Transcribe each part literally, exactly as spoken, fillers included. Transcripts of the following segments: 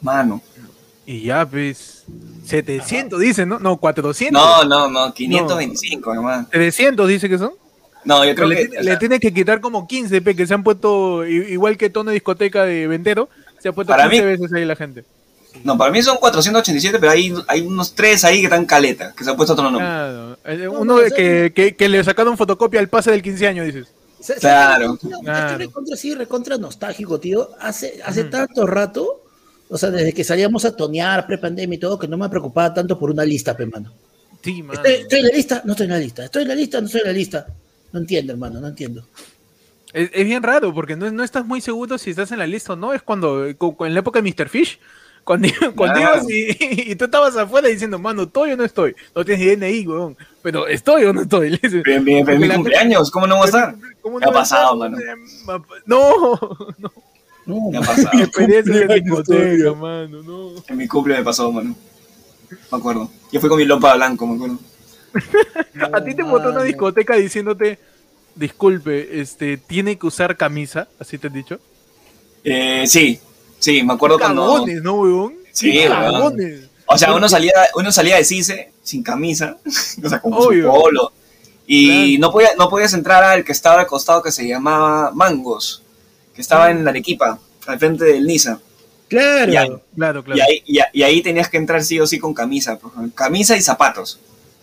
Mano. Y ya, pues, setecientos dicen, ¿no? No, cuatrocientos. No, no, no, quinientos veinticinco, no. Nomás. trescientos dice que son. No, yo creo le que... Tiene, le tiene que quitar como quince, pe, que se han puesto, igual que tono de discoteca de Ventero, se ha puesto para quince mí, veces ahí la gente. No, para mí son cuatrocientos ochenta y siete, pero hay, hay unos tres ahí que están caleta, que se han puesto otro nombre. Claro. Uno no, que, que, que le sacaron fotocopia al pase del quince años, dices. Claro. No, claro. Estoy recontra, sí, recontra nostálgico, tío. Hace, hace mm. tanto rato, o sea, desde que salíamos a tonear, pre-pandemia y todo, que no me preocupaba tanto por una lista, pe, mano. Sí, mano. Estoy, estoy en la lista, no estoy en la lista. Estoy en la lista, no estoy en la lista. No entiendo, hermano, no entiendo. Es, es bien raro, porque no, no estás muy seguro si estás en la lista o no. Es cuando, en la época de míster Fish, cuando, cuando claro. ibas y, y tú estabas afuera diciendo, mano, ¿estoy o no estoy? No tienes D N I, weón. Pero ¿estoy o no estoy? Bien, bien, en mi cumpleaños, ¿cómo no va a estar? ¿Cómo no ha pasado, mano? No, no. No, me ha pasado. Experiencia de discoteca, mano, no. En mi cumple me pasó, mano. Me acuerdo. Yo fui con mi lopa blanco, me acuerdo. No, a ti te botó una discoteca diciéndote, disculpe, este, ¿tiene que usar camisa? ¿Así te han dicho? Eh, sí, sí, me acuerdo cuando... Cagones, ¿no, weón? Sí, cagones. O sea, uno salía, uno salía de CICE sin camisa, o sea, con su polo. Y claro. no, podía, no podías entrar al que estaba al costado, que se llamaba Mangos, que estaba en la Arequipa, al frente del Niza. Claro, y ahí, claro, claro. Y ahí, y, y ahí tenías que entrar sí o sí con camisa, camisa y zapatos.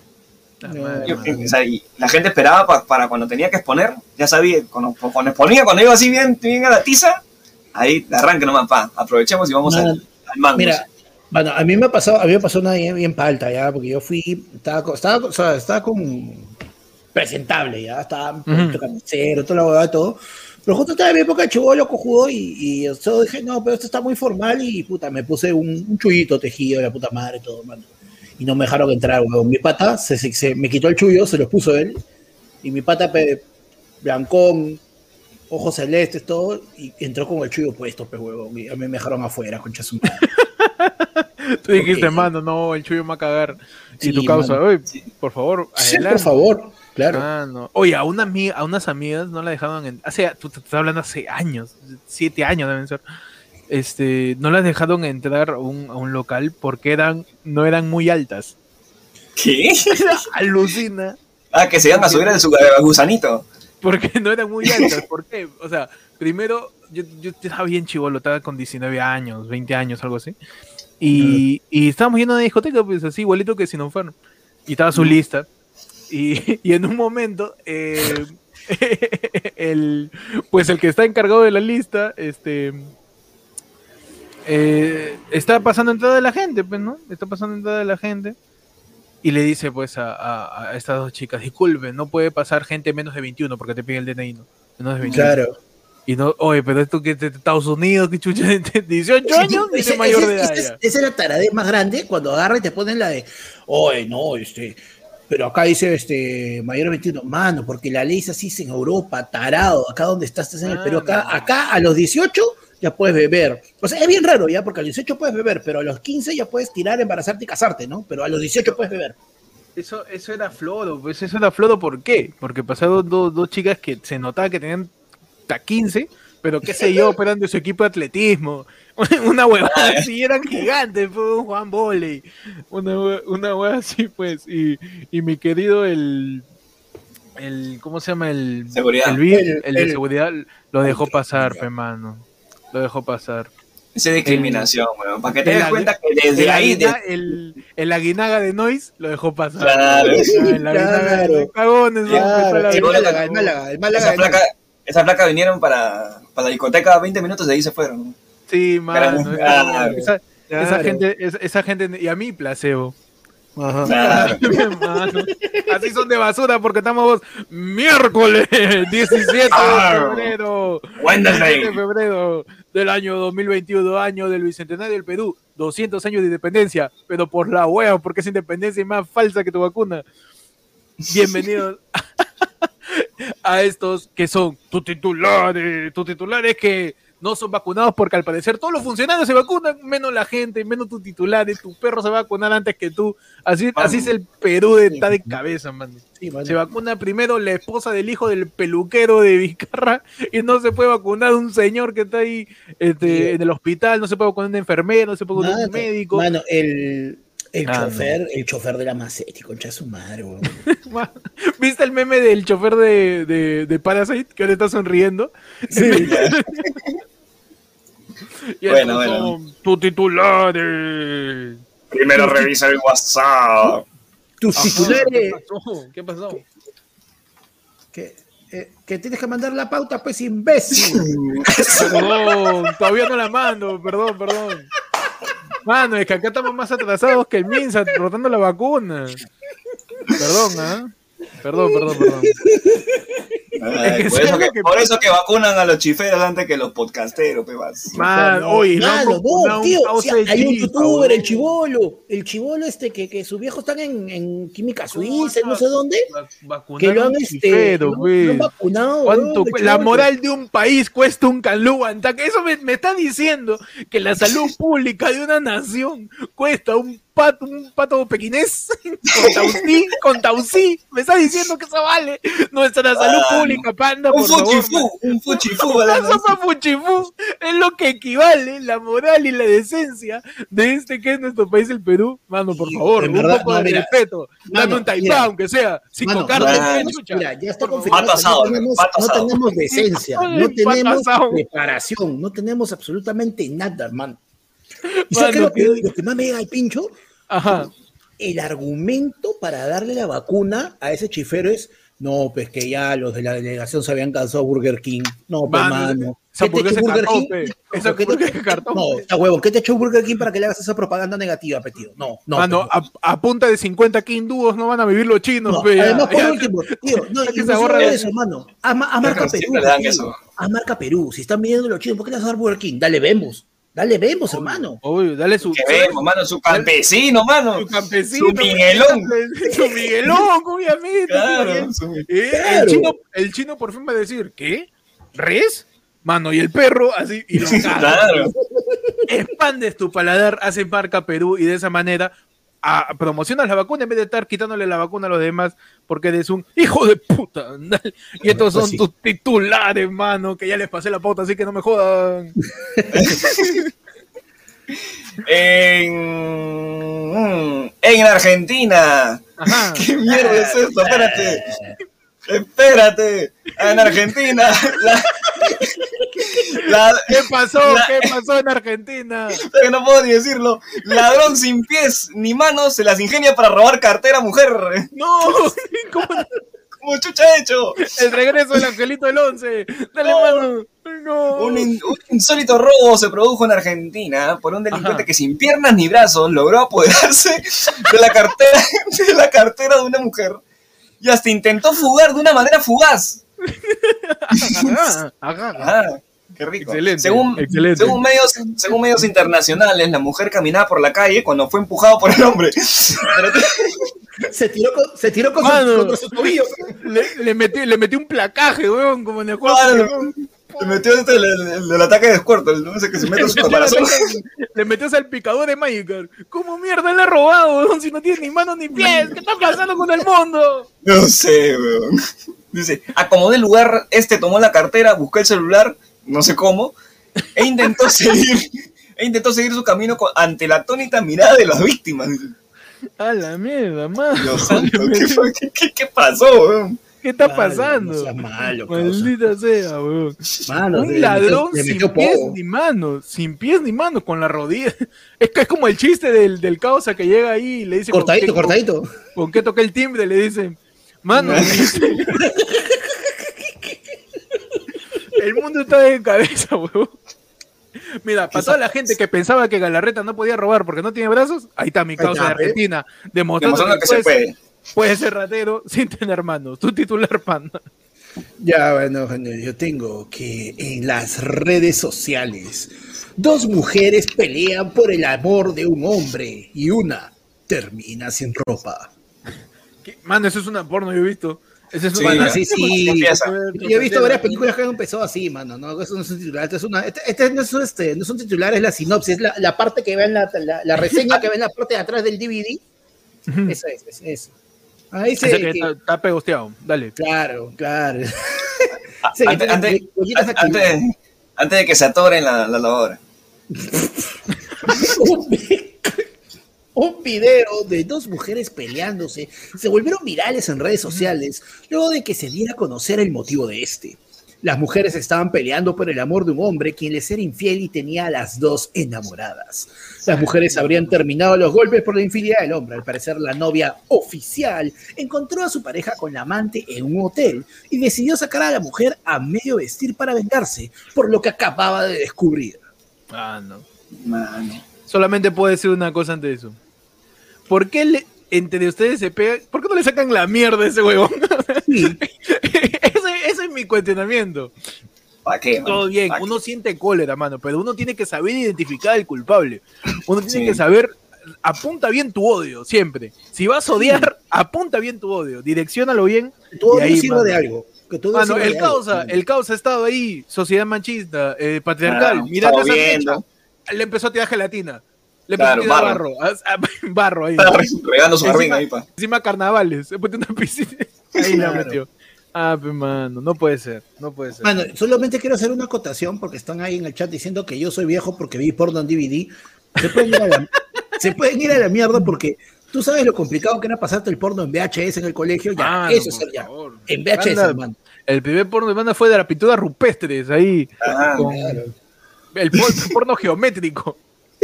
No, Yo, o sea, y la gente esperaba pa, para cuando tenía que exponer, ya sabía, cuando, cuando exponía, cuando iba así bien, bien a la tiza, ahí arranque nomás, pa, aprovechemos y vamos no, al, al Mangos. Mira, bueno, a mí me ha pasado, a mí me pasó una bien, bien palta, ya, porque yo fui, estaba, estaba, o sea, estaba con presentable, ya, estaba uh-huh. camisero, toda la huevada, todo. Pero justo estaba en mi época de chibolo, cojudo, y, y yo dije, no, pero esto está muy formal, y puta, me puse un, un chullito tejido de la puta madre, todo, mano. Y no me dejaron entrar, weón. Mi pata se, se, se me quitó el chullo, se lo puso él, y mi pata pe, blancón, ojos celestes, todo, y entró con el chullo puesto, pues, huevón, y a mí me dejaron afuera, concha su madre. Tú dijiste, mano, no, el chullo me va a cagar. Sí, y tu causa, oye, sí. por favor, adelante. Sí, por favor, claro. Ah, no. Oye, a, una amiga, a unas amigas no la dejaron, en, hace, tú te estás hablando hace años, siete años deben ser. Este, no las dejaron entrar a un, a un local porque eran, no eran muy altas. ¿Qué? Alucina. Ah, que se iban a subir a su gusanito. Porque no eran muy altas. ¿Por qué? O sea, primero, yo, yo estaba bien chibolo, estaba con diecinueve años, veinte años, algo así. Y, uh-huh. y estábamos yendo a una discoteca, pues así, igualito que Sinonfarm. Y estaba su uh-huh. lista. Y, y en un momento, eh, el, pues el que está encargado de la lista, este... Eh, está pasando entrada de la gente, pues, ¿no? Está pasando entrada de la gente y le dice, pues, a, a, a estas dos chicas, disculpe, no puede pasar gente menos de veintiuno porque te pide el D N I, ¿no? Menos de veintiuno. Claro. Y no, oye, pero esto que es de Estados Unidos, que chucha, dieciocho años, ese, ese mayor ese, de edad. Esa es la taradez más grande cuando agarra y te ponen la de, oye, no, este, pero acá dice, este, mayor de veintiuno, mano, porque la ley es así en Europa, tarado, acá donde estás, estás en el Perú, acá, acá a los dieciocho ya puedes beber. O sea, es bien raro ya, porque a los dieciocho puedes beber, pero a los quince ya puedes tirar, embarazarte y casarte, ¿no? Pero a los dieciocho puedes beber. Eso, eso era flodo, pues eso era flodo, ¿por qué? Porque pasaron dos, dos chicas que se notaba que tenían hasta quince, pero qué sé yo, operando su equipo de atletismo. Una huevada así, eran gigantes, fue un Juan Voley. Una, una huevada así, pues. Y, y mi querido, el... el ¿cómo se llama? El, seguridad. El, el, el, el de seguridad lo dejó pasar, pe, mano. Lo dejó pasar. Esa es discriminación, weón. Para que te des cuenta que desde el ahí. Aguina, de... el, el aguinaga de Noise lo dejó pasar. Claro, el aguinaga de cagones, claro, el Málaga, el Málaga, el Málaga. Esa placa, esa placa vinieron para, para la discoteca veinte minutos y de ahí se fueron. Sí, mano. Claro, esa, claro. Esa, gente, esa, esa gente. Y a mí, placebo. Ajá. Claro. Así son de basura porque estamos miércoles diecisiete de febrero. Wednesday. diecisiete de febrero del año dos mil veintiuno, año del bicentenario del Perú, doscientos años de independencia, pero por la hueá, porque esa independencia es más falsa que tu vacuna. Bienvenidos a estos que son tus titulares, tus titulares que no son vacunados porque al parecer todos los funcionarios se vacunan, menos la gente, menos tus titulares, tu perro se va a vacunar antes que tú. Así, así es el Perú de está de cabeza, man. Sí, se vacuna primero la esposa del hijo del peluquero de Vizcarra y no se puede vacunar un señor que está ahí este, en el hospital, no se puede vacunar un enfermero, no se puede vacunar un médico. Mano, el... El ah, chofer, no. el chofer de la Macetti, concha de su madre, weón. ¿Viste el meme del chofer de, de, de Parasite que ahora está sonriendo? Sí. Y bueno, bueno. Tu titulares. Primero tu revisa el WhatsApp. Tus Ajá, titulares. ¿Qué pasó? ¿Qué pasó? ¿Qué? Eh, que tienes que mandar la pauta, pues, imbécil. Perdón, todavía no la mando, perdón, perdón. Mano, es que acá estamos más atrasados que el Minsa rotando la vacuna. Perdón, ¿ah? ¿eh? Perdón, perdón, perdón. Ay, por, eso que, que por eso que vacunan a los chiferos antes que los podcasteros, pebas. Man, oye, no, no, tío, sí, hay un youtuber, el Chibolo, el Chibolo este que, que sus viejos están en, en química suiza, no sé dónde, que lo han, este, chifero, lo, lo han vacunado. ¿Cuánto, bro, la moral de un país cuesta un calúbanta, que eso me, me está diciendo que la salud pública de una nación cuesta un pato, un pato pequinés con tausí, con tausí, me está diciendo que eso vale nuestra salud ah, pública, panda, un por favor. Fuchifú, un fuchifú, un fuchifú es lo que equivale la moral y la decencia de este que es nuestro país, el Perú. Mano, por favor, un verdad, poco no, de mira, respeto, dame un taipá, aunque sea, sin cocarle. Mira, ya está confirmado, no tenemos, no tenemos decencia, no tenemos preparación, no tenemos absolutamente nada, hermano. ¿Y sabes lo que, lo que más me llega al pincho? Ajá. El argumento para darle la vacuna a ese chifero es, no, pues que ya los de la delegación se habían cansado Burger King. No, pues, mano. ¿Qué te echó Burger King? Esa ¿Qué te cartón, no, está huevo. ¿Qué te echó Burger King para que le hagas esa propaganda negativa, petido? No, no. Mano, a, a punta de cincuenta King dúos no van a vivir los chinos, no, pe, además, por último, tío, no, y no solo eso, mano. A, a marca Perú. A marca Perú. Si están viendo los chinos, ¿por qué le vas a dar Burger King? Dale, vemos. Dale, vemos, hermano. Uy, dale su. Que vemos, mano, su campesino, mano. Su campesino. Su Miguelón. Su Miguelón, obviamente. Claro, su... eh, claro. El, chino, el chino por fin va a decir, ¿qué? ¿Res? Mano, y el perro, así, y lo claro. Expandes tu paladar, hace marca Perú, y de esa manera a, promocionas la vacuna en vez de estar quitándole la vacuna a los demás, porque eres un hijo de puta. Y estos son pues sí. tus titulares, mano, que ya les pasé la pauta, así que no me jodan. en, en Argentina. Ajá. ¿Qué mierda es esto? Espérate. Espérate. En Argentina. La, la, ¿Qué pasó? La, ¿Qué pasó en Argentina? Que no puedo ni decirlo. Ladrón sin pies ni manos se las ingenia para robar cartera mujer. No, ¿cómo? Como chucha hecho. El regreso del angelito del once. Dale, no, mano. No. Un, in, un insólito robo se produjo en Argentina por un delincuente Ajá. que sin piernas ni brazos logró apoderarse de la cartera, de la cartera de una mujer y hasta intentó fugar de una manera fugaz. Ajá, ajá. Ajá. Qué rico. Excelente, según, excelente. Según, medios, según medios internacionales, la mujer caminaba por la calle cuando fue empujado por el hombre. Se tiró con, se tiró con, Mano, su, contra sus tobillos. Le, le, metió, le metió un placaje, weón, como en el juego. Claro, le metió este, el, el, el, el ataque de escuerto, el, no sé que se mete su caparazón. Le metió salpicador de Magikarp. ¿Cómo mierda le ha robado, weón? Si no tiene ni manos ni pies. ¿Qué está pasando con el mundo? No sé, weón. Dice, acomodé el lugar, este tomó la cartera, buscó el celular, no sé cómo, e intentó seguir, e intentó seguir su camino con, ante la atónita mirada de las víctimas. A la mierda, mano. Dios santo, ¿qué, qué, qué, ¿qué pasó, weón? ¿Qué está Vale, pasando? No seas malo, maldita sea, weón. Mano, un ladrón metió, sin pies poco. ni manos, sin pies ni manos, con la rodilla. Es que es como el chiste del, del causa que llega ahí y le dice... Cortadito, ¿con qué, cortadito. Con, ¿Con qué toca el timbre? Le dicen, mano, dice, el mundo está de cabeza, weón. Mira, para toda la gente que pensaba que Galarreta no podía robar porque no tiene brazos, ahí está mi causa de Argentina, demostrando, demostrando que, que se puede. Puede ser ratero sin tener manos. Tu titular, panda. Ya, bueno, yo tengo que en las redes sociales dos mujeres pelean por el amor de un hombre y una termina sin ropa. ¿Qué? Mano, eso es una porno, yo he visto. Ese es Sí, Bueno, ya. sí, sí. Empieza. Yo he visto varias películas que han empezado así, mano. No, eso no es un titular. Este, es una, este, este no, es, este, no es un titular, es la sinopsis, es la, la parte que ve en la, la, la reseña que ve en la parte de atrás del D V D. Eso es, es eso. Ahí se. Ese que que- está, está pegosteado, dale. claro, claro. Sí, Antes, que- antes, huellitas aquí. antes, antes de que se atore en la, la lavadora. un vi- un video de dos mujeres peleándose se volvieron virales en redes sociales luego de que se diera a conocer el motivo de este. Las mujeres estaban peleando por el amor de un hombre quien les era infiel y tenía a las dos enamoradas. Las mujeres habrían terminado los golpes por la infidelidad del hombre. Al parecer, la novia oficial encontró a su pareja con la amante en un hotel y decidió sacar a la mujer a medio vestir para vengarse por lo que acababa de descubrir. Ah, no. Mano. Solamente puedo decir una cosa ante eso. ¿Por qué le- entre ustedes se pegan? ¿Por qué no le sacan la mierda a ese huevón? Sí. ese, ese es mi cuestionamiento. ¿Para qué, mano? Todo bien, ¿Pa' qué? uno siente cólera, mano, pero uno tiene que saber identificar al culpable. Uno tiene Sí. que saber, apunta bien tu odio, siempre. Si vas a odiar, apunta bien tu odio, direcciónalo bien. Que todo y ahí, sirva mano. de algo. Que todo Mano, sirva el de algo. causa, el causa ha estado ahí, sociedad machista, eh, patriarcal, Claro, mirando estaba esa viendo. fecha, le empezó a tirar gelatina. Le Claro, empezó a tirar barro. barro, a- a- barro ahí. Estaba regando su jardín Encima- ahí, pa. Encima carnavales, se puso una piscina. Ahí la Claro. metió. Ah, pues mano, no puede ser, no puede ser. Mano, solamente quiero hacer una acotación porque están ahí en el chat diciendo que yo soy viejo porque vi porno en D V D. Se pueden ir a la, se pueden ir a la mierda porque tú sabes lo complicado que era pasarte el porno en V H S en el colegio. Ya, Mano, eso es por ser ya. favor. En V H S, Anda, hermano. El primer porno de banda fue de las pinturas rupestres, ahí, Ah, con Claro. el por- porno geométrico,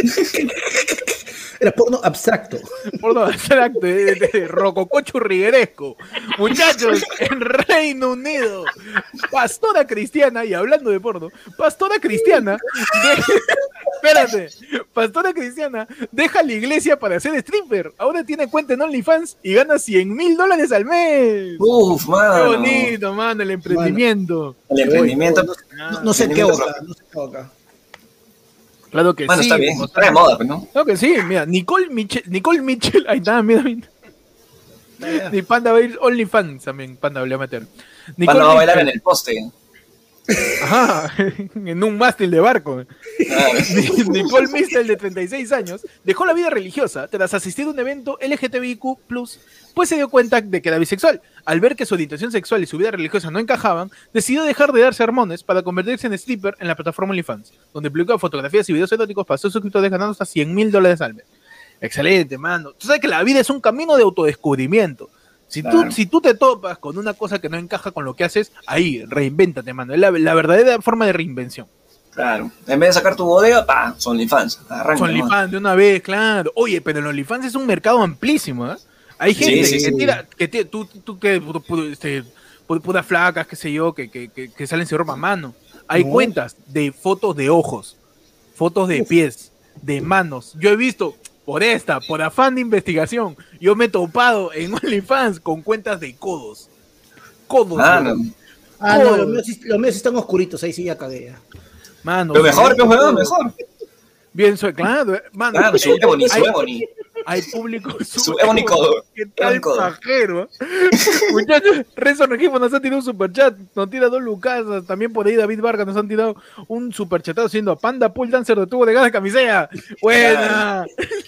Era porno abstracto. porno abstracto, de, de- de rococó churrigueresco. Muchachos, en Reino Unido, pastora cristiana, y hablando de porno, pastora cristiana, de- espérate, pastora cristiana deja la iglesia para ser stripper. Ahora tiene cuenta en OnlyFans y gana cien mil dólares al mes. Uf, Qué mano. bonito, mano, el emprendimiento. El emprendimiento. No, no, no sé en qué boca. No sé en qué boca. Claro que Bueno, sí. está bien. como Está de moda, pues, ¿no? Claro que sí, mira, Nicole Mitchell, Nicole Mitchell, ahí está, mira, mira. Ni Panda va a ir OnlyFans también, Panda le va a meter. Panda va a bailar en Mitchell, el poste. ajá, en un mástil de barco. Claro. Nicole Mitchell, de treinta y seis años, dejó la vida religiosa tras asistir a un evento L G T B I Q plus, pues se dio cuenta de que era bisexual. Al ver que su orientación sexual y su vida religiosa no encajaban, decidió dejar de dar sermones para convertirse en stripper en la plataforma OnlyFans, donde publicó fotografías y videos eróticos para sus suscriptores ganando hasta cien mil dólares al mes. Excelente, mano. Tú sabes que la vida es un camino de autodescubrimiento. Si, Claro. tú, si tú te topas con una cosa que no encaja con lo que haces, ahí, reinvéntate, mano. Es la, la verdadera forma de reinvención. Claro. En vez de sacar tu bodega, pa, son OnlyFans. Arranca. Con OnlyFans de una vez, claro. Oye, pero el OnlyFans es un mercado amplísimo, ¿eh? Hay Sí, gente sí, que sí. tira, que tira- tú, tú que, pu- pu- este, pu- puras flacas, qué sé yo, que, que, que, que salen sin ropa a mano. Hay No. cuentas de fotos de ojos, fotos de pies, de manos. Yo he visto, por esta, por afán de investigación, yo me he topado en OnlyFans con cuentas de codos. Codos. Ah, bro. no. Ah, no, Codos. los míos, sí- los míos están oscuritos. Ahí sí ya cagué. Ya. Mano, Pero mejor, sí, pues, weón, mejor. bien, soy, claro, eh, mano. Claro, su hay- Ebony, su hay- Ebony. Hay público Su Ebony Codo. ¿Qué tal Ebony Codo. pajero? Muchachos, Renzo Regifo nos ha tirado un superchat, nos tira dos lucas, también por ahí David Vargas nos han tirado un superchatado haciendo a Panda Pool Dancer de tubo de gas de camisea. Buena.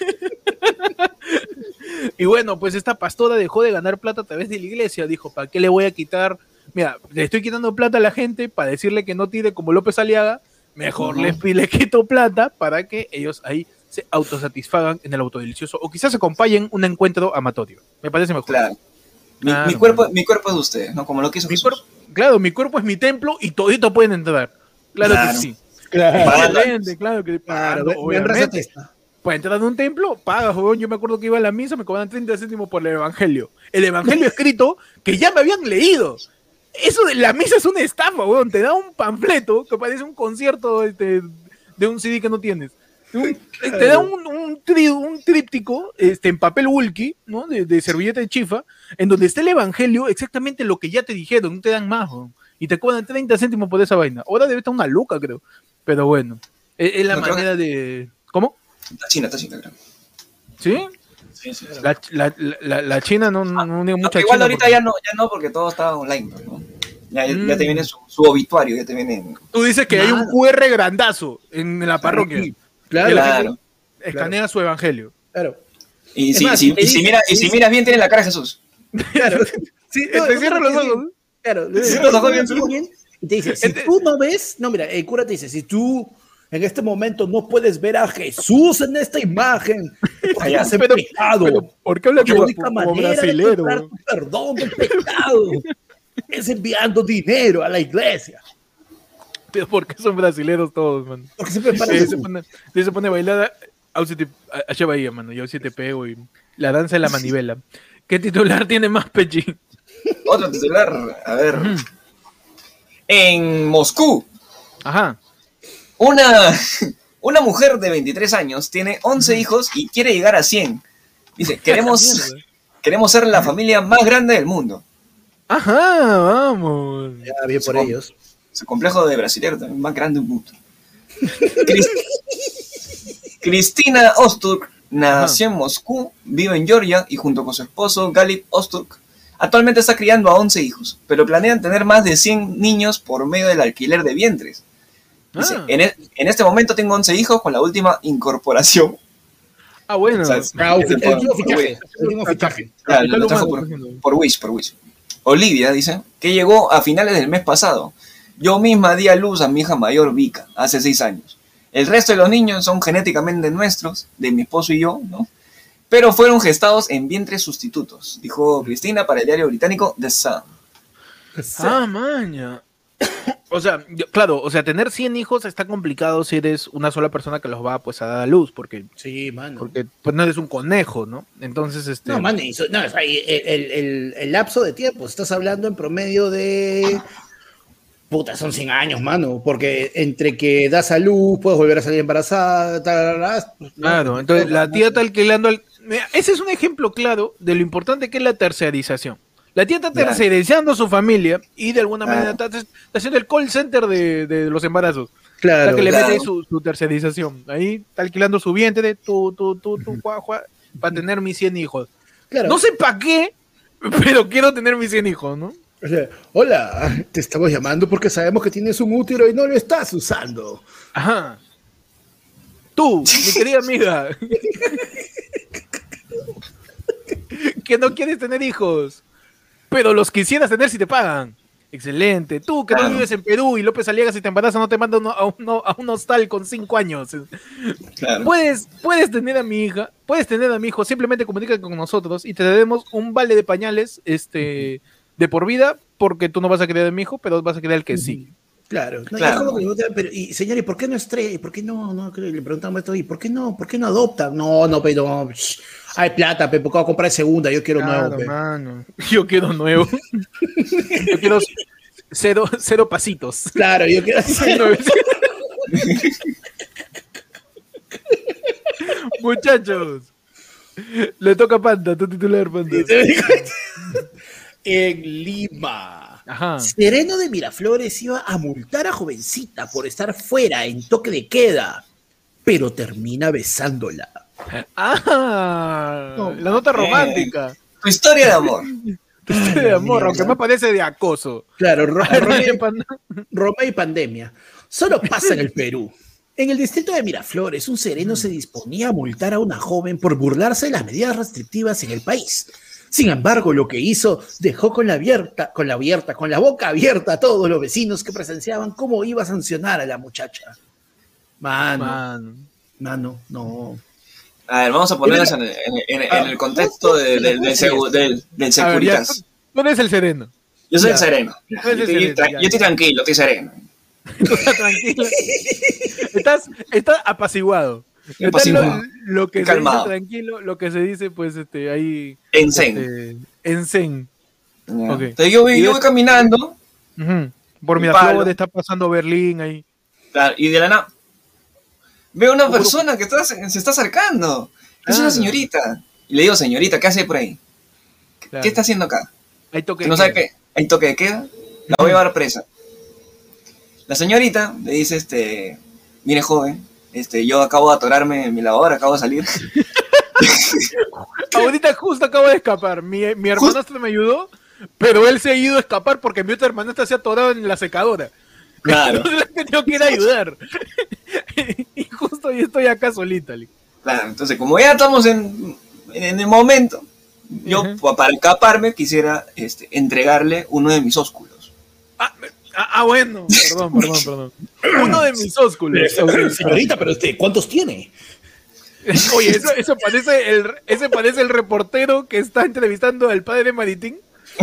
Y bueno, pues esta pastora dejó de ganar plata a través de la iglesia, dijo, ¿para qué le voy a quitar? Mira, le estoy quitando plata a la gente para decirle que no tire como López Aliaga, mejor Ujú. les, les quito plata para que ellos ahí se autosatisfagan en el autodelicioso o quizás acompañen un encuentro amatorio. Me parece mejor. Claro. Mi, Claro, mi cuerpo, mano. mi cuerpo es de ustedes, ¿no? Como lo quiso Mi Jesús. cuerpo, claro, mi cuerpo es mi templo y todito pueden entrar. Claro, Claro. que sí. Claro. Pagando. Excelente, claro que Claro, ah, no, ven- ven, obviamente. rázate esta. Para entrar a un templo, pagas, huevón. Yo me acuerdo que iba a la misa, me cobraban treinta céntimos por el evangelio. El evangelio escrito que ya me habían leído. Eso de la misa es una estafa, huevón. Te da un panfleto que parece un concierto este, de un C D que no tienes. Un- te da un, un, tri- un tríptico este, en papel wulky, ¿no? De, de servilleta de chifa, en donde está el evangelio exactamente lo que ya te dijeron, no te dan más, huevón. Y te cobran treinta céntimos por esa vaina. Ahora debe estar una luca, creo. Pero bueno, es, es la No, creo manera de... ¿Cómo? Está china, está china, creo. ¿Sí? Sí, sí, sí. La, la, la, la China no, no, no tiene mucha Igual China ahorita porque... ya no, ya no, porque todo está online, ¿no? Ya, ya, Mm. ya te viene su, su obituario, ya te viene. Tú dices que hay un Q R grandazo en la parroquia. Sí, Que claro, la Claro. gente escanea su evangelio. claro. Y Es si, más, si, te y si, dice- mira, te y si dice- miras bien, tiene la cara de Jesús. Claro. Sí, no, Te no, cierran no, los sí, ojos. Claro. Cierra los ojos bien. Muy bien. Y te dice, si Este- tú no ves, no, mira, el cura te dice, si tú en este momento no puedes ver a Jesús en esta imagen, es porque Allá. estás en Pero- pecado. pero, ¿por qué hablas Porque la como- única como manera de brasilero? encontrar tu perdón del pecado es enviando dinero a la iglesia. Pero ¿por qué son brasileros todos, man? Porque se preparan Eh, se, pone, se pone a bailar a H. Bahía, mano. Yo sí te pego y la danza de la manivela. ¿Qué titular tiene más pechín? Otro titular, a ver. En Moscú, Ajá. una, una mujer de veintitrés años tiene once hijos y quiere llegar a cien. Dice, queremos, queremos ser la familia más grande del mundo. Ajá, vamos. Ya, bien por Su- ellos. Su complejo de brasilero también más grande del mundo. Cris- Cristina Osturk nació en Moscú, vive en Georgia y junto con su esposo Galip Osturk actualmente está criando a once hijos, pero planean tener más de cien niños por medio del alquiler de vientres. Dice, Ah. en, e- en este momento tengo once hijos con la última incorporación. Ah, bueno. O sea, Ah, es el por- último por fichaje. Wish. El último fichaje. Claro, Capital lo trajo humano, por, por ejemplo. por Wish, por Wish. Olivia dice que llegó a finales del mes pasado. Yo misma di a luz a mi hija mayor, Vika, hace seis años. El resto de los niños son genéticamente nuestros, de mi esposo y yo, ¿no? Pero fueron gestados en vientres sustitutos, dijo Cristina para el diario británico The Sun. Ah, maña. O sea, yo- claro, o sea, tener cien hijos está complicado si eres una sola persona que los va pues a dar a luz, porque, Sí, mano. porque pues no eres un conejo, ¿no? Entonces, este. No, man, y so- no, o sea, y el, el- el- el lapso de tiempo, estás hablando en promedio de. Puta, son cien años, mano, porque entre que das a luz, puedes volver a salir embarazada, tal, tal, tal, pues, ¿no? Claro, entonces la tía está alquilando al... Mira, ese es un ejemplo claro de lo importante que es la tercerización. La tía está Claro. tercerizando a su familia y de alguna Claro. manera está, está haciendo el call center de, de los embarazos. Claro, La que le claro. mete ahí su, su tercerización. Ahí está alquilando su vientre, tú, tú, tú, tú, juá, juá, para tener mis cien hijos. claro. No sé para qué, pero quiero tener mis cien hijos, ¿no? O sea, hola, te estamos llamando porque sabemos que tienes un útero y no lo estás usando. Ajá. Tú, mi querida amiga, que no quieres tener hijos, pero los quisieras tener si te pagan. Excelente. Tú, que no Claro. vives en Perú y López Aliaga si te embarazas no te manda uno- a, uno- a un hostal con cinco años. Claro. Puedes, puedes tener a mi hija, puedes tener a mi hijo, simplemente comunícate con nosotros y te daremos un vale de pañales este, de por vida, porque tú no vas a querer a mi hijo, pero vas a querer al que sí. Claro, no, Claro. y es como que preguntan, pero, y señor, ¿y por qué no estrella? ¿Y por qué no? no le preguntamos esto, ¿y por qué no? ¿Por qué no adoptan? No, no, pero no, shh, hay plata, pe, porque voy a comprar segunda, yo quiero nuevo, pe. Mano. Yo quiero nuevo. Yo quiero cero, cero pasitos. Claro, yo quiero Muchachos, le toca a Panda, tu titular, Panda. En Lima. Ajá. Sereno de Miraflores iba a multar a jovencita por estar fuera en toque de queda, pero termina besándola. Ah, No, la nota romántica. Tu historia de amor. De amor, aunque me parece de acoso. Claro, Ro- Roma, Panda. Roma y pandemia. Solo pasa en el Perú. En el distrito de Miraflores, un sereno se disponía a multar a una joven por burlarse de las medidas restrictivas en el país. Sin embargo, lo que hizo dejó con la abierta, con la abierta, con la boca abierta a todos los vecinos que presenciaban cómo iba a sancionar a la muchacha. Mano, Man. mano, no. A ver, vamos a ponernos en, el- en el- en el contexto de- del, del, segu- del, del A ver, ya, Securitas. tú, tú eres el sereno. Yo soy Ya. el sereno. Tú Yo eres el estoy, sereno, tra- ya. yo estoy tranquilo, estoy sereno. Tú estás tranquilo. Estás, estás apaciguado. Estás Apaciguado. Lo, lo que Calmado. se dice tranquilo, lo que se dice, pues, este, ahí. En zen. este, en zen. Ya. ok. Entonces yo, voy- Y yo de- voy caminando Ujú. Por Un Miraflores palo. está pasando Berlín ahí. claro, y de la nada veo una Puro- persona que está- se está acercando. Es Ah. una señorita. Y le digo, señorita, ¿qué hace por ahí? Claro. ¿Qué está haciendo acá? Hay toque Que no de sabe queda. qué. Hay toque de queda. La voy a llevar presa. La señorita le dice, este, mire joven, este, yo acabo de atorarme en mi lavadora, acabo de salir. Ahorita justo acabo de escapar. Mi, mi hermanastro me ayudó, pero él se ha ido a escapar porque mi otra hermanastra se ha atorado en la secadora. Claro. Entonces le he tenido que ir a ayudar. Y justo yo estoy acá solita. Claro, entonces como ya estamos en, en el momento, yo uh-huh. para escaparme quisiera este, entregarle uno de mis ósculos. Ah, ah, ah bueno, perdón, perdón, perdón. Uno de mis ósculos. Pero, señorita, pero usted, ¿cuántos tiene? Oye, eso, eso parece el, ese parece el reportero que está entrevistando al padre Maritín.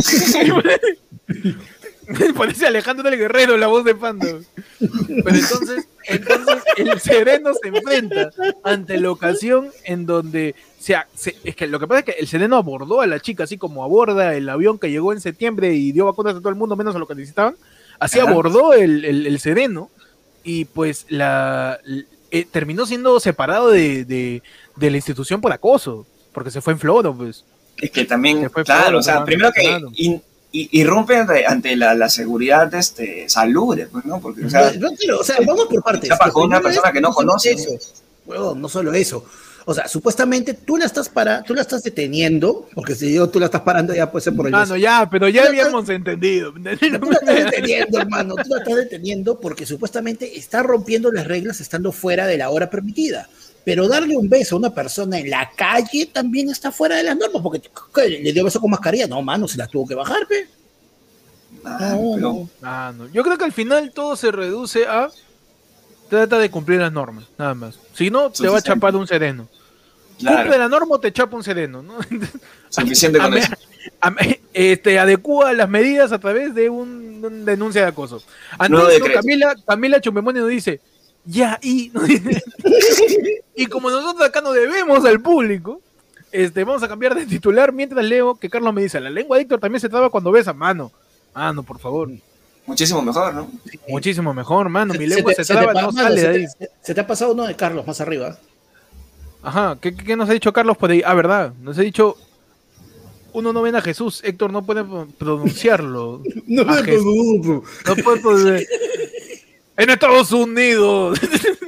Me parece Alejandro del Guerrero, la voz de Pando. Pero entonces, entonces el Sereno se enfrenta ante la ocasión en donde se, se, es que lo que pasa es que el Sereno abordó a la chica, así como aborda el avión que llegó en septiembre y dio vacunas a todo el mundo menos a lo que necesitaban. Así Ajá. abordó el, el, el Sereno y pues la eh, terminó siendo separado de, de, de la institución por acoso, porque se fue en floro, pues. Es que también, claro, floro, o sea, primero que in, irrumpe ante, ante la, la seguridad de este, salubre, pues, ¿no? Porque, o sea, no, no, o sea, vamos por partes. Con una persona que no, no conoce. Eso. Bueno, no solo eso. O sea, supuestamente tú la estás para, tú la estás deteniendo, porque si yo tú la estás parando ya puede ser por el Ah, no, ya, pero ya habíamos estás, entendido. Tú la estás deteniendo, hermano, tú la estás deteniendo porque supuestamente está rompiendo las reglas estando fuera de la hora permitida. Pero darle un beso a una persona en la calle también está fuera de las normas, porque ¿qué? Le dio beso con mascarilla. No, mano, se las tuvo que bajar, pe. Ah, no, no. Ah, no. Yo creo que al final todo se reduce a trata de cumplir las normas, nada más. Si no, te va a chapar un sereno. Claro. Cumple la norma o te chapa un sereno, ¿no? Suficiente con a, eso. A, a, este, adecúa las medidas a través de un, un denuncia de acoso. Entonces, no, Camila, Camila Chumemoni nos dice, ya, y... y como nosotros acá no debemos al público, este, vamos a cambiar de titular mientras leo que Carlos me dice, la lengua Héctor también se traba cuando besa, mano. Mano, por favor. Muchísimo mejor, ¿no? Sí, muchísimo mejor, mano. Mi lengua se, se, se traba, te, no mano, sale de ahí. Se, se te ha pasado uno de Carlos más arriba. Ajá, ¿qué, qué nos ha dicho Carlos por ahí? Ah, verdad, nos ha dicho, uno no ven a Jesús, Héctor no puede pronunciarlo. no, a Jesús. no puede pronunciar. En Estados Unidos.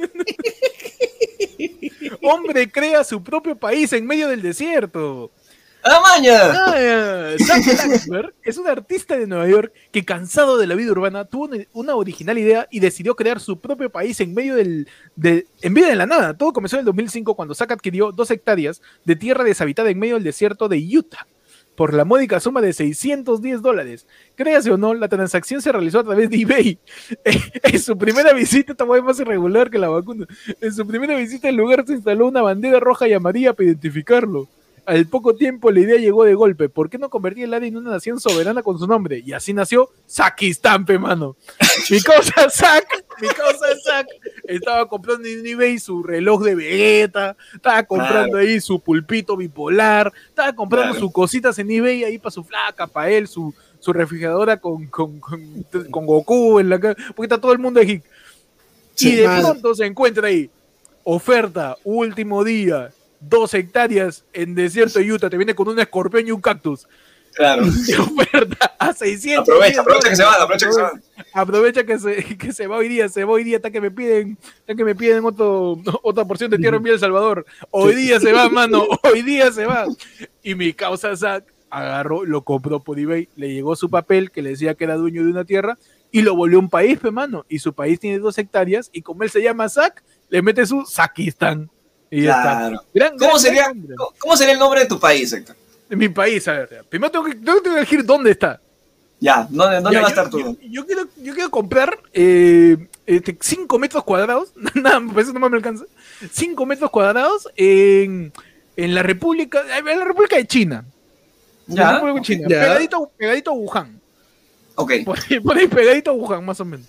Hombre crea su propio país en medio del desierto. ¡Ah, maña! Ah, Zach Blacksberg es un artista de Nueva York que, cansado de la vida urbana, tuvo una original idea y decidió crear su propio país en medio del, de, en medio de la nada. Todo comenzó en el dos mil cinco cuando Zach adquirió dos hectáreas de tierra deshabitada en medio del desierto de Utah por la módica suma de seiscientos diez dólares. Créase o no, la transacción se realizó a través de eBay. En su primera visita, esta fue más irregular que la vacuna. En su primera visita al lugar se instaló una bandera roja y amarilla para identificarlo. Al poco tiempo la idea llegó de golpe. ¿Por qué no convertir el área en una nación soberana con su nombre? Y así nació Zakistán, pe, mano. Mi causa Zack, mi causa Zack estaba comprando en eBay su reloj de Vegeta, estaba comprando claro. ahí su pulpito bipolar, estaba comprando claro. sus cositas en eBay ahí para su flaca, para él, su, su refrigeradora con, con, con, con Goku en la cara, porque está todo el mundo de geek. Sí, y de mal. pronto se encuentra ahí, oferta, último día, dos hectáreas en desierto de Utah, te viene con un escorpión y un cactus. Claro. De oferta a seiscientos. Aprovecha, aprovecha que se va, aprovecha que se va. Aprovecha que se, que se va hoy día, se va hoy día hasta que me piden, hasta que me piden otro, otra porción de tierra en Villa El Salvador. Hoy día se va, mano, hoy día se va. Y mi causa Zack agarró, lo compró por eBay, le llegó su papel que le decía que era dueño de una tierra y lo volvió un país, pe, mano. Y su país tiene dos hectáreas y como él se llama Zack, le mete su Zakistán. Y ya claro. está. Gran, ¿Cómo, gran, sería, gran ¿Cómo, ¿Cómo sería el nombre de tu país, Héctor? De mi país, a ver. Primero tengo que, tengo que elegir dónde está. Ya, ¿dónde, dónde ya, va a yo, estar tú? Yo, yo, quiero, yo quiero comprar eh, este, cinco metros cuadrados, nada, por eso no me alcanza, cinco metros cuadrados en, en la República, en la República de China. Ya, la República de China, ya. Pegadito, pegadito a Wuhan. Ok. Por ahí, por ahí pegadito a Wuhan, más o menos.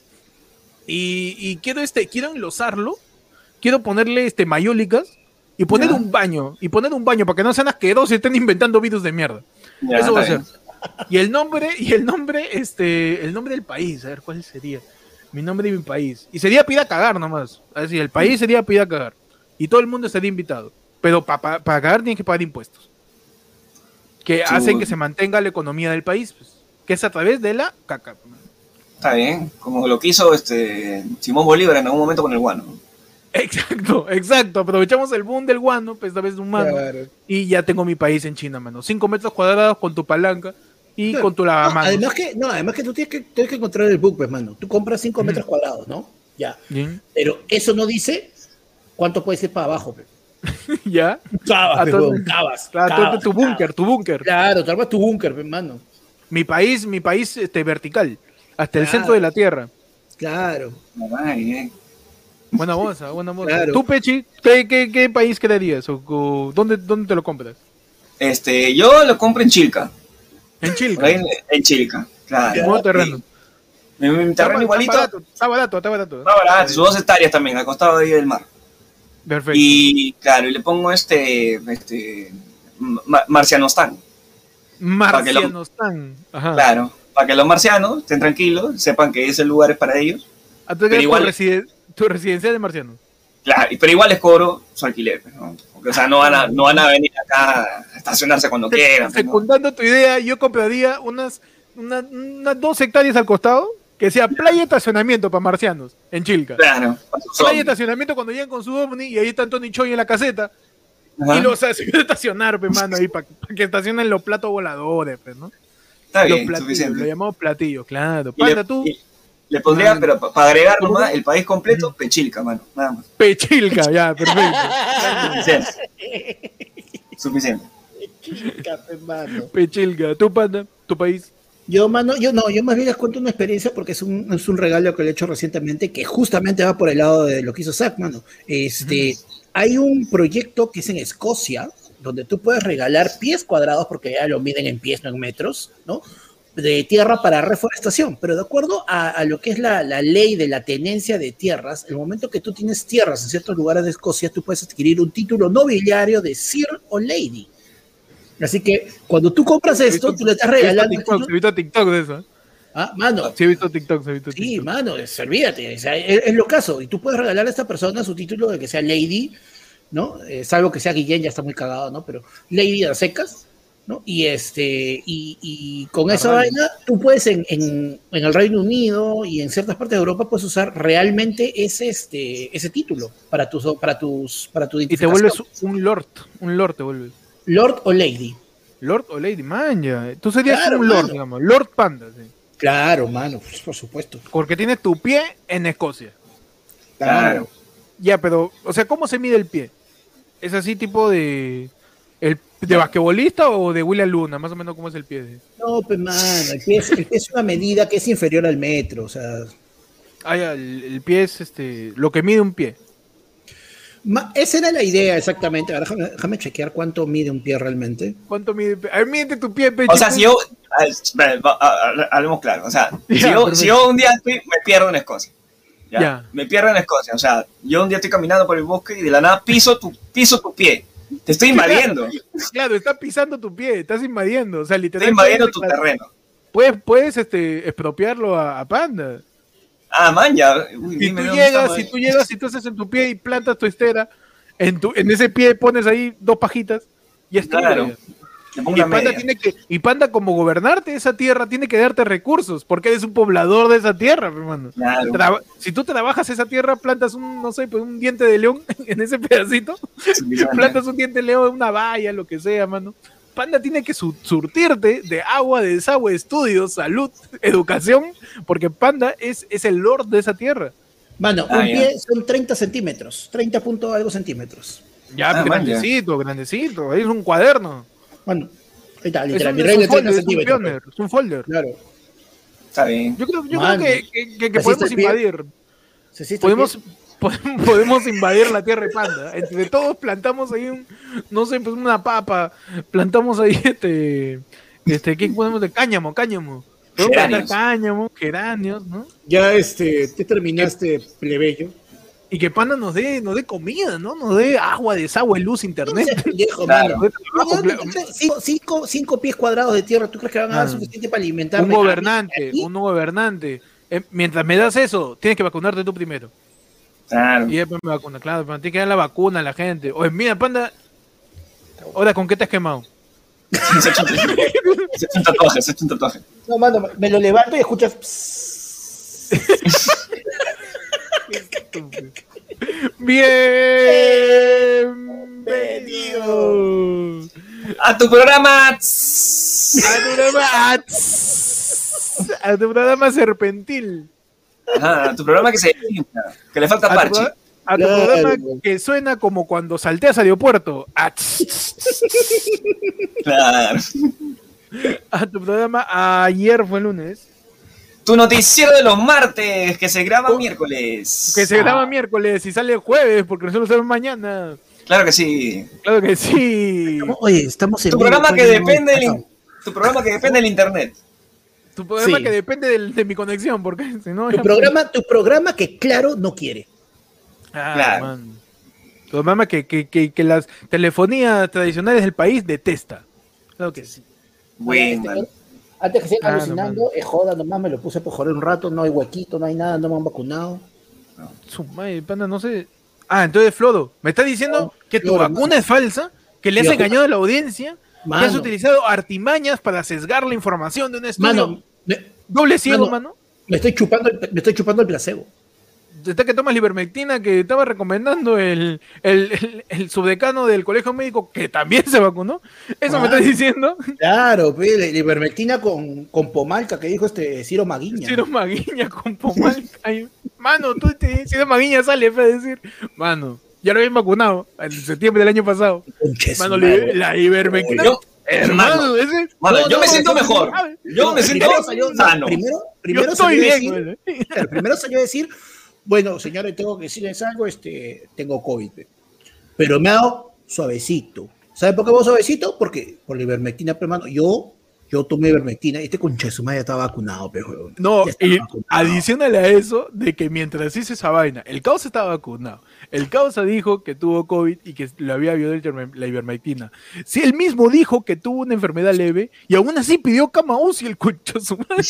Y, y quiero, este, quiero enlosarlo, quiero ponerle este, mayólicas, y poner ya. un baño, y poner un baño para que no sean asquerosos y estén inventando virus de mierda. Ya, eso va a ser. Y el nombre, y el nombre, este, el nombre del país, a ver cuál sería. Mi nombre y mi país. Y sería pida cagar nomás. Es decir, el país sería pida cagar. Y todo el mundo estaría invitado. Pero para pa, pa cagar tienen que pagar impuestos. Que sí, hacen que se mantenga la economía del país, pues, que es a través de la caca. Está bien, como lo quiso este Simón Bolívar en algún momento con el guano. Exacto, exacto. Aprovechamos el boom del guano, pues esta vez humano. Claro. Y ya tengo mi país en China, mano. Cinco metros cuadrados con tu palanca y Claro. con tu No, lavamanos. además que, no, además que tú tienes que, tienes que encontrar el book, pues, mano. Tú compras cinco Ujú. metros cuadrados, ¿no? Ya. Bien. Pero eso no dice cuánto puede ser para abajo, pues. ¿Ya? Cabas, A pues, todo- huevón, cabas, Claro, cabas, tu, tu búnker, cabas. tu búnker. Claro, te armas tu búnker, pues, mano. Mi país, mi país este, vertical, hasta el Claro. centro de la tierra. Claro. Ay, bien. Buena moza, buena moza. Claro. ¿Tú, Pechi, qué, qué, qué país crearías? ¿O, o dónde, dónde te lo compras? Este, yo lo compro en Chilca. En Chile. Por ahí en, en Chilca, claro. Nuevo terreno. Mi, mi Está, terreno ba- igualito. está barato, está barato, está barato. No, verdad, sus dos hectáreas también, al costado de ahí del mar. Perfecto. Y claro, y le pongo este, este, ma- marcianostán. Marcianos están. Ajá. Claro, para que los marcianos estén tranquilos, sepan que ese lugar es para ellos. Ah, tú pero eres igual- tu, residen- tu residencia de marcianos. Claro, y- pero igual les cobro su alquiler, pues, ¿no? Porque, o sea, no van a, no van a venir acá a estacionarse cuando quieran. pues, ¿no? Secundando tu idea, yo compraría unas, una- unas dos hectáreas al costado, que sea playa y estacionamiento para marcianos, en Chilca. Claro, para sus Playa y zombies. estacionamiento cuando llegan con su ovni y ahí está Tony Choi en la caseta. Ajá. Y los hacen estacionar, pe, mano, ahí para que estacionen los platos voladores, pues, ¿no? Está Los bien, platillos, suficiente. lo llamamos platillos, claro. Y le, Panda, tú, y le pondría, Ah, pero para agregar ¿cómo? nomás el país completo, Pechilca, mano, nada más. Pechilca, ya, perfecto. Suficiente. Suficiente. Chica, pues, mano. Pechilca, tú, Panda, tu país. Yo, mano, yo no, yo más bien les cuento una experiencia porque es un, es un regalo que le he hecho recientemente que justamente va por el lado de lo que hizo Zack, mano. Este, hay un proyecto que es en Escocia, donde tú puedes regalar pies cuadrados, porque ya lo miden en pies, no en metros, ¿no? De tierra para reforestación, pero de acuerdo a, a lo que es la, la ley de la tenencia de tierras, el momento que tú tienes tierras en ciertos lugares de Escocia, tú puedes adquirir un título nobiliario de Sir o Lady. Así que cuando tú compras esto, tú le estás He visto regalando... TikTok, he visto TikTok de eso. ¿eh? Ah, mano, Sí, he visto TikTok, he visto sí, TikTok. mano, es, olvídate, o sea, es, es lo caso. Y tú puedes regalar a esta persona su título de que sea Lady, ¿no? Eh, salvo que sea Guillén, ya está muy cagado, ¿no? Pero Lady a secas, ¿no? Y este, y, y con esa Arralo. vaina, tú puedes en, en, en el Reino Unido y en ciertas partes de Europa puedes usar realmente ese, este, ese título para tus, para tus, para tu Y te identificación. vuelves un lord, un lord te vuelves. Lord o Lady. Lord o Lady, man, ya. Tú serías Claro, un lord, mano. digamos. Lord Panda, sí. Claro, mano, pues, por supuesto. Porque tienes tu pie en Escocia. Claro. Ya, pero, o sea, ¿cómo se mide el pie? ¿Es así tipo de el, de basquetbolista o de William Luna? Más o menos, ¿cómo es el pie? No, pues, mano, el pie, es, el pie es una medida que es inferior al metro, o sea... Ah, ya, el, el pie es este, lo que mide un pie. Ma- esa era la idea exactamente. Ahora déjame, déjame chequear cuánto mide un pie realmente. ¿Cuánto mide el pie? A ver, mídete tu pie, pecho. O sea, si yo, a ver, espera, va- a- a- hablemos claro, o sea, si, Ya, yo, perfecto. si yo un día estoy- me pierdo en Escocia, ¿ya? Ya. Me pierdo en Escocia, o sea, yo un día estoy caminando por el bosque y de la nada piso tu, piso tu pie, te estoy invadiendo, estoy Claro, estás pisando tu pie, estás invadiendo. O sea, literalmente. invadiendo tu terreno. Puedes, puedes este, expropiarlo a, a Panda. Ah, man, ya, uy, Si dime tú dónde llegas, estamos si ahí. tú llegas, si tú haces en tu pie y plantas tu estera, en, tu, en ese pie pones ahí dos pajitas y es tuyo Claro. ya. Le pongo Y una Panda, media. tiene que, y Panda, como gobernarte esa tierra, tiene que darte recursos, porque eres un poblador de esa tierra, mi hermano. Claro. Traba- si tú trabajas esa tierra, plantas un, no sé, pues un diente de león en ese pedacito, plantas un diente de león, una valla, lo que sea, mano. Panda tiene que su- surtirte de agua, de desagüe, estudios, salud, educación, porque Panda es, es el lord de esa tierra. Mano, Ah, un ya. pie son treinta centímetros. treinta punto algo centímetros. Ya, Ah, man, grandecito, grandecito, ahí es un cuaderno. Bueno, ahí está, Es literal. un, Mi es regla un es treinta folder, es un centímetros. folder, es un folder. Claro. Está bien. Yo creo, yo creo Mano. que, que- que- que Así podemos está el pie. invadir. ¿Se existe Podemos, el pie? podemos, podemos invadir la tierra de Panda. Entre todos plantamos ahí un, no sé, pues una papa, plantamos ahí este, este, ¿qué ponemos de cáñamo, cáñamo? Podemos plantar Geranios. cáñamo, geranios, ¿no? Ya este, te terminaste, plebeyo. Y que Panda nos dé, nos dé comida, ¿no? Nos dé agua, desagüe, luz, No internet. seas pendejo, Claro. mano. Trabajo, No, no, no, cinco, cinco, cinco pies cuadrados de tierra, ¿tú crees que van a dar Ah. suficiente para alimentar? Un gobernante, un gobernante. Eh, mientras me das eso, tienes que vacunarte tú primero. Claro. Y después me vacuna, claro, pero tienes que dar la vacuna a la gente. Oye, mira, Panda, ahora, ¿con qué te has quemado? Se ha hecho un- se ha hecho un tatuaje, se ha hecho un tatuaje. No, mano, me lo levanto y escuchas. psss. Bienvenido a tu programa. A tu programa. A tu programa serpentil. Ajá, a tu programa que se que le falta a parche. Tu, a tu claro. programa que suena como cuando salteas aeropuerto. Claro. A tu programa ayer fue el lunes. Tu noticiero de los martes, que se graba Oh, miércoles. Que se graba Ah. miércoles y sale jueves, porque nosotros lo hacemos mañana. Claro que sí. Claro que sí. Oye, estamos en Tu vivo, programa que coño, depende del no. in- tu programa que depende del internet. Tu programa Sí. que depende del- de mi conexión, porque si no... Tu ya- programa, tu programa que claro no quiere. Ah, Claro. man. Tu programa que, que, que, que las telefonías tradicionales del país detesta. Claro que sí. Bueno, Este, antes que sigan Ah, no, alucinando, es joda, nomás me lo puse por joder un rato, no hay huequito, no hay nada, no me han vacunado. Su madre, pana, no sé. Ah, entonces, Flodo, me está diciendo No, que tu Floro, vacuna es falsa, que le has Yo- engañado a la audiencia, que has Mano. utilizado artimañas para sesgar la información de un estudio Mano, me, doble ciego, mano. mano. me estoy chupando, el- me estoy chupando el placebo. Está que tomas ivermectina, que estaba recomendando el, el, el, el subdecano del colegio médico, que también se vacunó. Eso me Ah. estás diciendo. Claro, pe, la la ivermectina con, con pomalca que dijo este Ciro Maguiña. Ciro Maguiña con pomalca. Ay, mano, tú te Ciro Maguiña sale para decir, mano, ya lo habían vacunado en septiembre del año pasado. Conche su Mano, madre. la ivermectina. Yo- Hermano, Mano, ese. mano, No, yo no, me no, siento no, mejor. no, Yo No, me siento primero salió, sano. primero, Yo primero estoy salió a bien, decir, güey. claro, primero salió a decir, bueno, señores, tengo que decirles algo, este, tengo COVID, pe. Pero me ha dado suavecito. ¿Sabe por qué va suavecito? Porque por la ivermectina, pero hermano, yo, yo tomé ivermectina y este concha de su madre ya estaba vacunado, pe, huevón. No, Ya estaba y vacunado. adicional a eso, de que mientras hice esa vaina, el Causa estaba vacunado. El Causa dijo que tuvo COVID y que le había habido el iverme- la ivermectina. Si él mismo dijo que tuvo una enfermedad leve y aún así pidió cama U C I el cucho su madre.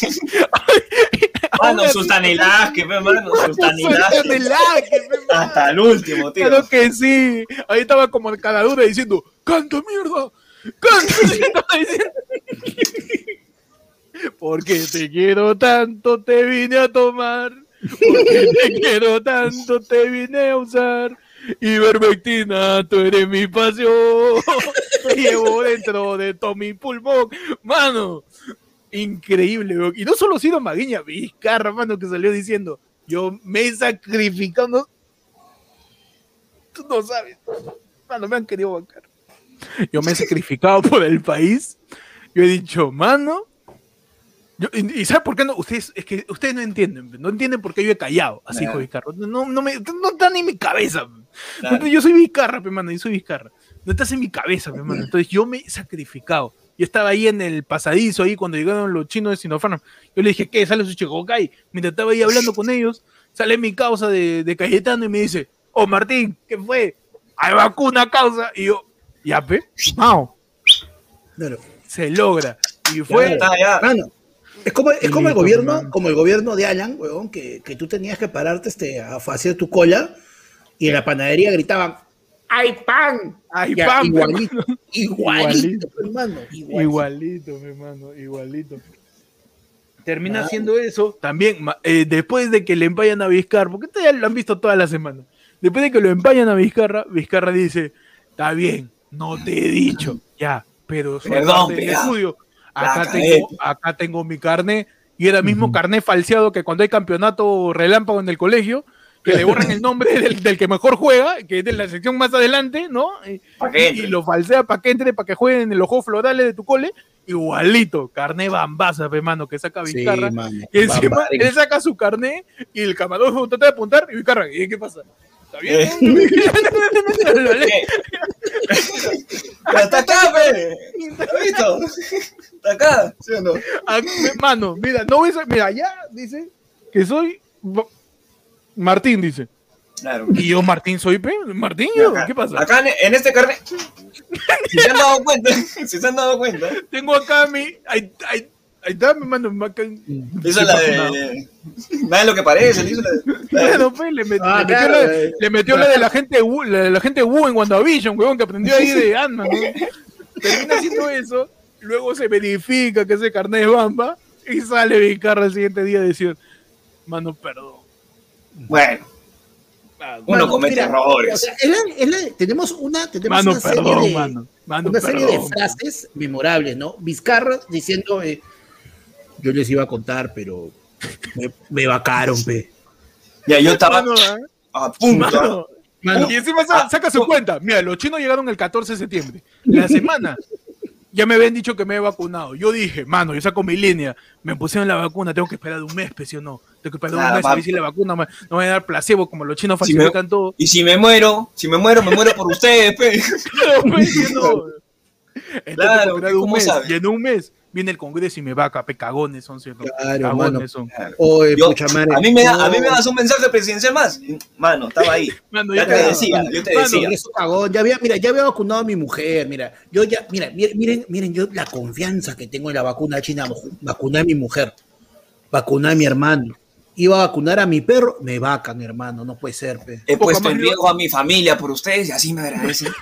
Aún Mano, así- sus tanilaje, pe, mano, sus Su tanilaje. tanilaje, pe, mano. Hasta el último, tío. Claro que sí. Ahí estaba como caladura diciendo, ¡canta mierda! ¡Canta! Estaba diciendo, porque te quiero tanto, te vine a tomar. Porque te quiero tanto, te vine a usar. Ivermectina, tú eres mi pasión. Te llevo dentro de todo mi pulmón. Mano, increíble. Bro. Y no solo Ciro Maguiña, Vizcarra, mano, que salió diciendo, yo me he sacrificado. No, tú no sabes. Mano, me han querido bancar. Yo me he sacrificado por el país. Yo he dicho, mano. Yo, y, y ¿sabes por qué no? Ustedes, es que ustedes no entienden, no entienden por qué yo he callado, así dijo Vizcarra. No, no, no, me, no está ni en mi cabeza. Claro. Yo soy Vizcarra, pe, mano, yo soy Vizcarra. No estás en mi cabeza, pe, mano. Entonces yo me he sacrificado. Yo estaba ahí en el pasadizo, ahí cuando llegaron los chinos de Sinopharm. Yo le dije, ¿qué? Sale su Chicokai. Mientras estaba ahí hablando con ellos, sale mi causa de, de Cayetano y me dice, oh, Martín, ¿qué fue? Hay vacuna, causa. Y yo, ya, pe, no. Claro. Se logra. Y fue... Ya, ya. Mano, es como, es como el Listo, gobierno, man. como el gobierno de Alan, huevón, que, que tú tenías que pararte este, a hacer tu cola y en la panadería gritaban, ¡hay pan! ¡Hay Ya, pan! igualito, hermano. igualito, hermano. Igualito. Igualito, mi hermano, igualito. Termina Ah. haciendo eso también ma- eh, después de que le empayan a Vizcarra, porque ustedes ya lo han visto toda la semana. Después de que lo empayan a Vizcarra, Vizcarra dice, está bien, no te he dicho, ya, pero soy Perdón, parte del pea. estudio. Acá La tengo, cagué. acá tengo mi carne, y era mismo Ujú. carné falseado que cuando hay campeonato relámpago en el colegio, que le borran el nombre del, del que mejor juega, que es de la sección más adelante, ¿no? Y, ¿Pa' qué y entre? lo falsea para que entre, para que jueguen en los juegos florales de tu cole, igualito, carné bambaza, pe, mano, que saca Sí, Vizcarra. mano. Y encima Barbarie. él saca su carné y el camarógrafo trata de apuntar y Vizcarra, ¿y qué pasa? ¿Está bien? Lo lee. ¡Está acá, pe! ¿Has visto? ¿Está acá? ¿Sí o no? Ah, mano, mira, no ves, mira, allá dice que soy Bo- Martín, dice. Claro. Y yo, Martín, soy P. Martín, yo, Acá, ¿qué pasa? acá en, en este carnet. Si se han dado cuenta, si se han dado cuenta. Tengo acá mi. Ahí, ahí, ahí está, mi mano. acá- Hizo la de. Nada de lo que parece, le hizo la de. la de- Bueno, pues, le, met- Ah, le metió, claro, la, eh. le metió la de la gente Wu, la de la gente Wu en WandaVision, huevón, que aprendió ahí de Ant-Man, ¿no? Termina haciendo eso, luego se verifica que ese carnet es Bamba y sale Vizcarra el siguiente día a decir, mano, perdón. Bueno, Uno Mano, comete mira, errores. o sea, es la- es la- tenemos una, tenemos Mano, una serie, perdón, de, mano. Mano, una serie perdón. de frases memorables, ¿no? Vizcarra diciendo, eh, yo les iba a contar, pero me, me vacaron, pe. Ya, yo estaba Mano, ¿eh? a punto. Mano. Mano, Y encima sa- saca su cuenta. Mira, los chinos llegaron el catorce de septiembre. La semana ya me habían dicho que me he vacunado. Yo dije, mano, yo saco mi línea. Me pusieron la vacuna, tengo que esperar un mes, ¿sí o no? Tengo que esperar Nada, un mes a va- ver si la vacuna me- no me va a dar placebo como los chinos Si me- falsifican todo. Y si me muero, si me muero, me muero por ustedes, pe. Claro, pues, yo no. Entonces, Claro, tengo que esperar un ¿cómo mes. sabes? Y en un mes viene el Congreso y me vaca, pe cagones son, ¿cierto? Claro, Cagones mano. son. Oye, Yo- pucha madre. a mí me da, a mí me no, das un mensaje presidencial más. Mano, estaba ahí. Mano, Ya yo te te- decía, yo te Mano, decía. Eso cagón. Ya había, mira, ya había vacunado a mi mujer, mira. Yo ya, mira, miren, miren, miren yo la confianza que tengo en la vacuna china. Vacuné a mi mujer, vacuné a mi hermano. Iba a vacunar a mi perro, me vaca, mi hermano, no puede ser, pe. He Poco puesto más en yo- riesgo a mi familia por ustedes y así me agradecen.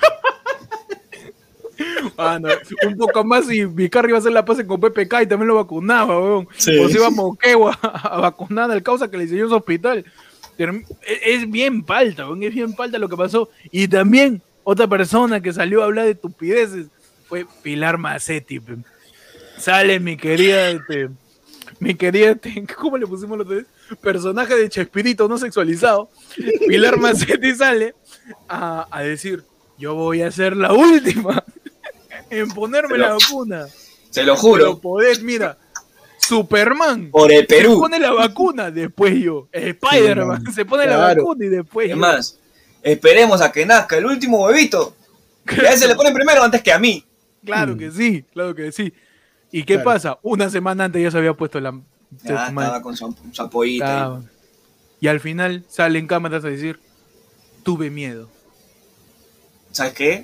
Mano, un poco más y Vizcarra iba a hacer la paz con P P K y también lo vacunaba, weón. Sí. O se iba a Moquegua a, a vacunar al causa que le enseñó en su hospital. Term- Es, es bien palta, weón, es bien palta lo que pasó. Y también otra persona que salió a hablar de estupideces fue Pilar Macetti. Pe. Sale mi querida, este, mi querida, este, ¿cómo le pusimos los tres? Personaje de Chespirito no sexualizado. Pilar Macetti sale a, a decir, yo voy a ser la última en ponerme Pero- la vacuna. Se lo Pero juro. podés, mira, Superman Por el se Perú. pone la vacuna, después yo, Spider-Man Sí, se pone la claro. vacuna y después Es yo. más, esperemos a que nazca el último huevito. Y a ese le ponen primero antes que a mí. Claro que sí, claro que sí. ¿Y qué Claro. pasa? Una semana antes ya se había puesto la... Ya se- madre. estaba con su, su apoyita. Estaba. Y al final salen cámaras a decir, tuve miedo. ¿Sabes qué?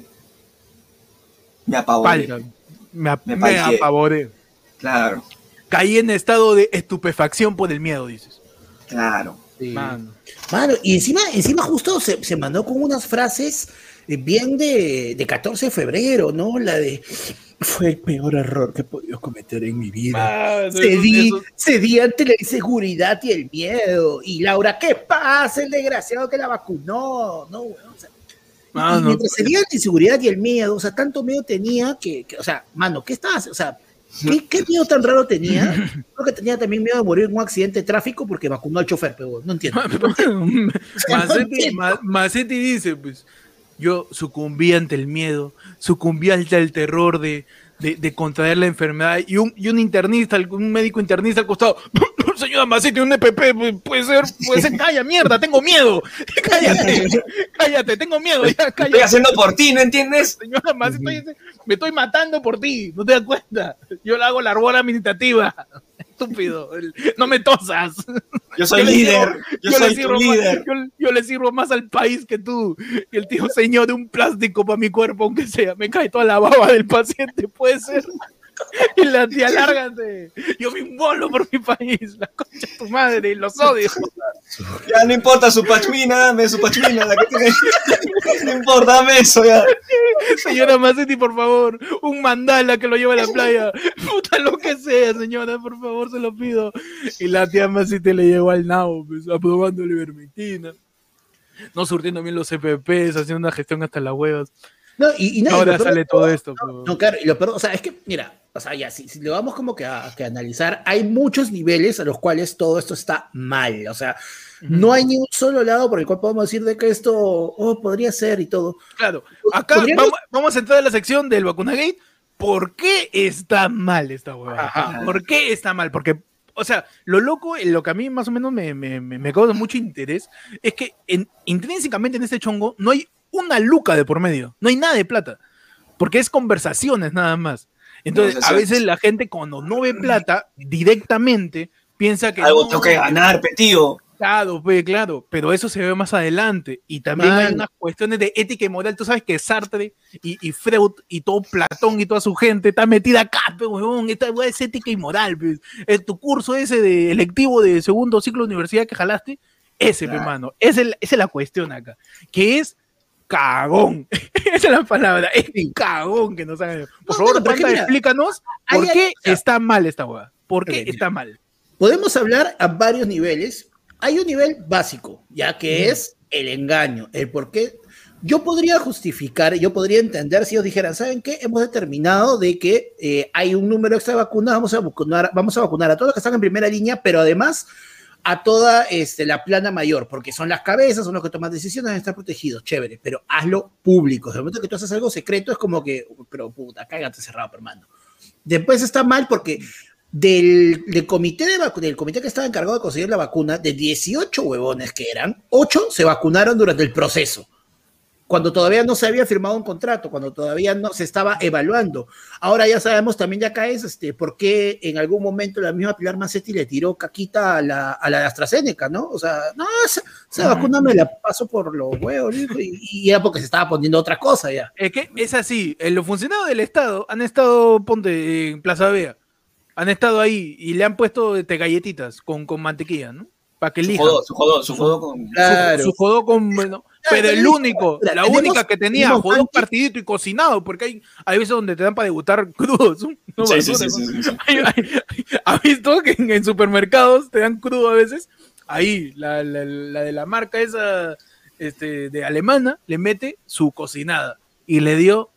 Me apavoré. Palta. Me, ap- Me me palteé. apavoré. Claro, Caí en estado de estupefacción por el miedo, dices. claro. Sí. Mano. Mano, y encima, encima justo se, se mandó con unas frases eh, bien de, de catorce de febrero, ¿no? La de, fue el peor error que he podido cometer en mi vida. Mano, Cedí, eso- eso- cedí ante la inseguridad y el miedo. Y Laura, ¿qué pasa? El desgraciado que la vacunó. No, weón, o sea, y- Mano, y mientras cedía ante la inseguridad y el miedo, o sea, tanto miedo tenía que, que, o sea, mano, ¿qué estabas? O sea, ¿qué, qué miedo tan raro tenía? Creo que tenía también miedo de morir en un accidente de tráfico porque vacunó al chofer, pero no entiendo. Macetti, Ma- Macetti dice, pues, yo sucumbí ante el miedo, sucumbí ante el terror de, de, de contraer la enfermedad y un, y un internista, un médico internista al costado, señora Macetti, un E P P, puede ser, puede ser, calla, mierda, tengo miedo, cállate, cállate, tengo miedo, ya, Estoy cállate. haciendo por ti, ¿no entiendes? Señora Macetti, estoy- me estoy matando por ti, no te das cuenta, yo le hago la arbora administrativa. Estúpido, el- no me tosas. Yo soy le líder. sirvo- Yo, le soy tu sirvo más- líder. yo, yo le sirvo más al país que tú. Y el tío señor de un plástico para mi cuerpo, aunque sea. Me cae toda la baba del paciente, puede ser. Y la tía, lárgate. Yo me inmolo por mi país. La concha de tu madre, los odio. Ya no importa su pachmina, dame su pachmina. La que tiene. No importa, dame eso ya. Señora Macetti, por favor, un mandala que lo lleve a la playa. Puta, lo que sea, señora, por favor, se lo pido. Y la tía Macetti le llegó al nabo, pues, aprobando la ivermectina. No surtiendo bien los C P Ps, haciendo una gestión hasta las huevas. No, y, y no, y Ahora lo peor sale de todo esto. No, pues. no, claro, y lo peor, o sea, es que, mira, o sea, ya, si, si lo vamos como que a, que a analizar, hay muchos niveles a los cuales todo esto está mal, o sea, no hay ni un solo lado por el cual podemos decir de que esto, oh, podría ser y todo. Claro, acá ¿Podríamos? vamos, vamos a entrar a la sección del vacunagate. ¿Por qué está mal esta huevada? Ajá. ¿Por qué está mal? Porque, o sea, lo loco, lo que a mí más o menos me, me, me, me causa mucho interés, es que en, intrínsecamente en este chongo no hay una luca de por medio, no hay nada de plata, porque es conversaciones nada más. Entonces, a veces la gente cuando no ve plata directamente piensa que Algo no, tengo que ganar, pe, tío. Claro, pues, claro, pero eso se ve más adelante. Y también hay Man. unas cuestiones de ética y moral. Tú sabes que Sartre y, y Freud y todo Platón y toda su gente está metida acá, pe, huevón. Esta hueá es ética y moral, pues. Eh, tu curso ese de electivo de segundo ciclo de universidad que jalaste, ese, Claro. pe, mano. Esa es, la- esa es la cuestión acá. Que es cagón. Esa es la palabra. Es cagón que nos hagan. Por No, favor, no, pero es que Panda, mira, explícanos por hay- qué hay- o sea, está mal esta hueá. ¿Por qué Ok, está mal? Podemos hablar a varios niveles. Hay un nivel básico, ya que es el engaño, el por qué. Yo podría justificar, yo podría entender si ellos dijeran, ¿saben qué? Hemos determinado de que eh, hay un número extra de vacunas, vamos a vacunar, vamos a vacunar a todos los que están en primera línea, pero además a toda este, la plana mayor, porque son las cabezas, son los que toman decisiones, deben estar protegidos, chévere, pero hazlo público. De momento que tú haces algo secreto es como que, pero puta, cállate cerrado, hermano. Después está mal porque del, del, comité de vacu- del comité que estaba encargado de conseguir la vacuna, de dieciocho huevones que eran, ocho se vacunaron durante el proceso, cuando todavía no se había firmado un contrato, cuando todavía no se estaba evaluando. Ahora ya sabemos también, ya caes, este, por qué en algún momento la misma Pilar Macetti le tiró caquita a la, a la AstraZeneca, ¿no? O sea, no, esa, esa vacuna me la paso por los huevos, y, y era porque se estaba poniendo otra cosa ya. Es que es así, los funcionarios del Estado han estado, ponte, en Plaza Vea, han estado ahí y le han puesto este, galletitas con, con mantequilla, ¿no? Para que elija. Su jodó, su jodó con... Claro. Su, su jodó con... Bueno, pero el único, la tenemos, única que tenía jodó partidito y cocinado, porque hay, hay veces donde te dan para degustar crudos. ¿No? Sí, sí, sí, sí, sí, sí. Hay, hay, ¿has visto que en, en supermercados te dan crudo a veces? Ahí, la, la, la de la marca esa este, de alemana, le mete su cocinada y le dio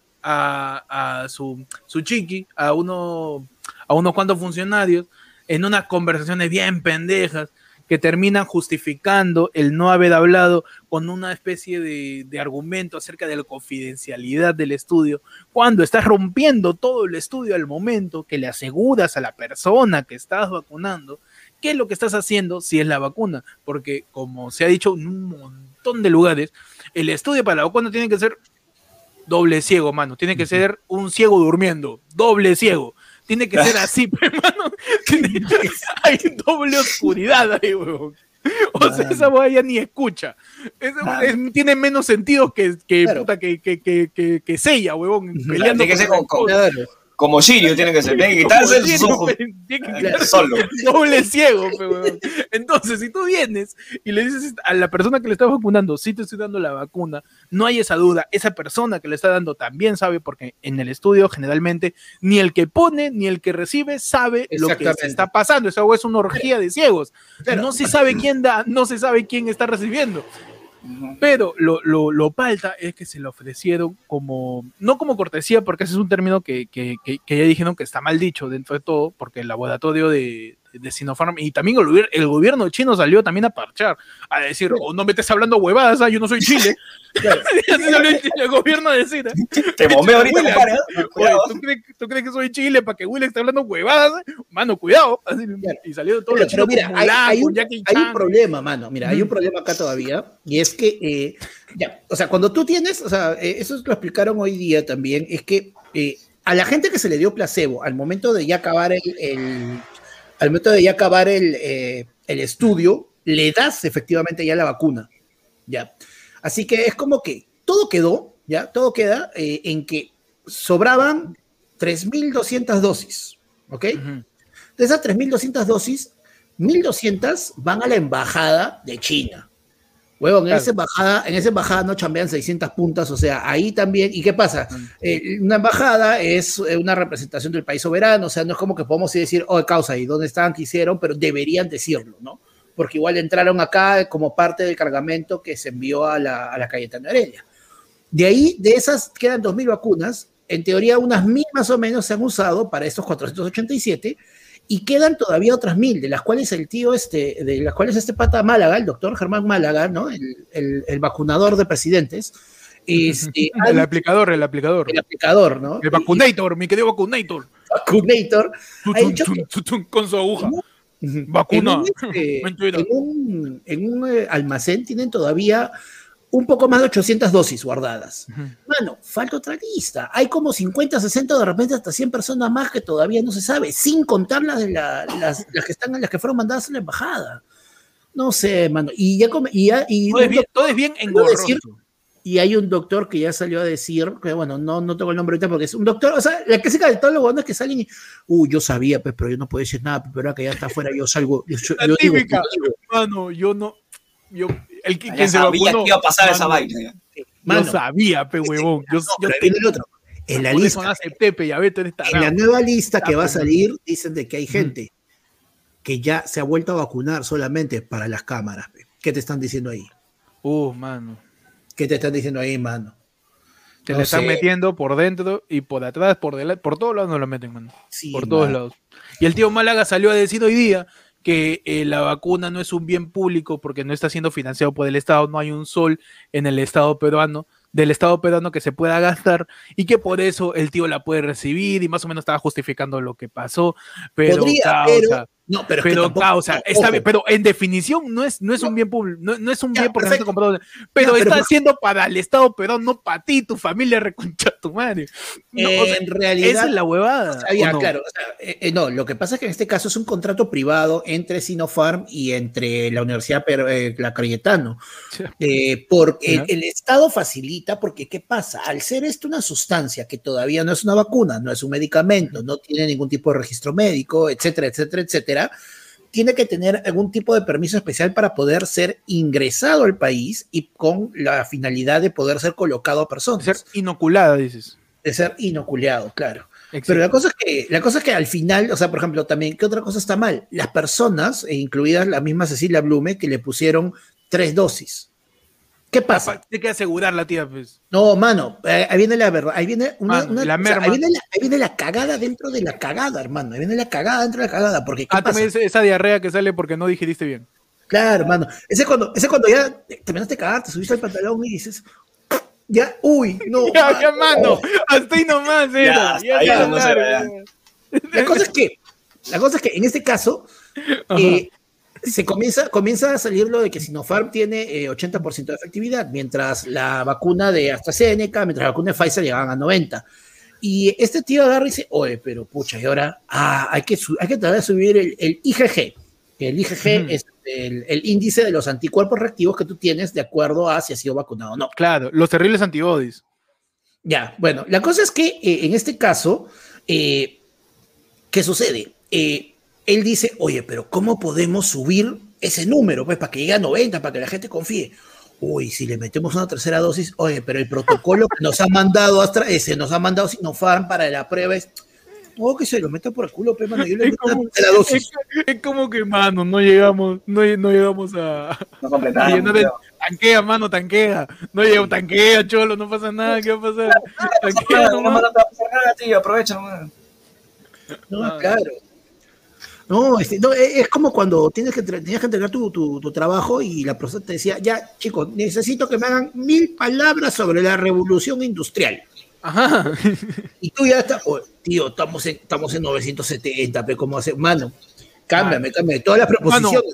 a, a su, su chiqui, a, uno, a unos cuantos funcionarios, en unas conversaciones bien pendejas, que terminan justificando el no haber hablado con una especie de, de argumento acerca de la confidencialidad del estudio, cuando estás rompiendo todo el estudio al momento que le aseguras a la persona que estás vacunando qué es lo que estás haciendo si es la vacuna, porque como se ha dicho en un montón de lugares, el estudio para la vacuna tiene que ser doble ciego, mano, tiene que ser un ciego durmiendo, doble ciego. Tiene que ser así, hermano. Hay doble oscuridad ahí, huevón. O sea, esa hueá ya ni escucha. Es, es, tiene menos sentido que, que, claro. puta, que, que, que, que, que Seiya, huevón. Peleando tiene que ser con, con, claro. Como Sirio, tiene que ser. Tiene que quitarse sus ojos. Tiene que quitarse solo. Doble ciego, huevón. Entonces, si tú vienes y le dices a la persona que le está vacunando, sí te estoy dando la vacuna, no hay esa duda. Esa persona que le está dando también sabe, porque en el estudio generalmente ni el que pone ni el que recibe sabe lo que se está pasando. Esa es una orgía de ciegos. Pero no se sabe quién da, no se sabe quién está recibiendo. Pero lo, lo, lo palta es que se le ofrecieron como, no como cortesía, porque ese es un término que, que, que, que ya dijeron que está mal dicho dentro de todo, porque el laboratorio de, de Sinopharm y también el, el gobierno chino salió también a parchar, a decir, oh, no me estés hablando huevadas, ¿ah? Yo no soy Chile. Claro. Así salió el, el gobierno a decir, ¿eh? Te bombeo ahorita, compadre. ¿Tú crees, ¿Tú crees que soy Chile para que Will esté hablando huevadas? Mano, cuidado. Así, claro. Y salió todo pero, lo chino. Pero mira, Mulan, hay, hay, un, hay un problema, mano. Mira, hay un problema acá todavía, y es que, eh, ya, o sea, cuando tú tienes, o sea, eh, eso lo explicaron hoy día también, es que eh, a la gente que se le dio placebo, al momento de ya acabar el, el al momento de ya acabar el, eh, el estudio, le das efectivamente ya la vacuna, ya. Así que es como que todo quedó, ya, todo queda eh, en que sobraban tres mil doscientas dosis, ¿ok? Uh-huh. De esas tres mil doscientas dosis, mil doscientas van a la embajada de China. Huevón, en, claro. esa embajada, en esa embajada no chambean seiscientas puntas, o sea, ahí también, ¿y qué pasa? Eh, una embajada es una representación del país soberano, o sea, no es como que podemos decir, oh, causa, ¿y dónde estaban? ¿Qué hicieron? Pero deberían decirlo, ¿no? Porque igual entraron acá como parte del cargamento que se envió a la, a la Cayetano Heredia. De ahí, de esas quedan dos mil vacunas, en teoría unas mil más o menos se han usado para estos cuatrocientos ochenta y siete, y quedan todavía otras mil, de las cuales el tío este, de las cuales este pata Málaga, el doctor Germán Málaga, ¿no? El, el, el vacunador de presidentes. Este, el aplicador, el aplicador. El aplicador, ¿no? El vacunator, mi querido vacunator. Vacunator. Chun, chun, chun, chun, con su aguja. Uh-huh. Vacuna. En un, este, en un, en un eh, almacén tienen todavía un poco más de ochocientas dosis guardadas. Uh-huh. Mano, falta otra lista. Hay como cincuenta, sesenta, de repente hasta cien personas más que todavía no se sabe, sin contar las, de la, las, las que están, las que fueron mandadas a la embajada. No sé, mano. Y ya, y ya y todo, es bien, todo es bien engorroso. Decir, y hay un doctor que ya salió a decir, que bueno, no, no tengo el nombre ahorita porque es un doctor, o sea, la clásica de todos los buenos que salen y, uh, yo sabía, pues, pero yo no puedo decir nada, pero ahora que ya está afuera, yo salgo. Yo, la yo típica, digo, mano, yo no. Yo, el que, ya se sabía vacunó, que iba a pasar mano, esa vaina. Mano, yo sabía, pe huevón. Yo, no, yo te, el otro. En la lista. No acepté, pe, ya vete en, esta en la nueva lista que va a salir, dicen de que hay gente mm. que ya se ha vuelto a vacunar solamente para las cámaras. Pe. ¿Qué te están diciendo ahí? Uh, mano. ¿Qué te están diciendo ahí, mano? Te No le están sé. metiendo por dentro y por atrás, por delante, por todos lados nos lo meten, mano. Sí, por todos mano. lados. Y el tío Málaga salió a decir hoy día que eh, la vacuna no es un bien público porque no está siendo financiado por el Estado, no hay un sol en el Estado peruano, del Estado peruano que se pueda gastar y que por eso el tío la puede recibir y más o menos estaba justificando lo que pasó, pero Podría, causa, pero... No, pero es que pero tampoco... causa, no, está ojo. bien, pero en definición no es, no es No. un bien público, no, no es un Ya, bien porque no está perfecto. comprado, pero Ya, pero está por- haciendo para el Estado peruano, no para ti, tu familia, reconcha tu madre. No, o sea, en realidad... esa es la huevada. O sea, ya, ¿o no? claro. O sea, eh, eh, no, lo que pasa es que en este caso es un contrato privado entre Sinopharm y entre la Universidad Per- eh, La Cayetano. Eh, porque Ya. el, el Estado facilita, porque ¿qué pasa? Al ser esto una sustancia que todavía no es una vacuna, no es un medicamento, no tiene ningún tipo de registro médico, etcétera, etcétera, etcétera, tiene que tener algún tipo de permiso especial para poder ser ingresado al país y con la finalidad de poder ser colocado a personas. Ser inoculada, dices. De ser inoculeado, claro. Exacto. Pero la cosa, es que, la cosa es que al final, o sea, por ejemplo, también, ¿qué otra cosa está mal? Las personas, e incluidas la misma Cecilia Blume, que le pusieron tres dosis. ¿Qué pasa? Hay que asegurarla, tía, pues. No, mano, eh, ahí viene la verdad, ahí viene una, Mano, una- la o sea, merma. ahí, viene la, ahí viene la cagada dentro de la cagada, hermano, ahí viene la cagada dentro de la cagada, porque ¿qué Ah, tú pasa? me dices esa diarrea que sale porque no digeriste bien. Claro, hermano, ese cuando, ese cuando ya terminaste de cagar, te subiste al pantalón y dices, ya, uy, no. Ya, ya, mano, hasta ahí nomás era. Ya, Ya, hasta ahí ya, nomás claro, era, ya. La cosa es que, la cosa es que en este caso, eh, se comienza, comienza a salir lo de que Sinopharm tiene eh, ochenta por ciento de efectividad, mientras la vacuna de AstraZeneca, mientras la vacuna de Pfizer llegaban a noventa. Y este tío agarra y dice, oye, pero pucha, y ahora ah, hay, que su- hay que tratar de subir el, el I G G. El I G G Ujú. es el, el índice de los anticuerpos reactivos que tú tienes de acuerdo a si has sido vacunado o no. Claro, los terribles antibodies. Ya, bueno, la cosa es que eh, en este caso, eh, ¿qué sucede? Eh, él dice, oye, pero ¿cómo podemos subir ese número? Pues para que llegue a noventa, para que la gente confíe. Uy, si le metemos una tercera dosis, oye, pero el protocolo que nos ha mandado Astra, ese, nos ha mandado Sinopharm para la prueba es, oh, que se lo meta por el culo, pe, mano, yo le Es meto la como, tercera dosis. es, es como que, mano, no llegamos, no, no llegamos a, No a completamos. llenar el- pero- tanquea, mano, tanquea. No llegamos, tanquea, cholo, no pasa nada, ¿qué va a pasar? Tanquea No, no, nomás. no te va a pasar nada, tío, aprovecha nomás. No, Ah. claro. No, este, no, es es como cuando tienes que, entre- tenías que entregar tu, tu, tu trabajo y la profesora te decía, ya, chicos, necesito que me hagan mil palabras sobre la revolución industrial. Ajá. Y tú ya estás, oh, tío, estamos en, estamos en novecientos setenta, pe, ¿cómo hace? Mano, cámbiame, cámbiame. Todas las preposiciones.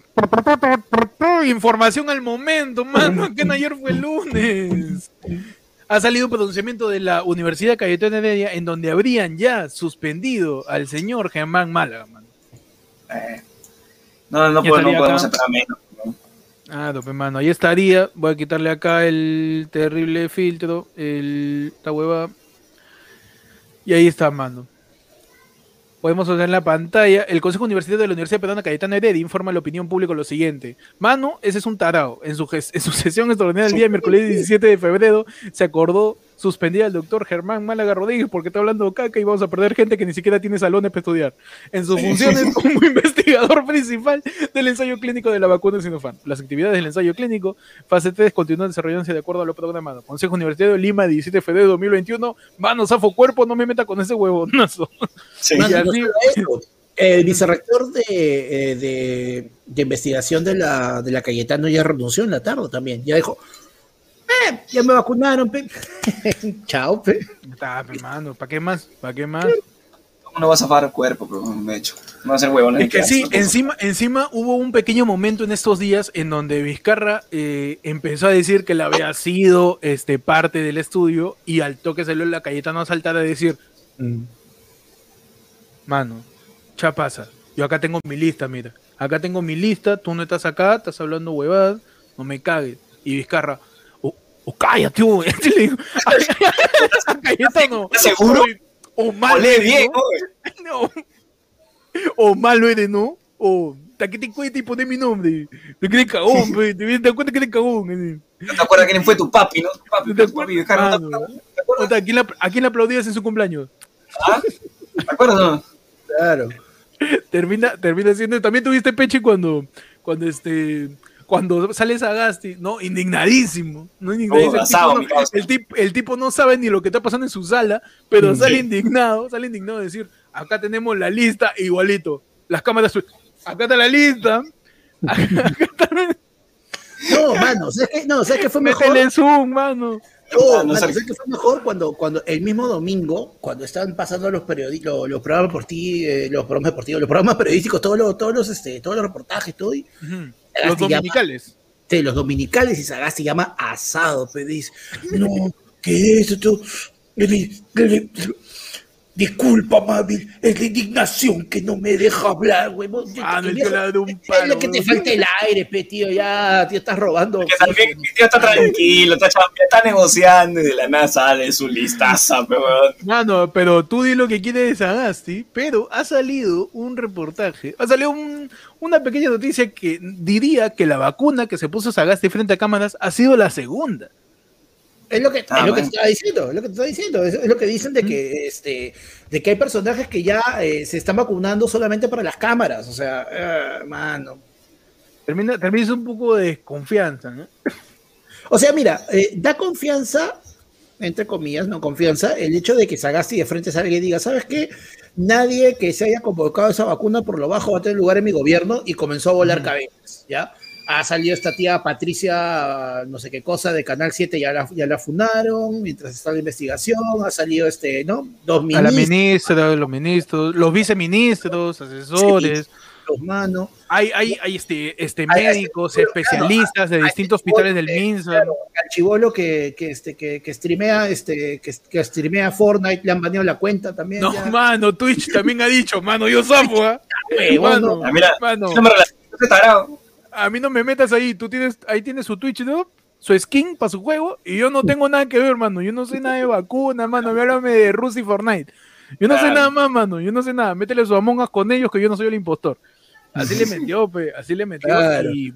Información al momento, mano, que ayer fue el lunes. Ha salido un pronunciamiento de la Universidad Cayetano Heredia en donde habrían ya suspendido al señor Germán Málaga, mano. Eh, no, no, Ya puedo- no estaría podemos acá. esperar menos. ¿no? Ah, dope, mano, ahí estaría. Voy a quitarle acá el terrible filtro, el, esta hueva. Y ahí está, mano. Podemos ver en la pantalla. El Consejo Universitario de la Universidad Peruana Cayetano Heredia informa a la opinión pública lo siguiente. Mano, ese es un tarao. En su, ges- en su sesión extraordinaria el día miércoles diecisiete de febrero se acordó suspender al doctor Germán Málaga Rodríguez porque está hablando caca y vamos a perder gente que ni siquiera tiene salones para estudiar. En sus funciones como investigador principal del ensayo clínico de la vacuna Sinopharm. Las actividades del ensayo clínico, fase tres, continúan desarrollándose de acuerdo a lo programado. Consejo Universitario de Lima, diecisiete de febrero de dos mil veintiuno. Mano, zafo cuerpo, no me meta con ese huevonazo. Sí. Mano, y no así- solo eso, el vicerrector de, eh, de, de investigación de la, de la Cayetano ya renunció en la tarde también. Ya dijo, eh, ya me vacunaron, pe. Chao, pe. Está, pe, mano, ¿para qué más? ¿Para qué más? No vas a zafar el cuerpo, pero de hecho. No va a ser huevón. Es que sí, encima, encima hubo un pequeño momento en estos días en donde Vizcarra eh, empezó a decir que él había sido este, parte del estudio y al toque salió en la Cayetano a saltar a decir, Mm. mano, ya pasa, yo acá tengo mi lista, mira, acá tengo mi lista, tú no estás acá, estás hablando huevadas, no me cagues. Y Vizcarra, o oh, cállate, güey. Le digo, a Cayetano, ¿Estás seguro? O, o malo Olé eres, bien, ¿no? No. O malo eres, ¿no? O ¿a qué te cuesta y poner mi nombre? Te crees cagón, pe, te das cuenta que eres cagón. ¿No te acuerdas quién fue tu papi, no? Tu papi, ¿Te tu papi, Vizcarra, ¿no te Mano. acuerdas? ¿Te acuerdas? O sea, ¿a quién, la, ¿a quién le aplaudías en su cumpleaños? ¿Ah? ¿Te acuerdas o no? Claro. Termina, termina siendo. También tuviste Peche cuando, cuando este. cuando sale Sagasti, ¿no? Indignadísimo. ¿no? Indignadísimo. Oh, el, asado, tipo mi no, causa. el, tipo, el tipo no sabe ni lo que está pasando en su sala, pero Sí. sale indignado, sale indignado de decir, acá tenemos la lista igualito. Las cámaras, acá está la lista. Acá, acá está, No, mano, ¿sabes qué? No, ¿sabes qué fue mejor? métele zoom, mano. No, Ah, no mano, sé. ¿sabes qué fue mejor? Cuando, cuando el mismo domingo, cuando estaban pasando los periodi- los, los programas deportivos, eh, los programas deportivos, los programas periodísticos, todos los, todos los, este, todos los reportajes, todo, y Ujú. Sagasti Los dominicales. llama- sí, los dominicales, y Sagasti llama asado, pero dice, no, ¿qué es esto? Disculpa, Mavil, es la indignación que no me deja hablar, huevón. Ah, no, el Viejo, tío le da un es palo, lo que te huevón. falta el aire, pe, tío, ya, tío, estás robando. Que también oxígeno. mi tío está tranquilo, está, chambe- está negociando y de la nada sale su listaza, pero weón. Mano, pero tú di lo que quieres de Sagasti, pero ha salido un reportaje, ha salido un- una pequeña noticia que diría que la vacuna que se puso Sagasti frente a cámaras ha sido la segunda. Es lo que, Ah, es lo que man. te estaba diciendo, es lo que te estaba diciendo, es, es lo que dicen de que este, de que hay personajes que ya eh, se están vacunando solamente para las cámaras, o sea, eh, mano. Termina, termina un poco de desconfianza, ¿no? O sea, mira, eh, da confianza, entre comillas, no confianza, el hecho de que Sagasti de frente salga y diga, ¿sabes qué? Nadie que se haya convocado esa vacuna por lo bajo va a tener lugar en mi gobierno, y comenzó a volar cabezas, ¿ya? Ha salido esta tía Patricia, no sé qué cosa, de Canal siete, ya la, ya la funaron, mientras está la investigación, ha salido este, ¿no? Dos A la ministros, ministra, los ministros, los viceministros, asesores. los manos. Hay, hay, hay este, este Hay- hay médicos, este- especialistas de hay distintos este hospitales del chibolo que- MINSA. claro, al chibolo que, que, este, que, que streamea, este, que, que streamea Fortnite, le han baneado la cuenta también. No, ya. mano, Twitch también ha dicho, mano, yo zafo, ¿ah? Huevón, Mano, no. Ah, mira, mano, no me relaciono, ese tarado. a mí no me metas ahí, tú tienes, ahí tienes su Twitch, ¿no? Su skin para su juego, y yo no tengo nada que ver, mano. Yo no sé nada de vacuna, mano. Me háblame de Rus y Fortnite. Yo no sé Claro. nada más, mano. Yo no sé nada. Métele su Among Us con ellos, que yo no soy el impostor. Así le metió, pe. Así le metió. Claro. Y,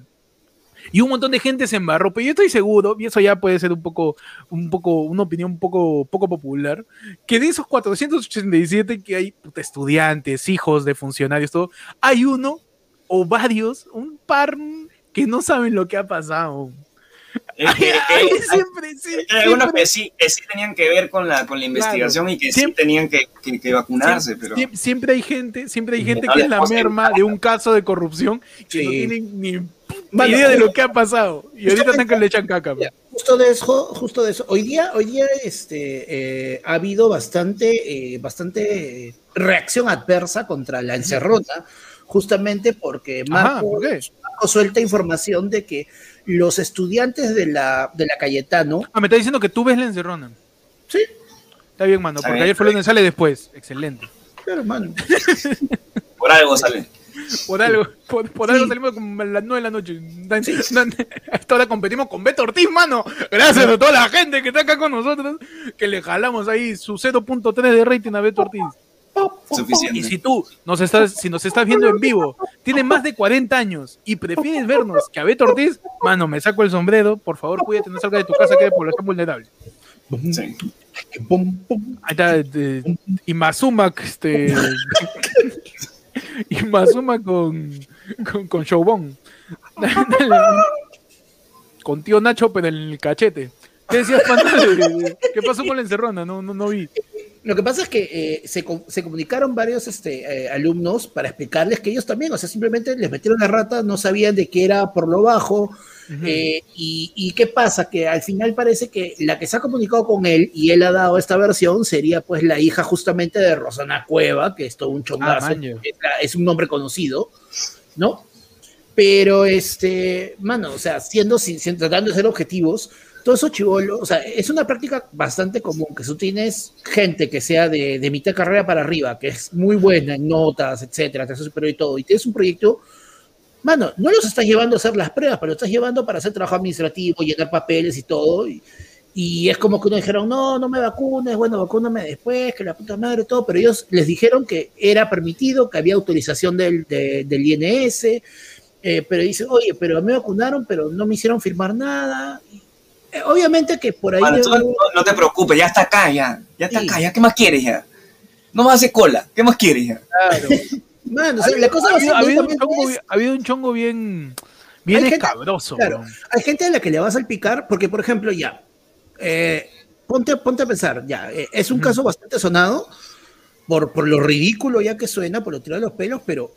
y un montón de gente se embarró. Pero yo estoy seguro, y eso ya puede ser un poco, un poco, una opinión un poco, poco popular, que de esos cuatrocientos ochenta y siete que hay puta, estudiantes, hijos de funcionarios, todo, hay uno o varios, un par que no saben lo que ha pasado. Es Ay, que- ay, que- siempre, sí, Hay algunos siempre- que sí, que sí tenían que ver con la, con la investigación y que Siempre- sí tenían que, que- que vacunarse, pero Siempre, siempre hay gente, siempre hay gente No que les es la puse- merma de un caso de corrupción que Sí. no tienen ni puta Mano, idea de lo que ha pasado. Y ahorita están que le echan caca. Ya, Justo de eso, justo de eso. Hoy día, hoy día este, eh, ha habido bastante, eh, bastante eh, reacción adversa contra la encerrona, justamente porque Ajá, Marco, ¿por qué? Marco suelta información de que los estudiantes de la, de la Cayetano, Ah, me está diciendo que tú ves la encerrona. sí, Está bien, mano, Está porque bien, ayer fue está donde sale después. Excelente. claro, hermano. por algo sale. Por algo, por, por algo salimos como a las nueve de la noche. Dan- dan- A esta hora competimos con Beto Ortiz, mano. Gracias a toda la gente que está acá con nosotros, que le jalamos ahí su cero punto tres de rating a Beto Ortiz. Y Suficiente. si tú nos estás, si nos estás viendo en vivo, tienes más de cuarenta años y prefieres vernos que a Beto Ortiz, mano, me saco el sombrero, por favor, cuídate, no salgas de tu casa, que eres población vulnerable. Sí. Pum, pum. Ahí está, eh, Imazuma, este. Imazuma con, con, con Showbone. Con tío Nacho, pero en el cachete. ¿Qué decías, Panda? ¿Qué pasó con la encerrona? No, no, no vi. Lo que pasa es que eh, se, co- se comunicaron varios este, eh, alumnos para explicarles que ellos también, o sea, simplemente les metieron la rata, no sabían de qué era por lo bajo. Ujú. eh, y, y qué pasa, que al final parece que la que se ha comunicado con él y él ha dado esta versión sería pues la hija justamente de Rosana Cueva, que es todo un chongazo, Ah, maño. es, la- es un nombre conocido, ¿no? Pero, este, mano, o sea, siendo, sin, sin- tratando de ser objetivos, todo eso chivolo, o sea, es una práctica bastante común, que tú tienes gente que sea de, de mitad de carrera para arriba, que es muy buena en notas, etcétera, tercero superior y todo, y tienes un proyecto, mano, no los estás llevando a hacer las pruebas, pero los estás llevando para hacer trabajo administrativo, llenar papeles y todo, y, y es como que uno dijeron, no, no me vacunes, bueno, vacúname después, que la puta madre, todo, pero ellos les dijeron que era permitido, que había autorización del, de- del I N S, eh, pero dicen, oye, pero a mí me vacunaron, pero no me hicieron firmar nada. Y, eh, obviamente que por ahí... Bueno, tú debe- no, no te preocupes, ya está acá, ya. Ya está Sí. acá, ya. ¿Qué más quieres ya? No más hace cola. ¿Qué más quieres ya? Claro. Mano, o sea, la cosa ha, habido, ha habido un básicamente chongo, es- bien- ha habido un chongo bien, Bien Hay gente- escabroso. Claro, weón. hay gente a la que le va a salpicar, porque, por ejemplo, ya, eh, ponte, ponte a pensar, ya, eh, es un Ujú. caso bastante sonado por, por lo ridículo ya que suena, por lo tirado de los pelos, pero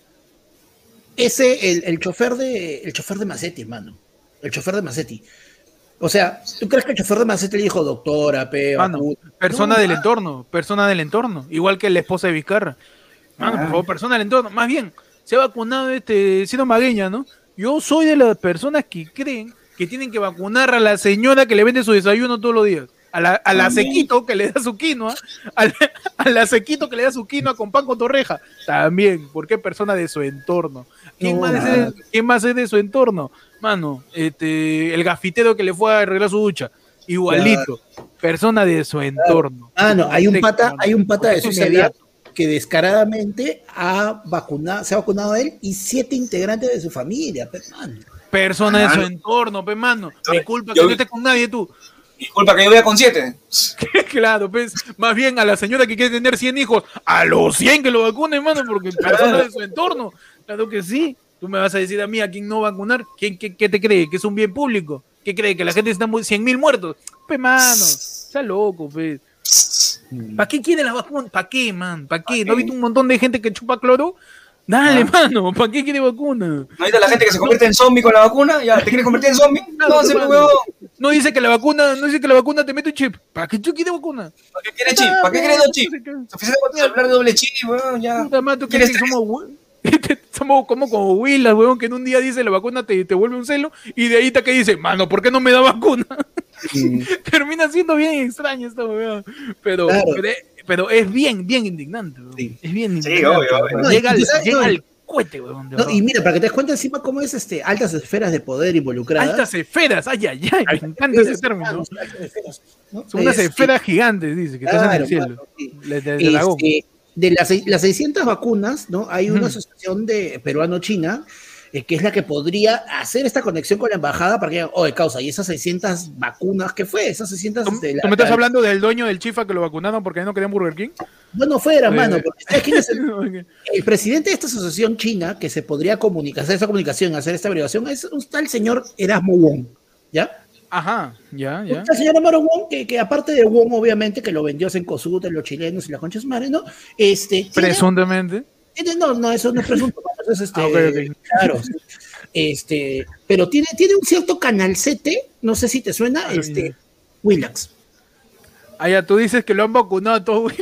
ese, el, el chofer de, el chofer de Macetti, hermano, el chofer de Macetti. O sea, ¿tú crees que el chofer de Macetti le dijo, doctora, pe, Mano, vacuna? persona No, del mano. entorno, persona del entorno, igual que la esposa de Vizcarra. Mano, por Ah. favor, persona del entorno. Más bien, se ha vacunado este Ciro Magueña, ¿no? Yo soy de las personas que creen que tienen que vacunar a la señora que le vende su desayuno todos los días. A la, a la También. sequito que le da su quinoa, a la, a la sequito que le da su quinoa con pan con torreja. También, porque es persona de su entorno. ¿Quién, No, más, es nada. de, ¿Quién más es de su entorno? Mano, este, el gafitero que le fue a arreglar su ducha. Igualito. Persona de su entorno. Ah, no, hay un Contexto, pata, mano. hay un pata de Contexto su inmediato. que descaradamente ha vacunado, se ha vacunado a él y siete integrantes de su familia, pe, mano. Persona de Ah, su no. entorno, pe mano. Disculpa que Yo- no estés con nadie tú. Disculpa que yo vea con siete. Claro, pues, más bien a la señora que quiere tener cien hijos, a los cien que lo vacunen, mano, porque persona de su entorno. Claro que sí. Tú me vas a decir a mí a quién no vacunar. ¿Quién, qué, qué te cree? ¿Que es un bien público? ¿Qué cree? ¿Que la gente está muy cien mil muertos? Pe, mano, está loco, pe. ¿Para qué quiere la vacuna? ¿Para qué, man? ¿Para qué? ¿No has visto un montón de gente que chupa cloro? Dale, Ah. mano, ¿para qué quiere vacuna? ¿No viste la gente que se convierte en zombie con la vacuna? ¿Ya te quieres convertir en zombie? Claro, No, pe, se mano. huevón. No dice que la vacuna, no dice que la vacuna te mete un chip. ¿Para qué tú quieres vacuna? ¿Para qué quieres chip? ¿Para qué quieres dos chips? Suficiente con tu celular de doble chip, weón, ya. Puta madre, ¿tú ¿Quieres crees que tres? somos, hue- somos como como Willas, weón, que en un día dice la vacuna te, te vuelve un celo y de ahí está que dice, mano, ¿por qué no me da vacuna? Termina siendo bien extraño esta weón. Pero, Claro. pero, es- pero es bien, bien indignante, weón. Sí. Es bien Sí, indignante. obvio, obvio. weón. No, llega y al, tú sabes, llega no, al cohete, weón. de No, verdad. y mira, para que te des cuenta encima cómo es este, altas esferas de poder involucradas. Altas esferas, ay, ay, ay, me encanta ese término. Altas esferas, ¿no? Son unas Este, esferas gigantes, dice, que están en claro, el cielo. mano, sí. De, de- de dragón. Este, de las, seis- las seiscientas vacunas, ¿no? Hay una Ujú. asociación de peruano-china eh, que es la que podría hacer esta conexión con la embajada para que digan, oye, causa, ¿y esas seiscientas vacunas qué fue? Esas seiscientas... ¿Tú, de la- tú me estás la- hablando del dueño del Chifa que lo vacunaron porque no querían Burger King? Bueno, fuera, Eh, mano, porque ¿sabes quién es el, Ok. el presidente de esta asociación china que se podría comunicar, hacer esa comunicación, hacer esta averiguación? Es un tal señor Erasmo Wong, ¿ya? Ajá, ya, ya. Un tal señor Amaro Wong, que, que aparte de Wong, obviamente, que lo vendió en Cosuta, los chilenos y las conchas madres, ¿no? Este, tiene- Presuntamente. tiene- no, no, eso no es presunto, mano, eso es este, Ah, ok, ok. claro, sí. Este, pero tiene, tiene un cierto canalcete, no sé si te suena, Ah, este, ya. Willax. Ah, ya, tú dices que lo han vacunado a todo, güey.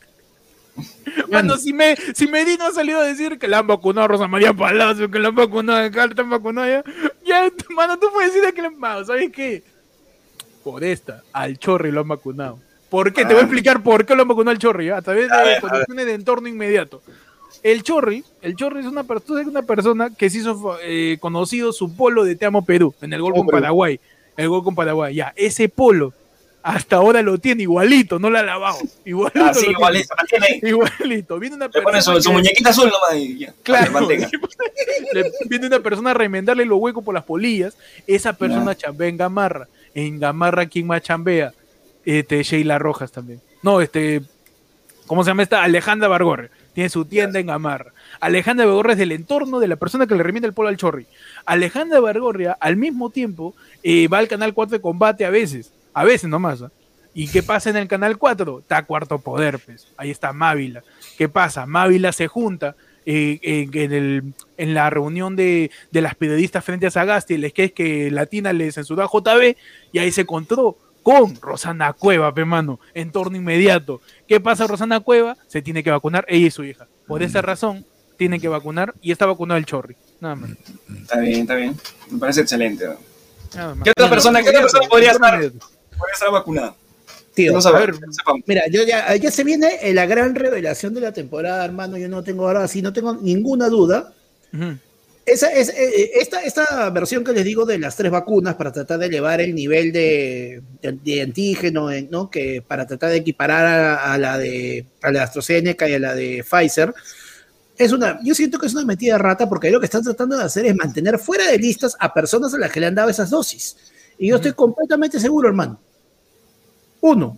Bueno, si, me, si Medina ha salido a decir que la han vacunado a Rosa María Palacio, que la han vacunado a Carta, han vacunado ya, ya, mano, tú puedes decir que la han vacunado, ¿sabes qué? Por esta, al Chorri lo han vacunado. ¿Por qué? Te voy a explicar por qué lo han vacunado al Chorri, ¿ya? A través A ver, de a condiciones de entorno inmediato. El Chorri, el Chorri es una, per- tú sabes, una persona que se hizo eh, conocido su polo de Te Amo Perú, en el gol Te Amo con Perú. Paraguay. El gol con Paraguay, ya. Ese polo, hasta ahora lo tiene igualito, no lo ha lavado. Igualito. Ah, sí, lo igual, tiene. se mantiene ahí. Igualito. Viene una Le pone persona. su, su que- muñequita azul nomás y ya. Claro, Se mantenga. le- viene una persona a remendarle los huecos por las polillas. Esa persona chambea en Gamarra. En Gamarra, ¿quién más chambea? Este, Sheila Rojas también. No, este. ¿Cómo se llama esta? Alejandra Bargorre. Tiene su tienda en Gamarra. Alejandra Bargorre es del entorno de la persona que le remienda el polo al Chorri. Alejandra Bargorria, al mismo tiempo, eh, va al canal cuatro de combate a veces. A veces nomás. ¿ah? ¿Y qué pasa en el canal cuatro? Está Cuarto Poder, pues. Ahí está Mávila. ¿Qué pasa? Mávila se junta eh, en, en el, en la reunión de, de las periodistas frente a Sagasti, el sketch que Latina le censuró a J B, y ahí se encontró con Rosana Cueva, pe mano, entorno inmediato. ¿Qué pasa, Rosana Cueva? Se tiene que vacunar ella y su hija. Por esa razón, tienen que vacunar y está vacunado el Chorri. Nada más. Está bien, está bien. Me parece excelente. ¿no? Nada más. ¿Qué otra persona, ¿qué otra persona podría estar, Inmediato. podría estar vacunada? Tío, No a sabe, ver. sepamos. mira, yo ya, ya se viene eh, la gran revelación de la temporada, hermano. Yo no tengo ahora sí, no tengo ninguna duda. Ujú. Esa es, eh, esta, esta versión que les digo de las tres vacunas para tratar de elevar el nivel de, de, de antígeno, eh, ¿no? Que para tratar de equiparar a, a la de a la AstraZeneca y a la de Pfizer, es una, yo siento que es una metida de rata porque ahí lo que están tratando de hacer es mantener fuera de listas a personas a las que le han dado esas dosis. Y yo estoy completamente seguro, hermano. Uno,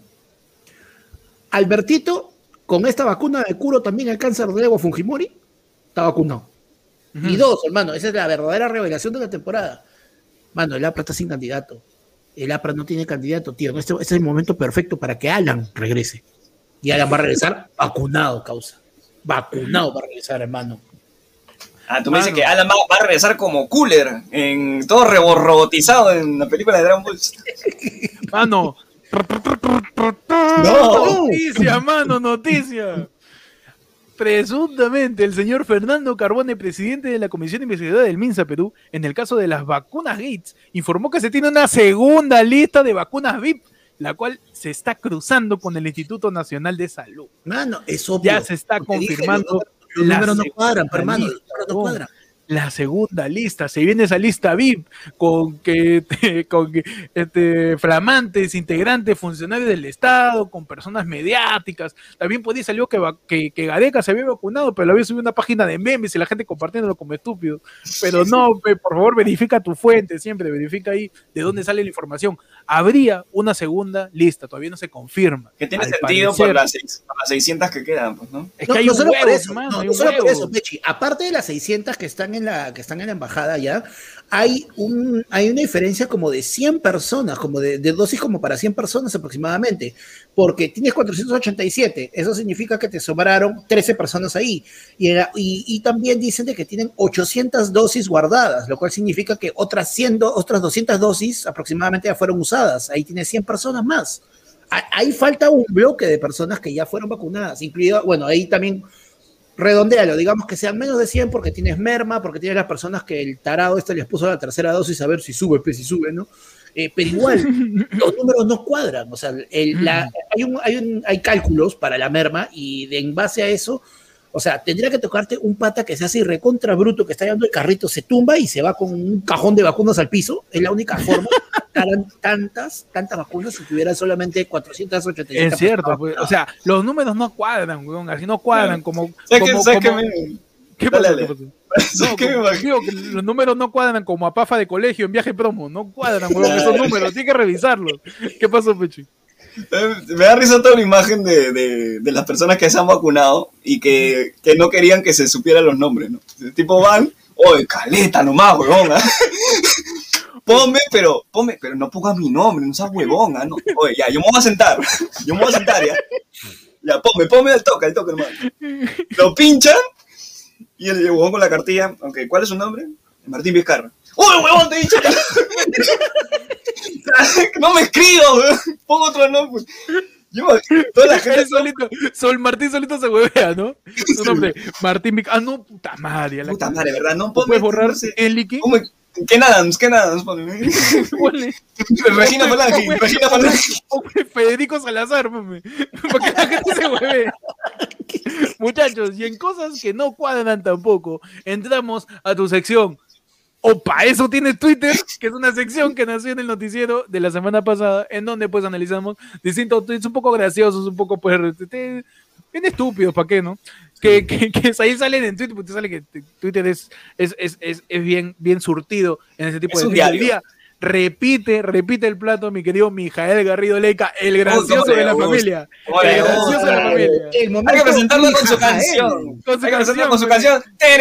Albertito, con esta vacuna de curo también el cáncer de Lego Fujimori, está vacunado. Uh-huh. Y dos, hermano, esa es la verdadera revelación de la temporada. Mano, el APRA está sin candidato. El APRA no tiene candidato, tío. Este, este es el momento perfecto para que Alan regrese. Y Alan va a regresar vacunado, causa. Vacunado va a regresar, hermano. Ah, tú me dices que Alan va, va a regresar como Cooler, en todo robotizado en la película de Dragon Ball. Mano. No. Noticia, mano, noticia. Presuntamente, el señor Fernando Carbone, presidente de la Comisión Investigadora del MINSA Perú, en el caso de las vacunas Gates, informó que se tiene una segunda lista de vacunas V I P, la cual se está cruzando con el Instituto Nacional de Salud. Mano, es obvio. Ya se está confirmando. Los números no cuadran, pero hermano, los números no cuadran. La segunda lista, se viene esa lista V I P con que con que, este, flamantes integrantes funcionarios del Estado, con personas mediáticas. También por ahí salió que, que, que Gareca se había vacunado, pero lo había subido una página de memes y la gente compartiéndolo como estúpido. Pero no, por favor, verifica tu fuente siempre, verifica ahí de dónde sale la información. Habría una segunda lista, todavía no se confirma. Que tiene sentido por las, seis, por las seiscientas que quedan, pues, ¿no? Es que no, hay no un solo huevo, por eso, mano, no, hay no un solo huevo. por eso, Pechi. Aparte de las seiscientas que están en la que están en la embajada ya, hay un hay una diferencia como de cien personas, como de, de dosis como para cien personas aproximadamente, porque tienes cuatrocientos ochenta y siete, eso significa que te sobraron trece personas ahí, y, y, y también dicen de que tienen ochocientas dosis guardadas, lo cual significa que otras cien, otras doscientas dosis aproximadamente ya fueron usadas, ahí tienes cien personas más. Ahí falta un bloque de personas que ya fueron vacunadas, incluido, bueno, ahí también redondealo, digamos que sean menos de cien porque tienes merma, porque tienes las personas que el tarado este les puso la tercera dosis a ver si sube, pues si sube, ¿no? Eh, pero igual, los números no cuadran, o sea, el, la, hay, un, hay, un, hay cálculos para la merma y de, en base a eso, o sea, tendría que tocarte un pata que se hace recontra bruto, que está llevando el carrito, se tumba y se va con un cajón de vacunas al piso, es la única forma. Harán tantas, tantas vacunas si tuvieran solamente cuatrocientos ochenta y siete. Es cierto, pues, o sea, los números no cuadran, weón, así no cuadran como... ¿Sabes como, que, como me... ¿Qué pasó? Dale, dale. No, que como, digo, que los números no cuadran como a Pafa de colegio en viaje promo, no cuadran, weón, esos números, tienes que revisarlos. ¿Qué pasó, Pechi? Me da risa toda la imagen de, de, de las personas que se han vacunado y que, que no querían que se supieran los nombres, ¿no? Tipo van, oye, caleta nomás, weón, ¿eh? Ponme, pero, ponme, pero no pongas mi nombre, no seas huevón, ¿eh? No. Oye, ya, yo me voy a sentar, yo me voy a sentar, ya. Ya, ponme, ponme al toque, al toque, hermano. Lo pinchan y el huevón con la cartilla, ok, ¿cuál es su nombre? Martín Vizcarra. ¡Uy, huevón, te he dicho! No me escribo, weón. Pongo otro nombre. Yo, toda la gente solito, Sol Martín solito se huevea, ¿no? Su nombre, Martín Vizcarra. Ah, no, puta madre. La puta madre, ¿verdad? No puedes borrar el liqui. ¿Qué Adams? ¿Qué Adams? Regina Falange, Regina Falange. Federico Salazar, mami. Porque la gente se mueve. Muchachos, y en cosas que no cuadran tampoco, entramos a tu sección. Opa, eso tiene Twitter, que es una sección que nació en el noticiero de la semana pasada, en donde pues analizamos distintos tweets un poco graciosos, un poco pues bien estúpidos, ¿para qué, no? Que, que, que ahí salen en Twitter, porque sale que Twitter es, es, es, es, es bien, bien surtido en ese tipo es de diario. Repite, repite el plato, mi querido Mijael Garrido Leica, el gracioso oh, de la oh, familia. Oh, el oh, gracioso oh, de la familia. El momento hay que presentarlo con su Mijael. canción. Con su hay que presentarlo con su canción.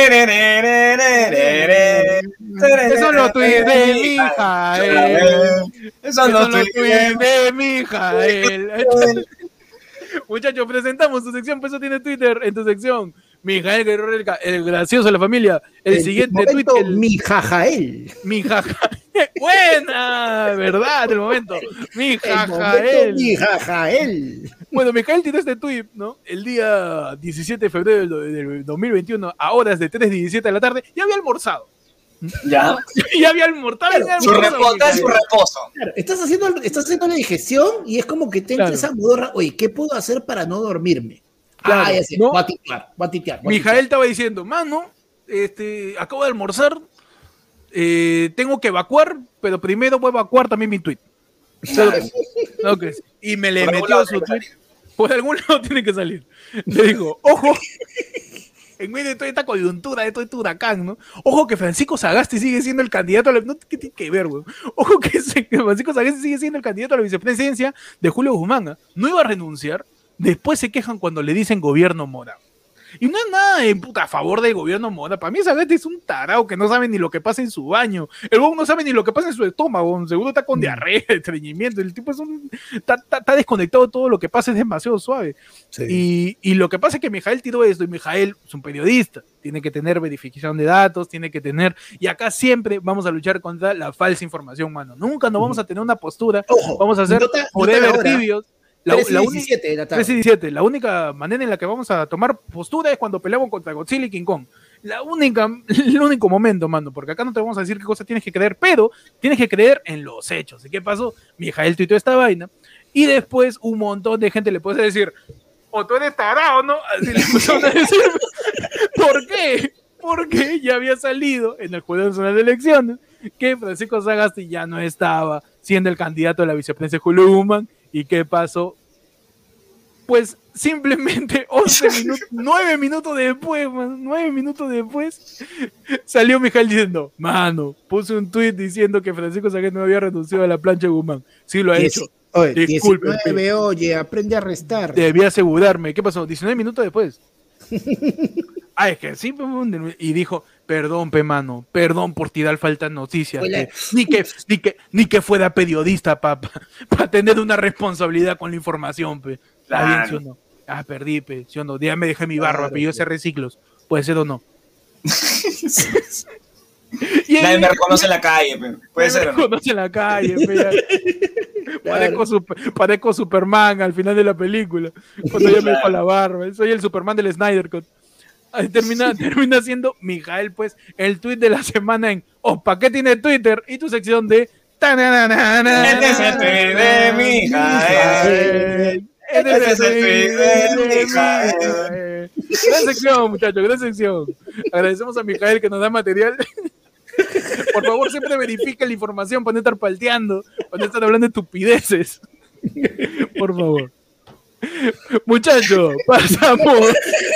canción. Esos son los tweets de Mijael. Esos son los tweets de Mijael. Muchachos, presentamos tu sección, pues eso tiene Twitter en tu sección. Mijael Guerrero, el gracioso de la familia. El, el siguiente tweet. El Mijajael. Mijajael. Buena, verdad, el momento. Mijajael. Mijajael. Bueno, Mijael tiene este tweet, ¿no? El día diecisiete de febrero del dos mil veintiuno, a horas de tres diecisiete de la tarde, ya había almorzado. Ya. Ya había almorzado. Claro, su reposo, su reposo. Claro, estás haciendo, estás haciendo la digestión y es como que te entra claro. esa modorra. Oye, ¿qué puedo hacer para no dormirme? Claro, ah, ya sé, ¿no? Va a titear, va a titear. Mijael estaba diciendo, mano, este, acabo de almorzar, eh, tengo que evacuar, pero primero voy a evacuar también mi tweet. Okay. Y me le por metió su tweet. Por algún lado tiene que salir. Le dijo, ojo, en medio de toda esta coyuntura, de todo este huracán, ¿no? Ojo que Francisco Sagasti sigue siendo el candidato a la... No, ¿qué tiene que ver, güey? Ojo que, se, que Francisco Sagasti sigue siendo el candidato a la vicepresidencia de Julio Guzmán. ¿No iba a renunciar? Después se quejan cuando le dicen gobierno morado. Y no es nada de puta a favor del gobierno Mona. Para mí esa gente es un tarao que no sabe ni lo que pasa en su baño. El huevón no sabe ni lo que pasa en su estómago. Seguro está con diarrea, estreñimiento. El tipo es un... Está, está, está desconectado de todo lo que pasa, es demasiado suave. Sí. Y, y lo que pasa es que Mijael tiró esto, y Mijael es un periodista. Tiene que tener verificación de datos, tiene que tener... Y acá siempre vamos a luchar contra la falsa información, mano. Nunca nos vamos a tener una postura. Ojo, vamos a ser nota, forever nota tibios. La, la, diecisiete, la, diecisiete, la única manera en la que vamos a tomar postura es cuando peleamos contra Godzilla y King Kong. La única, el único momento, mano, porque acá no te vamos a decir qué cosas tienes que creer, pero tienes que creer en los hechos. ¿Y qué pasó? Mijael tuiteó esta vaina, y después un montón de gente le puede decir, o tú eres tarado, ¿no? Así le empezaron a decir, ¿por qué? Porque ya había salido en el Jurado Nacional de Elecciones que Francisco Sagasti ya no estaba siendo el candidato a la vicepresidencia de Julio Guzmán. ¿Y qué pasó? Pues simplemente once minutos, nueve minutos después, man, nueve minutos después, salió Mijael diciendo, mano, puse un tweet diciendo que Francisco Sagasti no había renunciado a la plancha de Guzmán. Sí lo ha Diez, hecho. Oye, disculpe. diecinueve, oye, aprende a restar. Debía asegurarme. ¿Qué pasó? diecinueve minutos después. Ah, es que sí, y dijo, perdón, pe mano, perdón por tirar faltas noticias, pe. Ni que, ni que, ni que fuera periodista para pa, pa tener una responsabilidad con la información, pe. Claro. ¿Está bien, sí o no? Ah, perdí, pe, sí o no, ya me dejé mi barba, claro, pe, yo cerré ciclos, puede ser o no. Nadie me reconoce en la calle, pe. Puede ser. Me reconoce en la calle, pe. Claro. Parezco, super, parezco Superman al final de la película, cuando ya me dejo la barba, soy el Superman del Snyder Cut. Termina, termina siendo Mijael, pues, el tweet de la semana en oh, ¿para qué tiene Twitter? Y tu sección de este es el tweet de Mijael. Este es el tweet de Mijael. Gran sección, muchachos, gran sección. Agradecemos a Mijael que nos da material. Por favor, siempre verifica la información para no estar palteando, para no estar hablando de estupideces. Por favor. Muchachos, pasamos.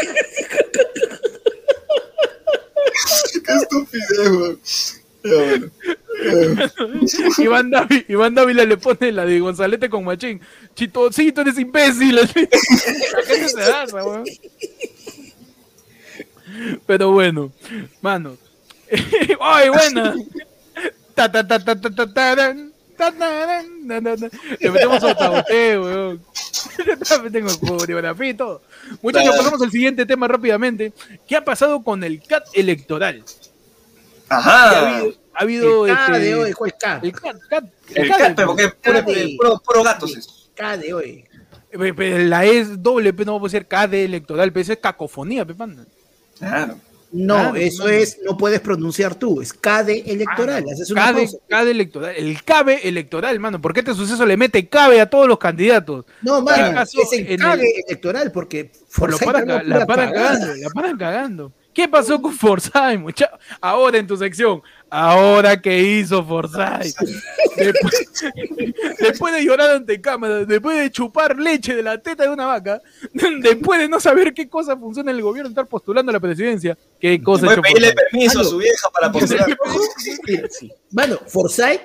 Qué estupidez, weón. Bueno. Iván, Davi, Iván Dávila le pone la de Gonzalete con Machín. Chitocito, eres imbécil. ¿A qué se agarra, weón? Pero bueno, mano. ¡Ay, buena! Ta ta ta ta ta ta ta le metemos a taboteo, weón. Tengo coreografía y todo. Muchachos, pasamos al siguiente tema rápidamente. ¿Qué ha pasado con el C A T electoral? Ajá. Ha habido, ha habido el este, C A de hoy, ¿cuál es C A T? El C A T, C A T, el C A T, pero porque puro, puro, puro gatos es. C A de hoy. La es doble, pero no puede ser C A D electoral, pero eso es cacofonía, pe, man. Claro. No, claro, eso no. Es, no puedes pronunciar tú, es C A D electoral. Ah, haces una C A D, C A D electoral, el CABE electoral, mano. ¿Por qué este suceso le mete CABE a todos los candidatos? No, mano, es el C A D el... electoral, porque por lo para, no la paran cagando, la paran cagando. ¿Qué pasó con Forsyth, muchachos? Ahora en tu sección, ahora que hizo Forsyth. Después, después de llorar ante cámara, después de chupar leche de la teta de una vaca, después de no saber qué cosa funciona en el gobierno, estar postulando a la presidencia, qué cosa puede pedirle permiso a su vieja para postular. Sí. Mano, Forsyth...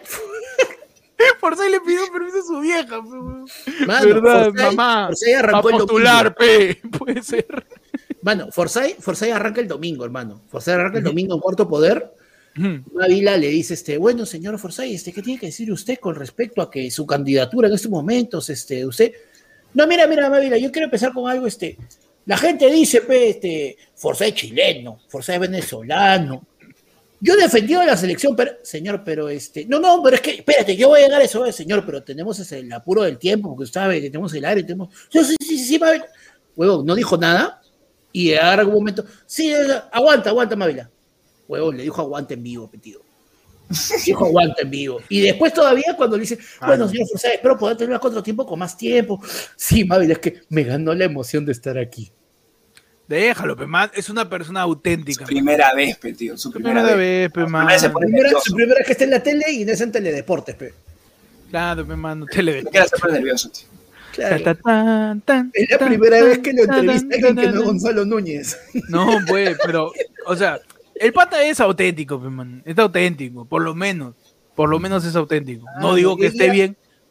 Forsyth le pidió permiso a su vieja, mano, ¿verdad, Forsyth, mamá? Forsyth arrancó a postular, pe, puede ser. Mano, Forsyth, Forsyth arranca el domingo, hermano. Forsyth arranca el domingo en Cuarto Poder. Ávila le dice, este, bueno, señor Forsyth, este, ¿qué tiene que decir usted con respecto a que su candidatura en estos momentos, este, usted... No, mira, mira, Ávila, yo quiero empezar con algo, este, la gente dice, pe, este, Forsyth chileno, Forsyth venezolano. Yo he defendido la selección, pero, señor, pero este, no, no, pero es que, espérate, yo voy a llegar a eso, señor, pero tenemos ese, el apuro del tiempo, porque usted sabe que tenemos el aire, tenemos... Sí, sí, sí, sí, Ávila. Huevo, no dijo nada. Y ahora en algún momento, sí, aguanta, aguanta, Mávila. Huevón, le dijo aguanta en vivo, petido. Dijo aguanta en vivo. Y después todavía cuando le dice, bueno, señor Forsyth, espero poder tener otro tiempo con más tiempo. Sí, Mávila, es que me ganó la emoción de estar aquí. Déjalo, pe, man. Es una persona auténtica. Su primera man. vez, pe, tío. Su primera, primera vez, pe, man. Su primera, su primera vez que está en la tele y no es en Teledeportes, pe. Claro, pe, man. Teledeportes. Me queda súper nervioso, tío. Claro. Ta, ta, ta, ta, es la primera ta, vez que lo entrevista alguien que no es Gonzalo Núñez. No, pues, pero, o sea, el pata es auténtico, man. Es auténtico, por lo menos. Por lo menos es auténtico. No ah, digo que esté bien,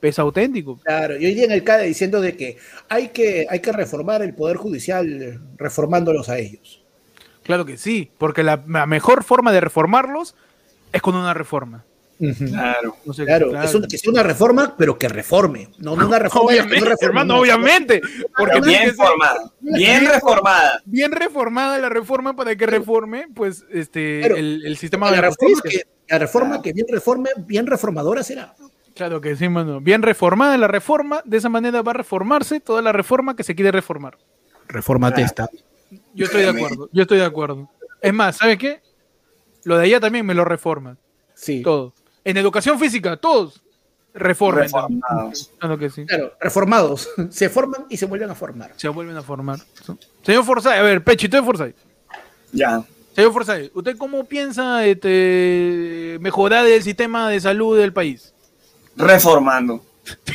es auténtico. Claro, y hoy día en el C A D E diciendo de que hay que, hay que reformar el Poder Judicial reformándolos a ellos. Claro que sí, porque la, la mejor forma de reformarlos es con una reforma. Uh-huh. Claro, no sé, claro, claro. Es una, que sea una reforma, pero que reforme, no una reforma. Obviamente, no reforma, hermano, no. obviamente. Porque bien formada, bien, bien reformada. Bien reformada la reforma para que reforme, pues, este, claro, el, el sistema la de reforma justicia. que, la reforma claro. que bien reforme, bien reformadora será. Claro que sí, mano. Bien reformada la reforma, de esa manera va a reformarse toda la reforma que se quiere reformar. Refórmate esta. Yo estoy de acuerdo, yo estoy de acuerdo. Es más, ¿sabes qué? Lo de allá también me lo reforman. Sí. Todo. En educación física, todos reformen. Reformados. Claro que sí. Claro, reformados. Se forman y se vuelven a formar. Se vuelven a formar. Señor Forsyth, a ver, Pechito de Forsyth. Ya. Señor Forsyth, ¿usted cómo piensa este, mejorar el sistema de salud del país? Reformando.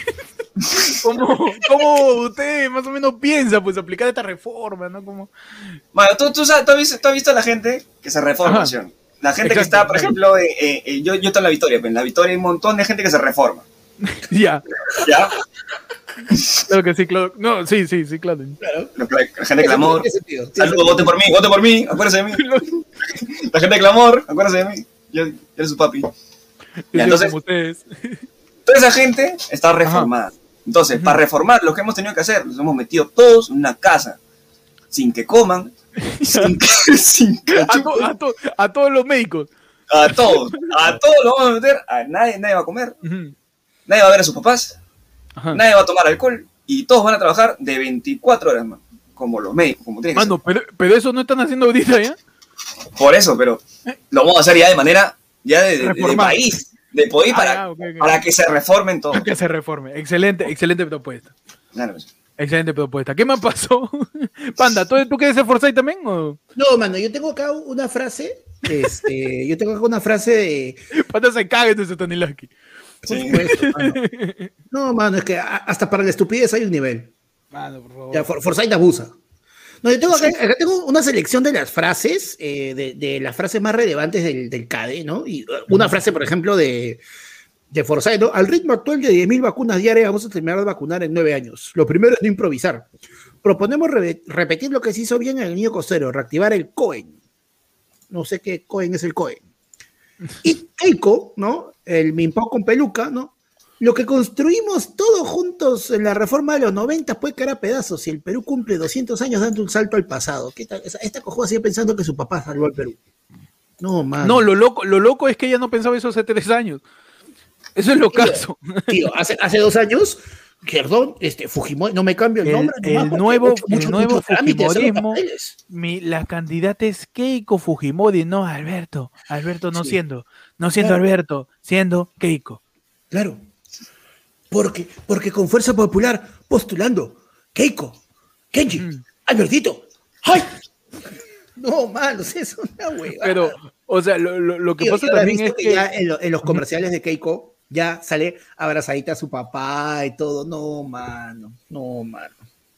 ¿Cómo, ¿Cómo usted más o menos piensa pues aplicar esta reforma, ¿no? Como... Bueno, tú, tú, sabes, tú, has visto, tú has visto a la gente que se reforma, ¿sí? La gente Exacto, que está, por ejemplo, eh, eh, yo, yo estoy en La Victoria, pero en La Victoria hay un montón de gente que se reforma. Ya. ¿Ya? Claro que sí, claro. No, sí, sí, sí, claro. claro. La, la gente de Clamor. Saludos, vote por mí, vote por mí, acuérdese de mí. La gente de Clamor, acuérdese de mí. Yo, yo soy su papi. Ya, entonces, como ustedes. Toda esa gente está reformada. Ajá. Entonces, uh-huh. para reformar, lo que hemos tenido que hacer, los hemos metido todos en una casa, sin que coman, sin que, sin que a, to, a, to, a todos los médicos. A todos, a todos los vamos a meter, a nadie, nadie va a comer, uh-huh. nadie va a ver a sus papás, uh-huh. nadie va a tomar alcohol, y todos van a trabajar de veinticuatro horas, man, como los médicos, como tienen que Mano, pero, pero eso no están haciendo ahorita, ¿ya? Por eso, pero lo vamos a hacer ya de manera, ya de, de, de país. De poder ah, para, ya, okay, okay. para que se reformen todos. Para que se reforme. Excelente, excelente propuesta. Claro. Excelente propuesta. ¿Qué más pasó? Panda, ¿tú, ¿tú quieres ser Forsyth también? O? No, mano, yo tengo acá una frase. Este, yo tengo acá una frase de. Panda se caga de Stanislaski. Sí. Mano. No, mano, es que hasta para la estupidez hay un nivel. Mano, por favor. Ya, For, Forsyth abusa. No, yo tengo acá, acá tengo una selección de las frases, eh, de, de las frases más relevantes del, del C A D E, ¿no? Y una frase, por ejemplo, de, de Forsyth, ¿no? Al ritmo actual de diez mil vacunas diarias vamos a terminar de vacunar en nueve años. Lo primero es no improvisar. Proponemos re repetir lo que se hizo bien en el niño costero, reactivar el COEN. No sé qué COEN es el COEN. Y Keiko, ¿no? El Minpao con peluca, ¿no? Lo que construimos todos juntos en la reforma de los noventa puede caer a pedazos si el Perú cumple doscientos años dando un salto al pasado. ¿Qué tal? Esta cojuda sigue pensando que su papá salvó al Perú. No, man. No, lo loco, lo loco es que ella no pensaba eso hace tres años. Eso es lo tío, caso. Tío, hace, hace dos años, perdón, este, Fujimori, no me cambio el, el nombre. El, nomás, nuevo, mucho, el mucho, nuevo mucho Fujimorismo, mi, la candidata es Keiko Fujimori, no Alberto. Alberto no sí. siendo, no siendo claro. Alberto, siendo Keiko. Claro. Porque, porque con Fuerza Popular postulando Keiko, Kenji, mm. Albertito. ¡Ay! No, mano, es una hueva. Pero, o sea, lo, lo, lo que Tío, pasa también es que, que ya en, lo, en los comerciales de Keiko ya sale abrazadita a su papá y todo. No, mano, no, mano.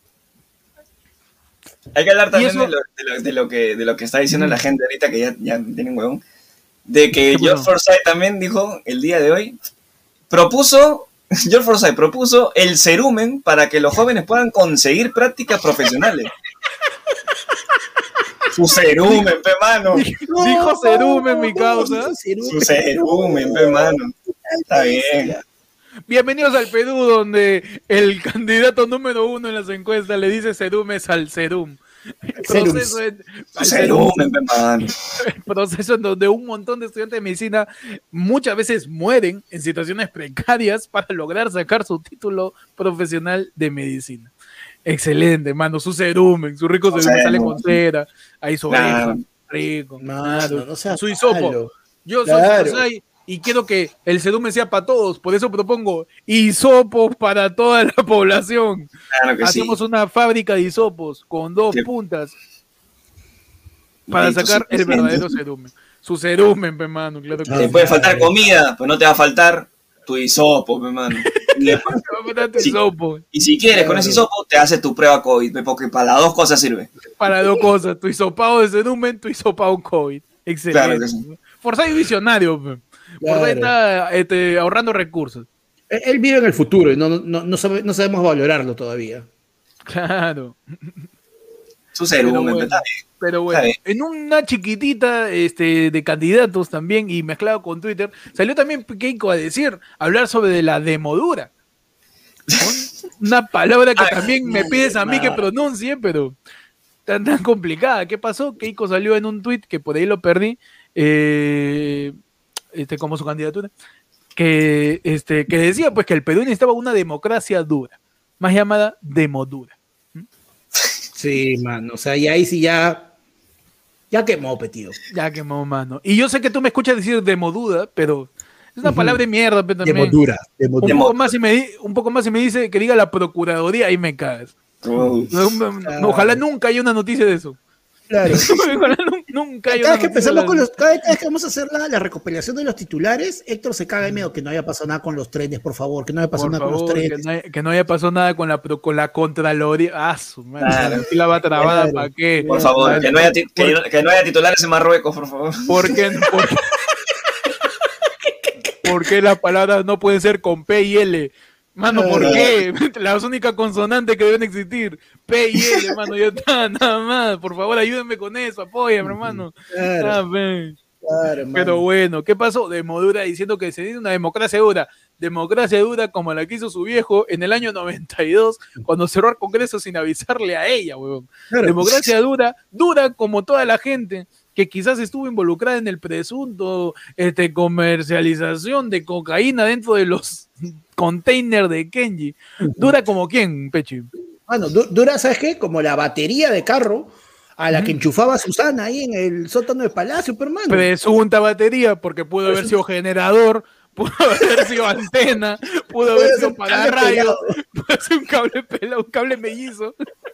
Hay que hablar también de lo, de, lo, de, lo que, de lo que está diciendo mm. la gente ahorita que ya, ya tienen huevón. De que George bueno? Forsyth también dijo el día de hoy, propuso... George Forsyth propuso el cerumen para que los jóvenes puedan conseguir prácticas profesionales. Su cerumen, pe mano. No, Dijo cerumen, no, mi causa. No, Su cerumen, pe mano. Está bien. Bienvenidos al Perú, donde el candidato número uno en las encuestas le dice cerumes al cerum. El proceso, en, serum, serum, el proceso en donde un montón de estudiantes de medicina muchas veces mueren en situaciones precarias para lograr sacar su título profesional de medicina. Excelente, mano, su cerumen, su rico cerumen no, sale no. con cera, ahí sobre claro. rico, mano, no su hisopo. Malo. Yo soy claro. Forsyth y quiero que el cerumen sea para todos, por eso propongo hisopos para toda la población. Claro que Hacemos sí. una fábrica de hisopos con dos sí. puntas para sacar el verdadero cerumen. Su cerumen, pe mano, claro que Te sí. puede faltar comida, pero no te va a faltar tu hisopo, pe mano. si, y si quieres, con ese hisopo te haces tu prueba COVID, porque para las dos cosas sirve. Para dos cosas, tu hisopado de cerumen, tu hisopado COVID. Excelente. Claro que sí. Forsyth visionario, pe. Claro. Por ahí está este, ahorrando recursos. Él vive en el futuro y no, no, no, sabe, no sabemos valorarlo todavía. Claro. Su ser Pero humano, bueno, está bien. pero bueno, Está en una chiquitita este, de candidatos también y mezclado con Twitter, salió también Keiko a decir, a hablar sobre la demodura. ¿No? Una palabra que Ay, también me pides a mí que pronuncie, pero tan, tan complicada. ¿Qué pasó? Keiko salió en un tweet que por ahí lo perdí, eh, este, como su candidatura, que, este, que decía pues que el Perú necesitaba una democracia dura, más llamada demodura. Sí, mano, o sea, y ahí sí ya, ya quemó, tío. Ya quemó, mano. Y yo sé que tú me escuchas decir demoduda, pero es una Ujú. palabra de mierda, pero también. Demodura, demodura. Un poco más si me di- un poco más si me dice que diga la procuraduría, ahí me cagas. Uh, No, ojalá nunca haya una noticia de eso. Claro. Ojalá nu- nunca haya Cada una vez que noticia empezamos de con eso. los, cada vez que vamos a hacer la, la recopilación de los titulares, Héctor se caga en medio que no haya pasado nada con los trenes, por favor, que no haya pasado Por nada con los favor, que trenes. no, haya, que no haya pasado nada con la, pro- con la Contraloría. Ah, su madre. Claro. Si la va trabada, Claro. ¿para qué? por favor, Vale, que no, haya ti- que, por- que no haya titulares en Marruecos, por favor. ¿Por qué? ¿Por qué? ¿Por qué las palabras no pueden ser con P y L? Mano, ¿por qué? Las únicas consonantes que deben existir. P y L, mano, ya está, nada más. Por favor, ayúdenme con eso, apóyame, hermano. Claro, Ah, ven. claro, Pero mano. bueno, ¿qué pasó? Demodura diciendo que se necesita una democracia dura. Democracia dura como la que hizo su viejo en el año noventa y dos, cuando cerró el Congreso sin avisarle a ella, huevón. Claro. Democracia dura, dura como toda la gente que quizás estuvo involucrada en el presunto este, comercialización de cocaína dentro de los containers de Kenji. Dura como quién, Pechi. Mano, du- dura, ¿sabes qué? Como la batería de carro a la Ujú. que enchufaba Susana ahí en el sótano del Palacio, pero hermano. Presunta batería, porque pudo haber sido generador, pudo haber sido antena, pudo haber Puede sido ser para cable radio, pelado. puede ser un cable pelado, un cable mellizo.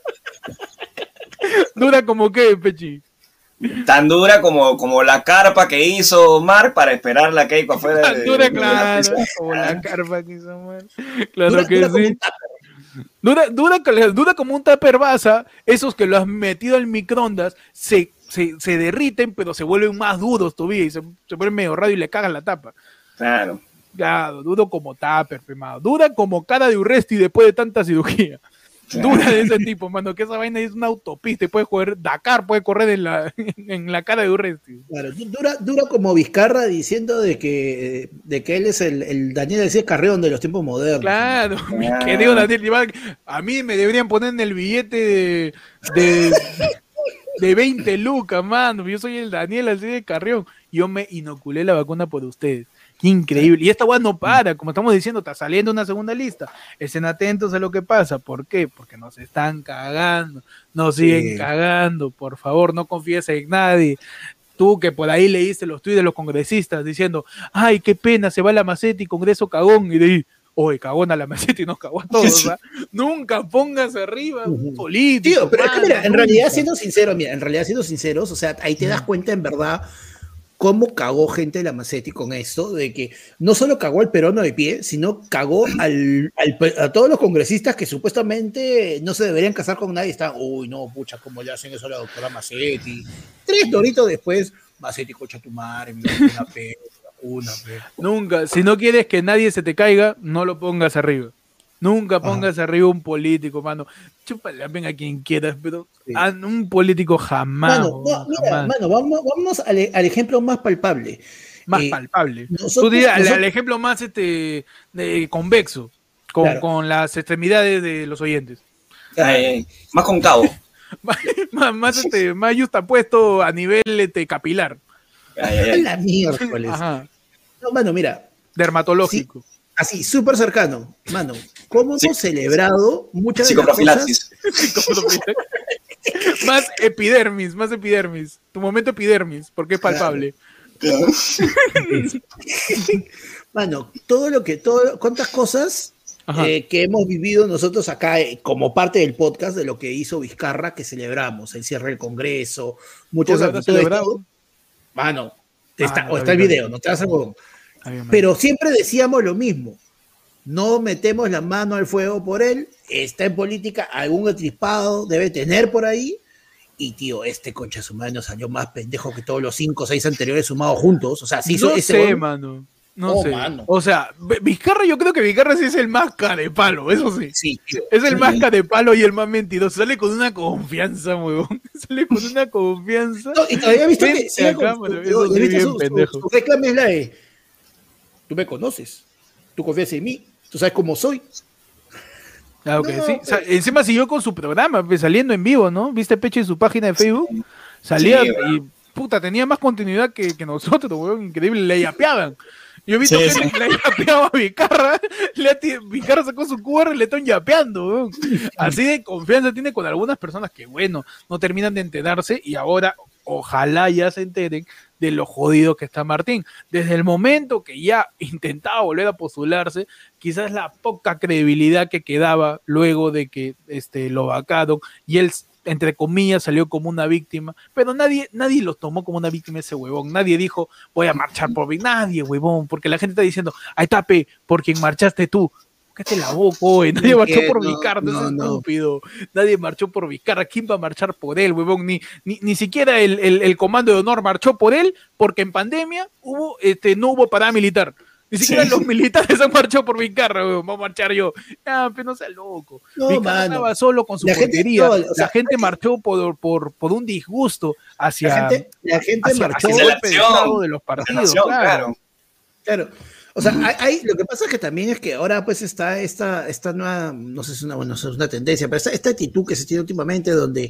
Dura como qué, Pechi. Tan dura como, como la carpa que hizo Mark para esperar la Keiko afuera. Tan de- dura, de la claro, prisión. como la carpa que hizo man. Claro Dura- que dura como sí. un tupper. Dura, dura, que- dura como un tupper basa, esos que lo has metido al microondas, se, se, se derriten, pero se vuelven más duros todavía y se, se vuelven medio raro y le cagan la tapa. Claro. Claro, duro como tupper, primado. Dura como cara de Urresti después de tanta cirugía. Claro. Dura de ese tipo, mano, que esa vaina es una autopista y puede correr, Dakar puede correr en la, en la cara de Urresti. Claro, du- dura, dura como Vizcarra diciendo de que, de que él es el, el Daniel García Carrión de los tiempos modernos. Claro, mi Claro. querido Daniel Iván, a mí me deberían poner en el billete de, de, de veinte lucas, mano. Yo soy el Daniel así de Carrión. Yo me inoculé la vacuna por ustedes. Qué increíble. Y esta weá no para, como estamos diciendo, está saliendo una segunda lista. Estén atentos a lo que pasa. ¿Por qué? Porque nos están cagando, nos siguen Sí. cagando. Por favor, no confíes en nadie. Tú que por ahí leíste los tweets de los congresistas diciendo, ay, qué pena, se va la Macetti, Congreso cagón, y de ahí, oye, cagón a la Macetti y nos cagó a todos. ¿verdad? Nunca pongas arriba un político. Tío, pero es que mano, mira, en nunca. realidad siendo sinceros, mira, en realidad siendo sinceros, o sea, ahí te das cuenta en verdad cómo cagó gente de la Macetti con esto, de que no solo cagó al peruano de pie, sino cagó al, al pe- a todos los congresistas que supuestamente no se deberían casar con nadie, están, uy, no, pucha, ¿cómo le hacen eso a la doctora Macetti? Tres doritos después, Macetti, cocha tu madre, mi vacuna, pe, vacuna, pe. Nunca, si no quieres que nadie se te caiga, no lo pongas arriba. Nunca pongas arriba un político, mano. Chúpale a a quien quieras, pero Sí. a un político jamás. Mano, no, weón, mira, jamás. mano, vamos, vamos al, al ejemplo más palpable. Más Eh, palpable. nosotros- Tú dirías, el- nosotros- el ejemplo más este de convexo, con, Claro. con las extremidades de los oyentes. Ay, ay, más concavo. más, más, más, este, más justapuesto a nivel este, capilar. Ay, ay, A ay. la miércoles. Ajá. No, mano, mira, Dermatológico. así, súper cercano. Mano, ¿cómo Sí. hemos celebrado muchas de las cosas? Psicoprofilaxis. Más epidermis, más epidermis. Tu momento epidermis, porque es palpable. Mano, todo lo que, todo, cuántas cosas Ajá. eh, que hemos vivido nosotros acá eh, como parte del podcast de lo que hizo Vizcarra, que celebramos, el cierre del Congreso, muchas ¿Tú lo habrás actitudes, celebrado? todo. Mano, está, Ah, o está está el bien, video, está no te vas a huevón. Está bien, man. Pero siempre decíamos lo mismo. No metemos la mano al fuego por él, está en política, algún atrispado debe tener por ahí. Y tío, este concha su madre nos salió más pendejo que todos los cinco o seis anteriores sumados juntos. O sea, sí hizo no ese sé, gol. mano. No Oh, sé. mano. O sea, Ve- Vizcarra, yo creo que Vizcarra sí es el más carepalo, eso sí. Sí, tío. Es el más Sí. carepalo y el más mentiroso. Sale con una confianza, huevón. Sale con una confianza. No, y todavía he visto que Frente sigue a con cámara, su- eso he sí, visto bien su, su, pendejo. su reclame es la de tú me conoces, tú confías en mí, tú sabes cómo soy. Claro que No, sí. pues. Sa- encima siguió con su programa, pues, saliendo en vivo, ¿no? ¿Viste Peche en su página de Facebook? Salía Sí, y, puta, tenía más continuidad que, que nosotros, weón. Increíble, le yapeaban. Yo he visto Sí, gente sí. que le yapeaba a Vizcarra, le ha ti- Vizcarra sacó su Q R y le están yapeando, weón. Así de confianza tiene con algunas personas que, bueno, no terminan de enterarse y ahora ojalá ya se enteren de lo jodido que está Martín. Desde el momento que ya intentaba volver a postularse, quizás la poca credibilidad que quedaba luego de que este, lo vacaron y él, entre comillas, salió como una víctima, pero nadie, nadie lo tomó como una víctima ese huevón. Nadie dijo, voy a marchar por mí. Nadie, huevón, porque la gente está diciendo, ahí está, pe, por quien marchaste tú. Cállate la boca, oye. Nadie No, marchó por no, Vizcarra, no, no, es no. estúpido. Nadie marchó por Vizcarra. ¿Quién va a marchar por él, huevón? Ni, ni, ni siquiera el, el, el comando de honor marchó por él, porque en pandemia hubo, este, no hubo paramilitar. Ni siquiera Sí. los militares han marchado por Vizcarra, huevón. Voy a marchar yo. Ah, pero no sea loco. No, Vizcarra mano. estaba solo con su La gente- porquería. no, o La sea, gente marchó por, por, por un disgusto hacia, La gente, la gente hacia, marchó. hacia el la golpe de acción, estado de los La partidos. nación, claro. claro. Claro. O sea, hay, hay- lo que pasa es que también es que ahora pues está esta, esta nueva, no sé si es una, bueno, es una tendencia, pero esta, esta actitud que se tiene últimamente donde,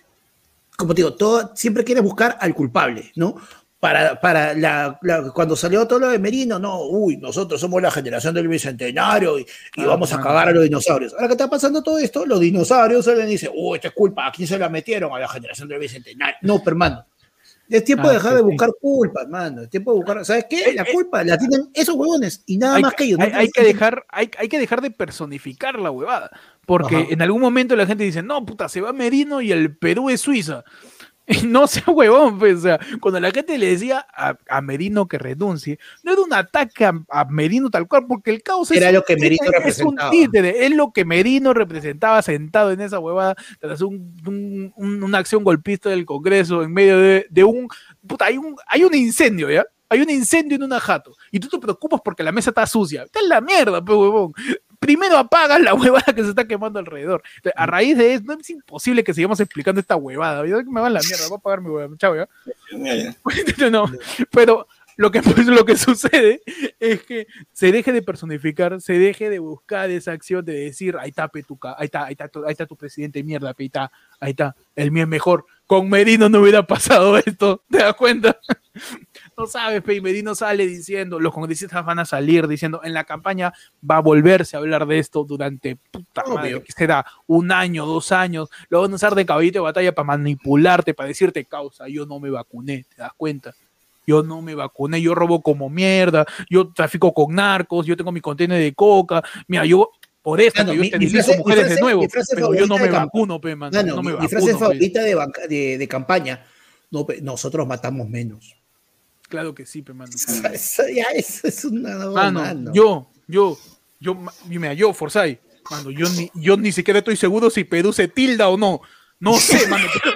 como te digo, todo, siempre quiere buscar al culpable, ¿no? Para, para la, la- cuando salió todo lo de Merino, no, uy, nosotros somos la generación del bicentenario y, y Ah, vamos a bueno. cagar a los dinosaurios. Ahora que está pasando todo esto, los dinosaurios salen y dicen, uy, esto es culpa, ¿a quién se la metieron? A la generación del bicentenario. No, pero hermano, es tiempo Ah, de dejar sí, de sí. buscar culpas, mano. Es tiempo de buscar, ¿sabes qué? Eh, La eh, culpa la tienen esos huevones y nada hay, más que ellos. hay, ¿no? hay que dejar, hay, hay que dejar de personificar la huevada. Porque Ajá. en algún momento la gente dice, no, puta, se va Merino y el Perú es Suiza. Y no sea huevón, pues, o sea, cuando la gente le decía a, a Merino que renuncie, no era un ataque a, a Merino tal cual, porque el caos Era es, lo que Merino es, es un representaba. títere, es lo que Merino representaba sentado en esa huevada tras un, un- un- una acción golpista del Congreso en medio de, de un, puta, hay un, hay un incendio, ¿ya? Hay un incendio en una jato y tú te preocupas porque la mesa está sucia. Está en la mierda, pues, huevón. Primero apagas la huevada que se está quemando alrededor. Entonces, a raíz de eso, no es imposible que sigamos explicando esta huevada. Yo me va a la mierda, voy a apagar mi huevada. Chao, ¿ya? Ya, ya. No, pero lo que, pues, lo que sucede es que se deje de personificar, se deje de buscar esa acción de decir, ahí está, pe, tu ca- ahí está, ahí está, tu, ahí está tu presidente de mierda, pe, ahí está, ahí está, el mío es mejor. Con Merino no hubiera pasado esto, ¿te das cuenta? No sabes, pe, y Merino sale diciendo, los congresistas van a salir diciendo, en la campaña va a volverse a hablar de esto durante, puta madre, Obvio. que será un año, dos años, lo van a usar de caballito de batalla para manipularte, para decirte, causa, yo no me vacuné, ¿te das cuenta? Yo no me vacuné, yo robo como mierda, yo trafico con narcos, yo tengo mi contenedor de coca, mira, yo por eso Mano, que yo mi- mi esterilizo frase- mi mujeres frase- de nuevo, mi frase pero yo no favorita me de camp- vacuno, pe, man, Mano, no me mi, mi vacuno, frase pe. favorita de, banca- de, de campaña, no, pe- nosotros matamos menos. Claro que sí, pe, mano. Eso, eso ya eso es una no, Mano, mano. yo, yo, yo, ma- mira, yo, Forsyth, mano, yo ni, yo ni siquiera estoy seguro si Perú se tilda o no. No sé, mano, pero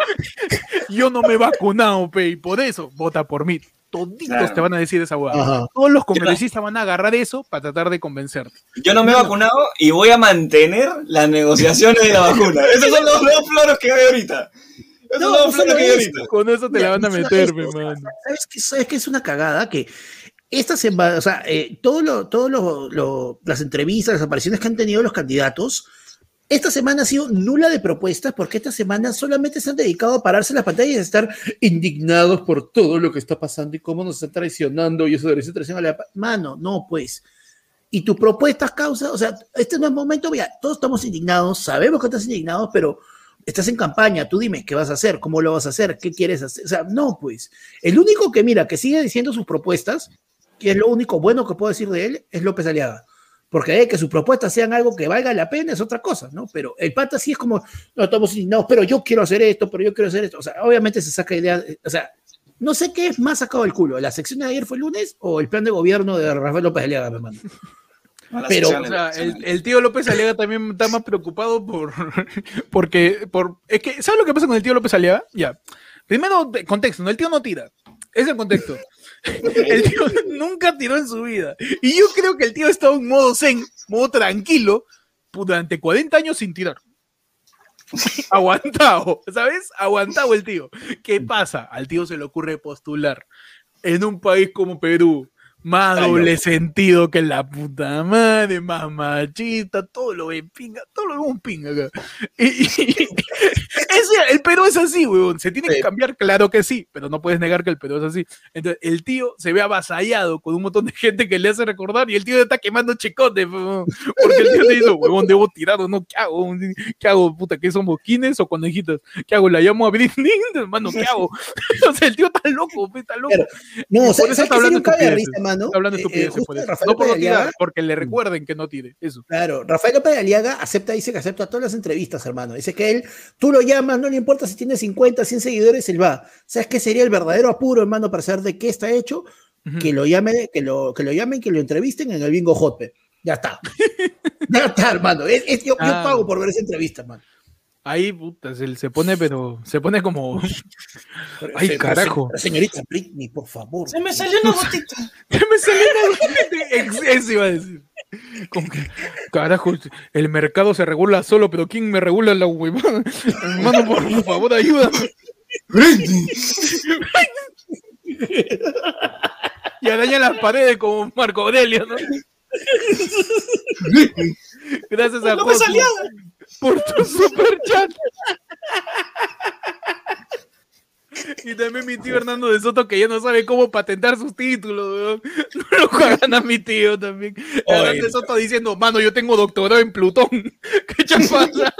yo no me he vacunado, pe, y por eso vota por mí. Toditos Claro. te van a decir esa hueá. Ajá. Todos los congresistas van a agarrar eso para tratar de convencerte. Yo no me he vacunado y voy a mantener las negociaciones de la vacuna. Esos son los dos floros que hay ahorita. Esos No, son los no dos floros solo que hay eso. ahorita. Con eso te Mira, la van a es una- meter, es- pe, o sea, mano. ¿Sabes qué? ¿Sabes qué es una cagada? Que esta semana, o sea, eh, todo lo, todo lo, lo- las entrevistas, las apariciones que han tenido los candidatos, esta semana ha sido nula de propuestas porque esta semana solamente se han dedicado a pararse en las pantallas y a estar indignados por todo lo que está pasando y cómo nos están traicionando y eso de esa traición a la... Mano, no, pues. Y tus propuestas causa, o sea, este no es momento, mira, todos estamos indignados, sabemos que estás indignados, pero estás en campaña, tú dime qué vas a hacer, cómo lo vas a hacer, qué quieres hacer, o sea, no, pues. El único que, mira, que sigue diciendo sus propuestas, que es lo único bueno que puedo decir de él, es López Aliaga. Porque eh, que sus propuestas sean algo que valga la pena es otra cosa, ¿no? Pero el pata sí es como, no, estamos indignados, pero yo quiero hacer esto, pero yo quiero hacer esto. O sea, obviamente se saca ideas, o sea, no sé qué es más sacado del culo, ¿la sección de ayer fue el lunes o el plan de gobierno de Rafael López Aliaga, me mando? A las Pero, secciones, O sea, las el, secciones. el tío López Aliaga también está más preocupado por porque por es que ¿sabes lo que pasa con el tío López Aliaga? Ya. Primero, de- contexto, ¿no? El tío no tira. es el contexto. El tío nunca tiró en su vida. Y yo creo que el tío estaba en modo zen, modo tranquilo, durante cuarenta años sin tirar. Aguantado, ¿sabes? Aguantado el tío. ¿Qué pasa? Al tío se le ocurre postular en un país como Perú, más doble sentido que la puta madre, más machista, todo lo ve pinga, todo lo vemos pinga acá. Y, y, ese, el Perú es así, weón. Se tiene que cambiar, claro que sí, pero no puedes negar que el Perú es así. Entonces, el tío se ve avasallado con un montón de gente que le hace recordar y el tío está quemando chicote, weón. Porque el tío le dice, weón, debo tirar o no, ¿qué hago? ¿Qué hago, puta? ¿Qué somos, quines o conejitas? ¿Qué hago? ¿La llamo a Britney? Hermano, ¿qué hago? O sea, el tío está loco, está loco. Pero, no, o sea, por eso está hablando estupideces. Risa, mano? Está hablando estupideces, eh, por eso. No por no tirar, porque le recuerden que no tire, eso. Claro, Rafael López de Aliaga acepta, dice que acepta todas las entrevistas, hermano. Dice que él, tú lo llamas, no le importa si tiene cincuenta, cien seguidores, él va. ¿Sabes qué sería el verdadero apuro, hermano, para saber de qué está hecho? Uh-huh. Que lo llame, que lo, que lo llamen, que lo entrevisten en el Bingo Hotpe. Ya está. Ya está, hermano. Es, es, yo, ah. yo pago por ver esa entrevista, hermano. Ahí, puta, se, se pone, pero se pone como. Pero, Ay, se, carajo. Pero, señorita Britney, por favor. Se me salió una gotita. Se me salió una gotita. Eso iba a decir. Como que, carajo, el mercado se regula solo, pero ¿quién me regula la huevada? Hermano, por favor, ayúdame. Britney. Y araña las paredes como Marco Aurelio, ¿no? Gracias a José por tu super chat. Y también mi tío Hernando de Soto, que ya no sabe cómo patentar sus títulos, ¿no? No lo juegan a mi tío también. Hernando de Soto diciendo, mano, yo tengo doctorado en Plutón. ¿Qué chapaza?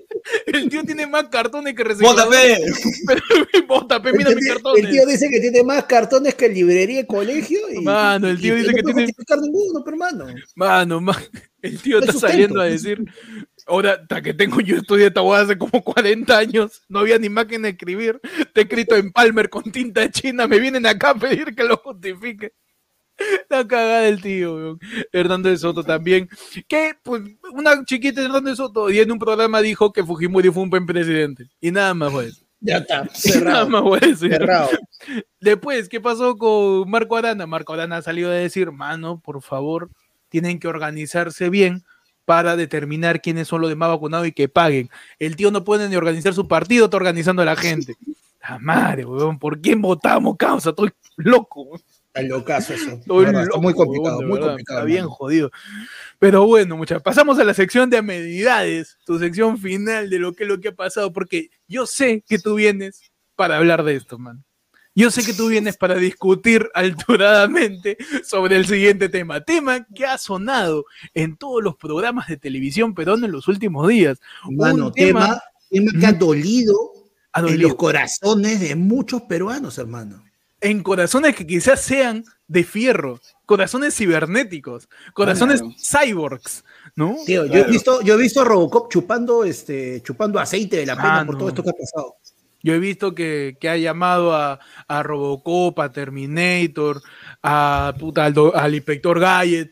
El tío tiene más cartones que recicladores. ¡Bótame! ¡Bótame! Mira mis cartones. El tío dice que tiene más cartones que librería y colegio. Y, mano, el tío y, dice y que no tiene. Ninguno, pero mano. Mano, man. El tío está saliendo a decir. Ahora, hasta que tengo yo estudié esta hueá hace como cuarenta años, no había ni máquina de escribir. Te he escrito en Palmer con tinta de China, me vienen acá a pedir que lo justifique. La cagada del tío, weón. Hernando de Soto también. Que, pues, una chiquita de Hernando de Soto, y en un programa dijo que Fujimori fue un buen presidente. Y nada más fue eso. Ya está, cerrado. Nada más fue eso. Cerrado. Después, ¿qué pasó con Marco Arana? Marco Arana ha salido a decir, mano, por favor, tienen que organizarse bien para determinar quiénes son los demás vacunados y que paguen. El tío no puede ni organizar su partido, está organizando a la gente. La madre, weón, ¿por quién votamos, causa? Estoy loco, weón. Está locazo eso. Estoy verdad, loco, está muy complicado, weón, muy verdad, complicado. Está bien mano. jodido. Pero bueno, muchachos, pasamos a la sección de amenidades, tu sección final de lo que, lo que ha pasado, porque yo sé que tú vienes para hablar de esto, man. Yo sé que tú vienes para discutir alturadamente sobre el siguiente tema, tema que ha sonado en todos los programas de televisión peruana en los últimos días. Mano, Un tema, tema, tema que ha dolido, ha dolido en los corazones de muchos peruanos, hermano. En corazones que quizás sean de fierro, corazones cibernéticos, corazones claro. cyborgs, ¿no? Tío, claro. yo he visto, yo he visto a Robocop chupando, este, chupando aceite de la pena ah, por no. todo esto que ha pasado. Yo he visto que, que ha llamado a, a Robocop, a Terminator, a puta, al, do, al inspector Gadget.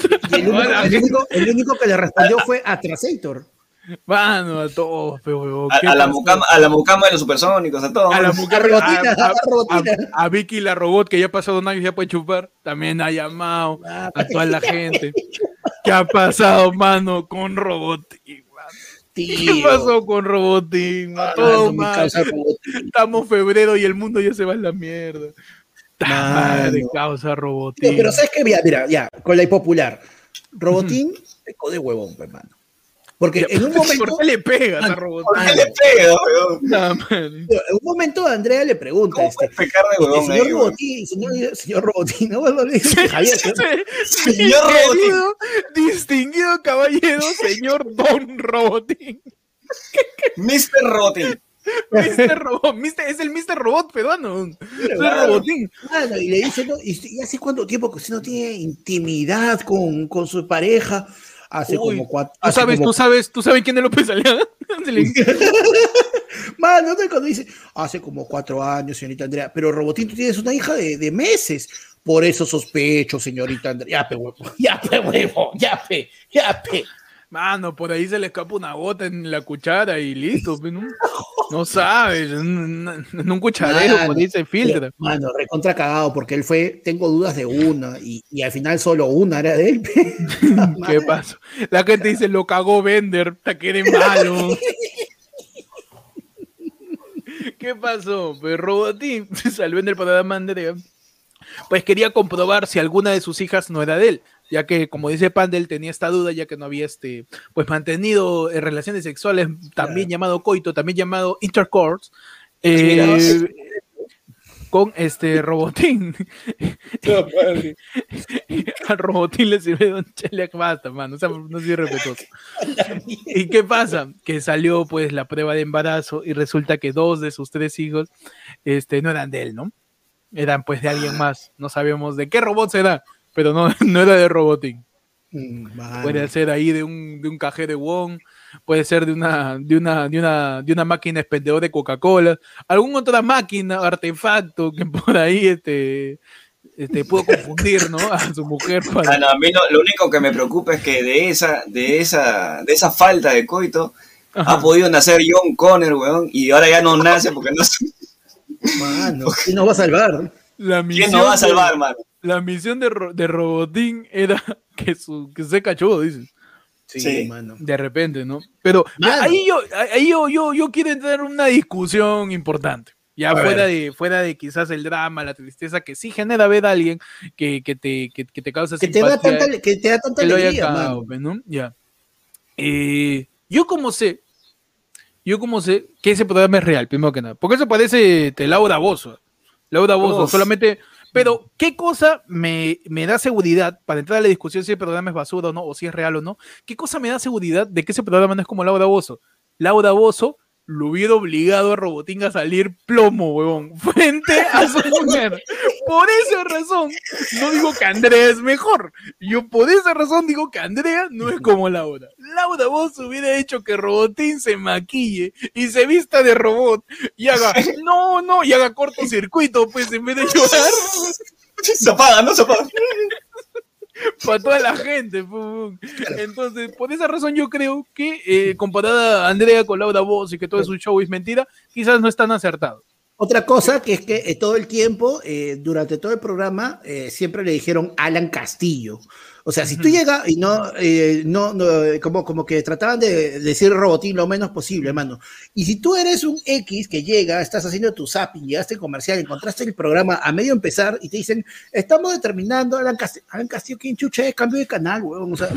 El único, el, único, el único que le respondió fue a Trasator. Mano, a todos, pero a, a, la mucama, a la mucama de los supersónicos, a todos. A la mucama, a, a, a, a Vicky la robot, que ya ha pasado un año y ya puede chupar, también ha llamado ah, a toda la gente. ¿Qué ha pasado, mano, con Robotín? Tío. ¿Qué pasó con Robotín? Ah, todo mal. Estamos febrero y el mundo ya se va en la mierda. Madre causa Robotín. Tío, pero ¿sabes qué? Mira, mira, ya, con la impopular. Robotín pecó de huevón, hermano. Porque ya, en un momento. ¿Por qué le pegas a Robotín? ¿Por qué le pegas, weón? No, en un momento Andrea le pregunta: ¿Cómo este, pecar de huevón, este, señor ahí, Robotín, señor, señor Robotín, no, no le dice Javier. Señor Robotín. Distinguido caballero, señor Don Robotín. mister Robotín. mister Robot, mister, es el mister Robot peruano. Claro, Robotín. Claro, y le dice: no, ¿y, ¿y hace cuánto tiempo que usted no tiene intimidad con, con su pareja? Hace Uy, como cuatro. ¿Tú sabes, como... tú sabes, tú sabes quién es López Aliaga? Mano, no, cuando dice, hace como cuatro años, señorita Andrea, pero Robotín, tú tienes una hija de, de meses. Por eso sospecho, señorita Andrea. Ya, pe, huevo, ya, pe, huevo, ya, pe, ya, pe. Mano, por ahí se le escapa una gota en la cuchara y listo, ¿no? No sabes, en un cucharero, por ahí se filtra. Mano, recontra cagado, porque él fue, tengo dudas de una, y, y al final solo una era de él. ¿Qué pasó? La gente dice, lo cagó Bender, te quiere malo. ¿Qué pasó? Pues Robotín al Bender para dar Mandrea, pues quería comprobar si alguna de sus hijas no era de él, ya que, como dice Pandel, tenía esta duda, ya que no había este, pues mantenido eh, relaciones sexuales, también claro. llamado coito, también llamado intercourse, eh, con este Robotín. Al Robotín le sirve Don Chele, basta, mano, o sea, no soy respetuoso. ¿Y qué pasa? Que salió pues la prueba de embarazo y resulta que dos de sus tres hijos este, no eran de él, ¿no? Eran pues de alguien más, no sabemos de qué robot será, pero no, no era de Robotín. Mm, puede ser ahí de un, de un cajero de Wong, puede ser de una, de una, de una, de una máquina expendedora de Coca-Cola, alguna otra máquina, artefacto que por ahí este, este, pudo confundir, ¿no? A su mujer. Para... Ah, no, a mí no, lo único que me preocupa es que de esa, de esa, de esa falta de coito Ajá. ha podido nacer John Connor, weón, y ahora ya no nace porque no se... Mano, ¿quién nos va a salvar? La ¿Quién nos va a salvar, de, mano? La misión de, de Robotín era que, su, que se cachó, dice. Sí, sí, mano. De repente, ¿no? Pero mano. ahí, yo, ahí yo, yo, yo quiero entrar en una discusión importante. Ya fuera de, fuera de quizás el drama, la tristeza, que sí genera ver a alguien que, que, te, que, que te causa que simpatía. Te da tanta, que te da tanta que alegría, cagado, ¿no? Ya. Eh, yo como sé, yo como sé que ese programa es real, primero que nada. Porque eso parece te Laura Bozzo. Laura Bozzo, Uf. solamente... Pero, ¿qué cosa me, me da seguridad, para entrar a la discusión si el programa es basura o no, o si es real o no, qué cosa me da seguridad de que ese programa no es como Laura Bozzo? Laura Bozzo lo hubiera obligado a Robotín a salir plomo, huevón, frente a su mujer. Por esa razón, no digo que Andrea es mejor. Yo por esa razón digo que Andrea no es como Laura. Laura Bozzo hubiera hecho que Robotín se maquille y se vista de robot y haga, no, no, y haga cortocircuito, pues, en vez de llorar. Se apaga, no se apaga. Para toda la gente. Entonces, por esa razón yo creo que eh, comparada a Andrea con Laura Bozzo y que todo es un show y es mentira, quizás no es tan acertado. Otra cosa que es que eh, todo el tiempo, eh, durante todo el programa, eh, siempre le dijeron Alan Castillo. O sea, si tú llegas y no, eh, no, no como, como que trataban de decir Robotín lo menos posible, hermano. Y si tú eres un X que llega, estás haciendo tu zapping, llegaste al comercial, encontraste el programa a medio empezar y te dicen, estamos determinando Alan Castillo. Alan Castillo, ¿quién chucha es? Cambio de canal, weón. O sea,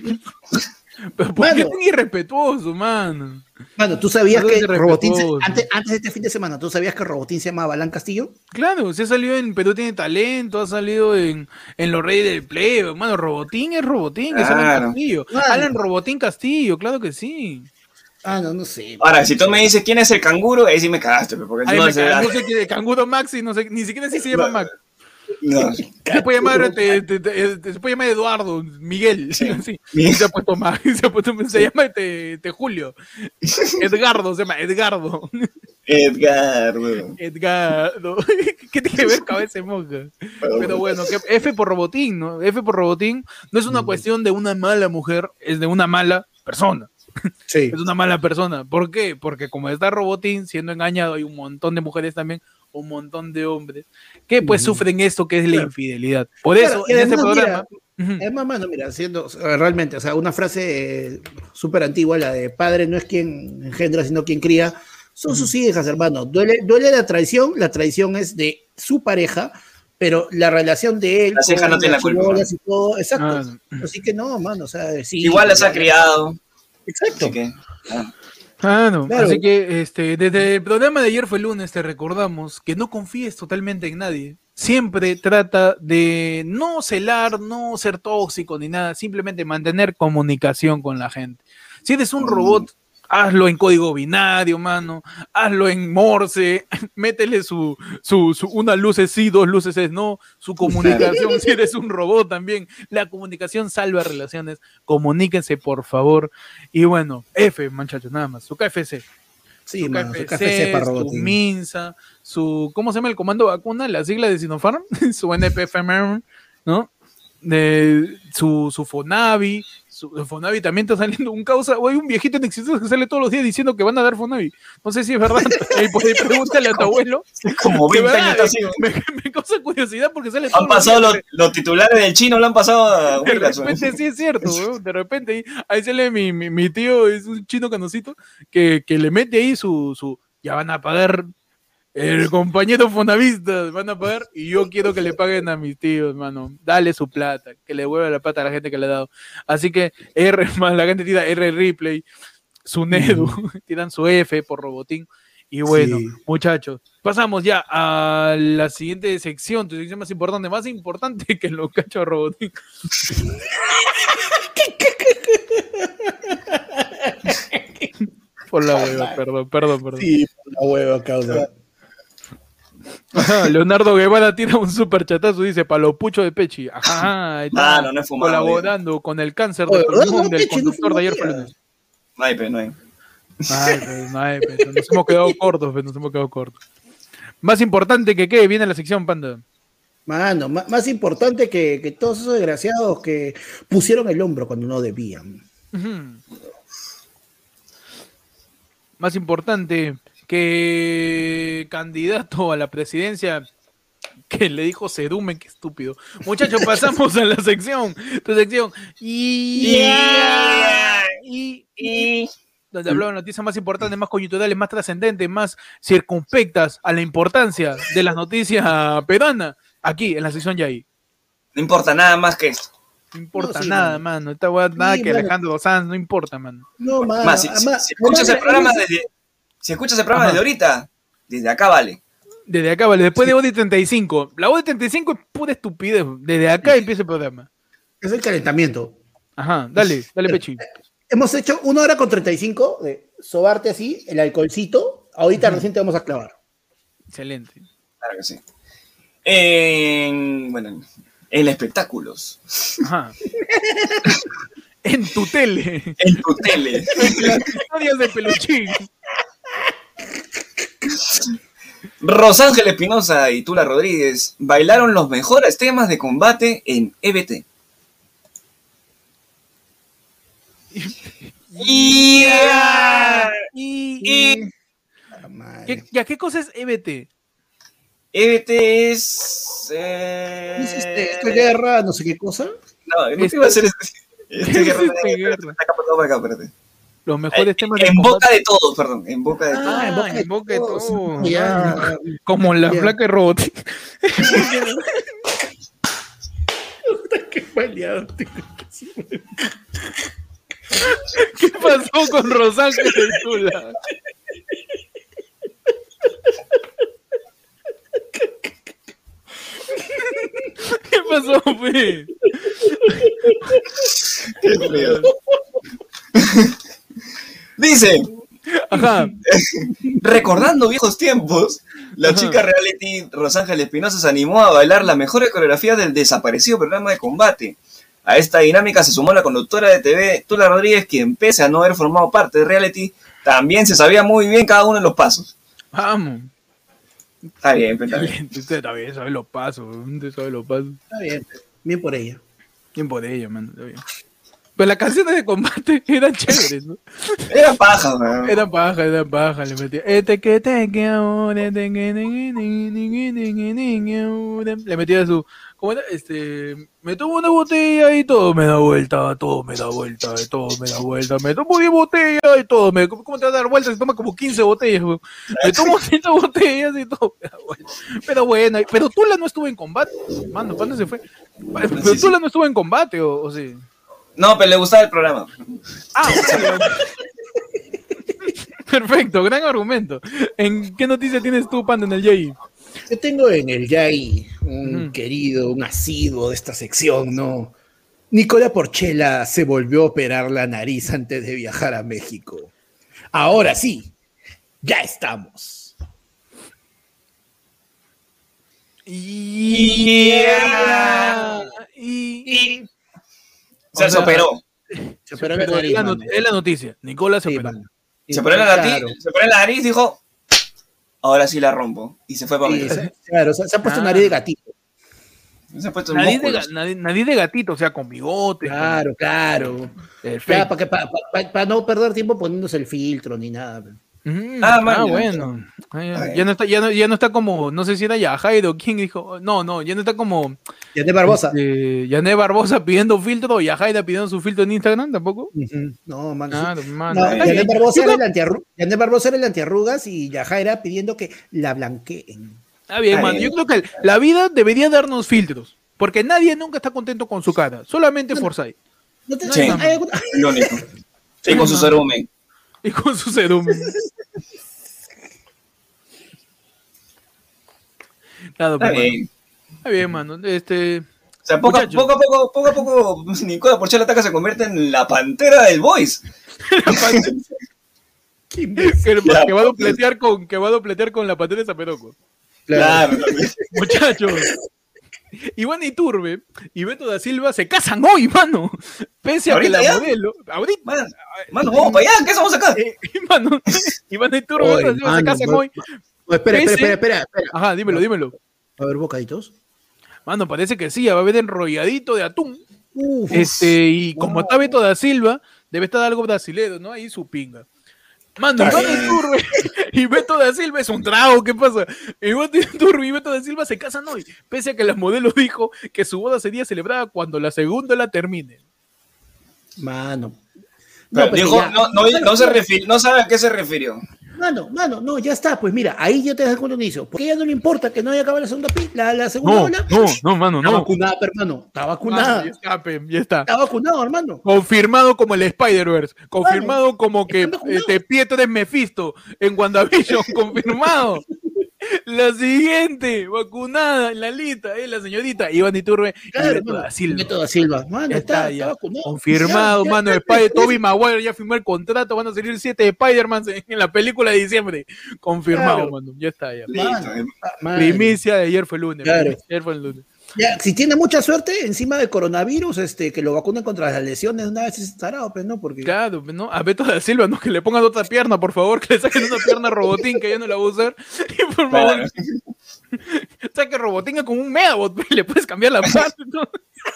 ¿Pero por mano, qué es tan irrespetuoso, mano? Mano, ¿tú sabías que Robotín, se, antes, antes de este fin de semana, ¿tú sabías que Robotín se llamaba Alan Castillo? Claro, se ha salido en Perú Tiene Talento, ha salido en, en Los Reyes del Play, mano, Robotín es Robotín, claro. Es Alan Castillo. Mano. Alan Robotín Castillo, claro que sí. Ah, no, no sé. Ahora, si tú me dices quién es el canguro, ahí sí me cagaste. Porque ahí no me sé, cagaste, no sé quién es, Canguro Maxi, no sé, ni siquiera así se llama Max. No. Se puede llamar, te, te, te, te, se puede llamar Eduardo, Miguel, sí. Sí. Se ha puesto más, se, ha puesto, se llama te, te Julio, Edgardo, se llama Edgardo. Edgardo. Edgardo. ¿Qué tiene que ver cabeza de monja? Pero bueno, que F por Robotín, ¿no? F por Robotín no es una cuestión de una mala mujer, es de una mala persona. Sí. Es una mala persona. ¿Por qué? Porque como está Robotín siendo engañado, hay un montón de mujeres también, un montón de hombres que pues uh-huh. sufren esto que es claro. la infidelidad. Por claro, eso, en este programa... Mira, uh-huh. Es más, mano, mira, siendo realmente, o sea, una frase eh, súper antigua, la de padre no es quien engendra, sino quien cría, son uh-huh. sus hijas, hermano. Duele, duele la traición, la traición es de su pareja, pero la relación de él... Las hijas no tienen la culpa. Y todo, exacto. Ah, no. Así que no, mano, o sea... Sí, igual las ha criado. Exacto. Así que, ah. Ah, no. Claro. Así que este, desde el programa de ayer fue lunes, te recordamos que no confíes totalmente en nadie. Siempre trata de no celar, no ser tóxico ni nada, simplemente mantener comunicación con la gente. Si eres un robot, hazlo en código binario, mano, hazlo en Morse, métele su, su, su una luces sí, dos luces es no, su comunicación, si eres un robot también, la comunicación salva relaciones, comuníquense por favor, y bueno, F, muchachos, nada más, su K F C. Sí, su mano, K F C, su K F C para su Minsa, su, ¿cómo se llama el comando vacuna? La sigla de Sinopharm, su N P F M R, ¿no? De su, su Fonavi, su, Fonavi también está saliendo un causa, o hay un viejito en existencia que sale todos los días diciendo que van a dar Fonavi. No sé si es verdad. Ahí por ahí pregúntale a tu abuelo. Como veinte años está así. Me, me causa curiosidad porque sale Han pasado los, los titulares del chino, lo han pasado a De repente sí es cierto, weón. De repente ahí, ahí sale mi, mi, mi tío, es un chino canocito, que, que le mete ahí su, su, ya van a pagar el compañero fonavista, van a pagar, y yo quiero que le paguen a mis tíos, hermano. Dale su plata, que le vuelva la plata a la gente que le ha dado. Así que R, más la gente tira R Replay, su Nedu, mm. tiran su F por Robotín. Y bueno, sí. muchachos, pasamos ya a la siguiente sección, tu sección más importante, más importante que lo cacho a Robotín. Por la hueva, perdón, perdón, perdón. Sí, por la hueva, causa. Ajá, Leonardo Guevara tira un super chatazo, dice Palopucho de Pechi. Ajá, está ah, no, no he fumado, colaborando bien. con el cáncer de pulmón del conductor no de ayer. Lunes. No hay, pero no hay. Ay, pues, no hay, pues, nos hemos quedado cortos, pues, nos hemos quedado cortos. Más importante que qué, viene la sección, Panda. Mano, más, más importante que, que todos esos desgraciados que pusieron el hombro cuando no debían. Uh-huh. Más importante que candidato a la presidencia que le dijo Cedumen, qué estúpido. Muchachos, pasamos a la sección, tu sección. Y, yeah. y, y donde hablaba de noticias más importantes, más coyunturales, más trascendentes, más circunspectas a la importancia de las noticias peruanas, aquí en la sección Yay. No importa nada más que esto. No importa no, sí, nada, mano. mano. Esta weá, nada sí, que mano. Alejandro Dos Santos, no importa, mano. No, mano. Más, si, además, si, si escuchas el programa desde, si escuchas el programa desde ahorita, desde acá vale. Desde acá vale, después sí. de O D treinta y cinco. La O D treinta y cinco es pura estupidez. Desde acá empieza el programa. Es el calentamiento. Ajá, dale, dale, Pechi. Hemos hecho una hora con treinta y cinco de sobarte así, el alcoholcito. Ahorita uh-huh. recién te vamos a clavar. Excelente. Claro que sí. En, bueno, en espectáculos. Ajá. En tu tele. En tu tele. En las historias de Peluchín. Rosángel Espinosa y Tula Rodríguez bailaron los mejores temas de combate en E B T. Yeah. Y, y, ¿Qué, ya, ¿qué cosa es E B T? E B T es... Eh... ¿Es este, esta guerra, no sé qué cosa? No, no este, iba a ser este, este guerra. Este guerra. Acá, espérate. Los mejores eh, temas de En combate. boca de todos, perdón. En boca de ah, todos. En boca de, en boca de todos. todos. Ya. Como la ya. Flaca de Robot. Qué maleado. ¿Qué pasó con Rosángel y Tula? ¿Qué pasó, pues? Dice, ajá. Recordando viejos tiempos, la ajá. chica reality Rosángel Espinosa se animó a bailar la mejor coreografía del desaparecido programa de combate. A esta dinámica se sumó la conductora de T V, Tula Rodríguez, quien pese a no haber formado parte de reality, también se sabía muy bien cada uno de los pasos. Vamos. Está bien, está bien. Usted está bien, sabe los pasos, usted sabe los pasos. Está bien, bien por ella. Bien por ella, man, está bien. Pero las canciones de combate eran chéveres, ¿no? Eran paja, man. Eran paja, eran paja, le metía. Este que te que ahora, le metía su. ¿Cómo era? Este. Me tomo una botella y todo me da vuelta, todo me da vuelta, todo me da vuelta. Me tomo diez botellas y todo me. ¿Cómo te va a dar vueltas? Se toma como quince botellas, güey. Me tomo cien botellas y todo me da vuelta. Pero bueno, pero Tula no estuvo en combate. Mano, ¿cuándo se fue? Pero Tula no estuvo en combate, o, o sí. No, pero le gustaba el programa. Ah, bueno. Perfecto, gran argumento. ¿En qué noticia tienes tú, Panda, en el Yay? Yo tengo en el Yay un uh-huh. querido, un asiduo de esta sección, ¿no? Nicola Porchela se volvió a operar la nariz antes de viajar a México. Ahora sí, ya estamos. Yeah. Y... y... O sea, se operó. Se operó la nariz. Es la, not- es la noticia. Nicola se sí, operó. Se operó la nariz, claro. se operó la nariz, dijo, ahora sí la rompo. Y se fue para sí, México. Claro, se, se ha puesto ah. nariz de gatito. Se ha puesto Nadie de, músculos. nadie, nadie de gatito, o sea, con bigote. Claro, claro. Perfecto. Para pa, pa, pa no perder tiempo poniéndose el filtro ni nada. Mm, Ah, ah, man, bueno. Ah, ya. Ay. Ya no está, ya no, ya no está como, no sé si era Yajairo o quién dijo, no, no, ya no está como Yané Barbosa. este, Yané Barbosa pidiendo filtro o Yajaira pidiendo su filtro en Instagram tampoco. Uh-huh. No, man. Claro, Sí. mano. No, Está Yané bien. Barbosa, Yo era creo- el antiarru- Yané Barbosa era el antiarrugas y Yajaira pidiendo que la blanqueen. Está bien, Está mano. bien. Yo creo que la vida debería darnos filtros. Porque nadie nunca está contento con su cara. Solamente Forsyth. ¿No te- Sí. hay alguna- El único. Sí, con su cerumen. Y con su serum. Claro, Está pues, bien. mano. Está bien, mano. Este. O sea, poco, a- Muchachos. poco a poco, poco a poco, Nicola Porchela Taca se convierte en la pantera del Boys. que, Ya, que va a dupletear con, que va a dupletear con la patente de Zaperoco. Claro. Muchachos. Iván Iturbe y Beto da Silva se casan hoy, mano. Pese a que ¿Ahorita la ya? modelo. Ahorita. Man, mano, vamos para allá, ¿qué hacemos acá? eh, mano, Iván Iturbe y Beto da Oye, Silva se mano, casan voy- hoy. Oh, espera, Pese- espera, espera, espera. Ajá, dímelo, dímelo. A ver, bocaditos. Mano, parece que sí, va a haber enrolladito de atún. Uf. Este, y como wow. está Beto da Silva, debe estar algo brasilero, ¿no? Ahí su pinga. Mano, Está Iván bien. Iturbe y Beto da Silva es un trago, ¿qué pasa? Iván Iturbe y Beto da Silva se casan hoy, pese a que la modelo dijo que su boda sería celebrada cuando la segunda la termine. Mano. Pero pero dijo, ya. no, no, no, se refir, no sabe a qué se refirió. Mano, mano, no, ya está. Pues mira, ahí ya te das cuenta de eso. Porque a ella no le importa que no haya acabado la segunda, pi- la, la segunda ola. no, no, mano, Está no. vacunada, hermano. Está vacunada. Mano, ya está, pe, ya está. Está vacunado, hermano. Confirmado como el Spider-Verse, confirmado como que están vacunados. este, Pietro es Mephisto en WandaVision, confirmado. La siguiente, vacunada en la lista, es la señorita Iván Iturbe y Claro, Beto hermano. da Silva. Beto da Silva. Mano, Ya está, está, está ya. vacunado. Confirmado, Ya, mano. ya, Spider, ya, Tobey Maguire ya firmó el contrato. Van a salir siete Spider-Man en, en la película de diciembre. Confirmado, Claro. mano. Ya está, ya. Listo, Mano, eh. mano. Primicia de ayer fue el lunes. Claro. Ayer fue el lunes. Ya, si tiene mucha suerte, encima del coronavirus, este, que lo vacunen contra las lesiones una vez es tarado, pues, ¿no? Porque Claro, ¿no? A Beto da Silva, ¿no? Que le pongan otra pierna, por favor. Que le saquen una pierna a Robotín, que ya no la va a usar. Y por favor, Claro. saque Robotín como un Medabot. Le puedes cambiar la parte, ¿no?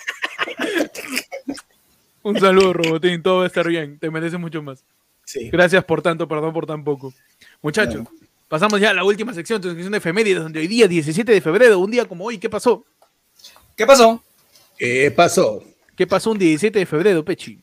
Un saludo, Robotín. Todo va a estar bien. Te mereces mucho más. sí. Gracias por tanto, perdón por tan poco. Muchachos, Claro. pasamos ya a la última sección, tu sección de efemérides, donde hoy día, diecisiete de febrero, un día como hoy, ¿qué pasó? ¿Qué pasó? ¿Qué pasó? ¿Qué pasó un diecisiete de febrero, Pechi?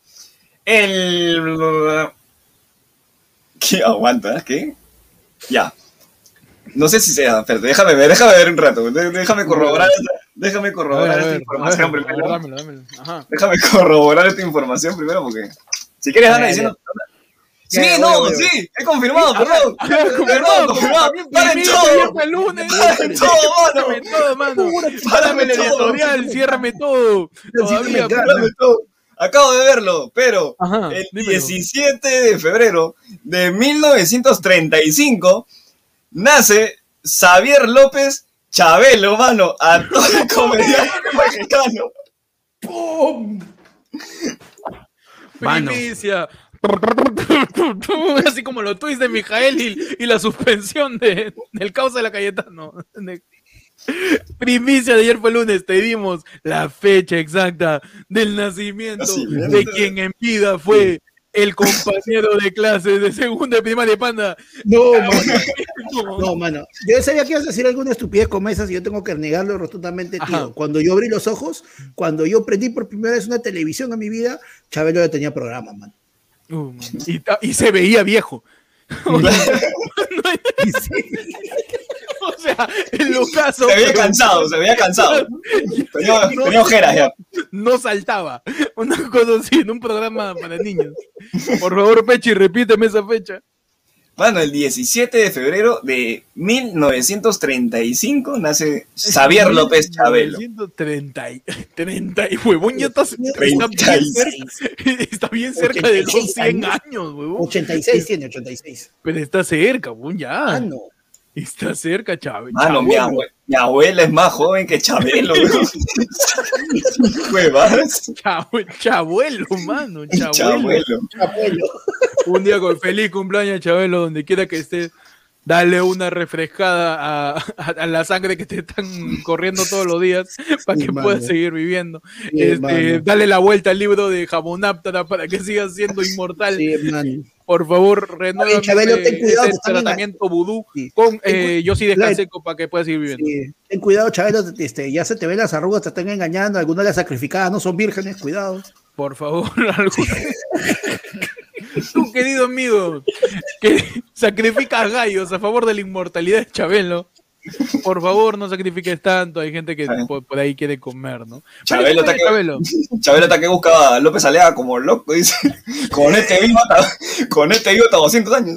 El... ¿Qué aguanta? ¿Qué? Ya. No sé si sea, espérate, déjame ver, déjame ver un rato, de- déjame corroborar, esta- déjame corroborar esta información primero. dámelo, dámelo. Ajá. Déjame corroborar esta información primero porque si quieres Ya, anda ya. diciendo. Sí, Ya, no, voy, voy, voy. sí, he confirmado, perdón. Ah, confirmado, Perdón, confirmado. Paren Primicia, todo. ayer fue el lunes. Paren todo, mano. Ciérrame todo, mano. Párame Párame el todo. editorial, ciérrame todo. Todavía, claro. Párame todo. Acabo de verlo, pero Ajá, el dímelo. diecisiete de febrero de mil novecientos treinta y cinco nace Xavier López Chabelo, mano, actor y comediante mexicano. ¡Pum! Mano. Primicia. Así como los tweets de Mijael y, y la suspensión de, del caos de la Cayetano. De- Primicia de ayer fue lunes, te dimos la fecha exacta del nacimiento Nacimiento. de quien en vida fue el compañero de clase de segunda y primaria Panda. No, mano. No. No, mano. Yo sabía que ibas a decir alguna estupidez como esas y yo tengo que negarlo rotundamente, tío. Ajá. Cuando yo abrí los ojos, cuando yo prendí por primera vez una televisión en mi vida, Chabelo ya tenía programa, mano. Uh, mano. y, ta- y se veía viejo. O sea, en los casos. Se veía cansado, se veía cansado. Tenía, tenía ojeras ya. No saltaba. Una cosa así en un programa para niños. Por favor, Pechi, repíteme esa fecha. Bueno, el diecisiete de febrero de mil novecientos treinta y cinco nace Xavier López Chabelo. novecientos treinta y, treinta y huevón, ya está, está bien treinta y cerca, está bien cerca de los cien años, huevón. ochenta y seis tiene, ochenta y seis. Pero está cerca, huevón, ya. Ah, no. Está cerca, Chávez. Mano, mi, abue- mi abuela es más joven que Chabelo. Huevas. Chabuelo, mano, chabuelo. Chabuelo. Abuelo. Un día con feliz cumpleaños, Chabelo, donde quiera que esté. dale una refrescada a, a, a la sangre que te están corriendo todos los días para Sí, que mano. puedas seguir viviendo. Sí, Este, mano. dale la vuelta al libro de Jamonáptara para que sigas siendo inmortal. Sí, man. Por favor, renueva Chabelo, ten cuidado, ese te están enga- tratamiento vudú Sí. con Ten eh, cu- yo sí descanseco para que puedas seguir viviendo. Sí. Ten cuidado, Chabelo, este, ya se te ven las arrugas, te están engañando, algunas de las sacrificadas no son vírgenes, cuidado. Por favor, algo. Tú, querido amigo, que sacrificas gallos a favor de la inmortalidad de Chabelo. Por favor, no sacrifiques tanto. Hay gente que por, por ahí quiere comer, ¿no? Chabelo está que, Chabelo. Chabelo está que buscaba a López Alea como loco, dice. Con este vivo hasta, con este vivo hasta doscientos años.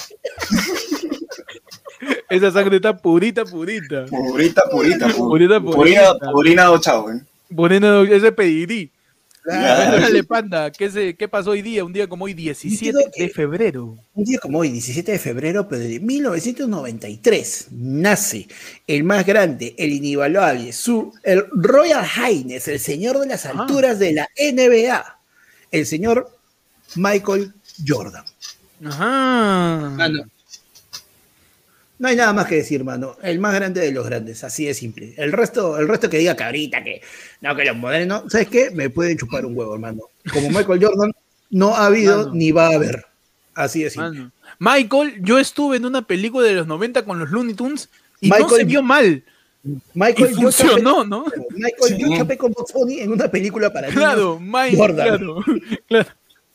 Esa sangre está purita, purita. Purita, purita, pu- Purita, purina, purita. purina do chavo, eh. Poniendo ese pedigrí. Ya. Dale, panda, ¿qué, se, ¿qué pasó hoy día? Un día como hoy, diecisiete de febrero. Un día como hoy, diecisiete de febrero, pero de mil novecientos noventa y tres, nace el más grande, el inigualable, su, el Royal Highness, el señor de las alturas de la N B A, el señor Michael Jordan. Ajá. Mano, no hay nada más que decir, mano. El más grande de los grandes, así de simple. El resto, el resto que diga cabrita, que no, que los modernos, ¿sabes qué? Me pueden chupar un huevo, hermano. Como Michael Jordan, no ha habido Mano. ni va a haber. Así de simple. Mano. Michael, yo estuve en una película de los noventa con los Looney Tunes y no Michael- se vio mal. Michael, Y yo funcionó, ¿no? chapé- Michael, yo Sí. chapé con Bugs Bunny en una película para Claro, niños. Mike, Jordan. claro, claro.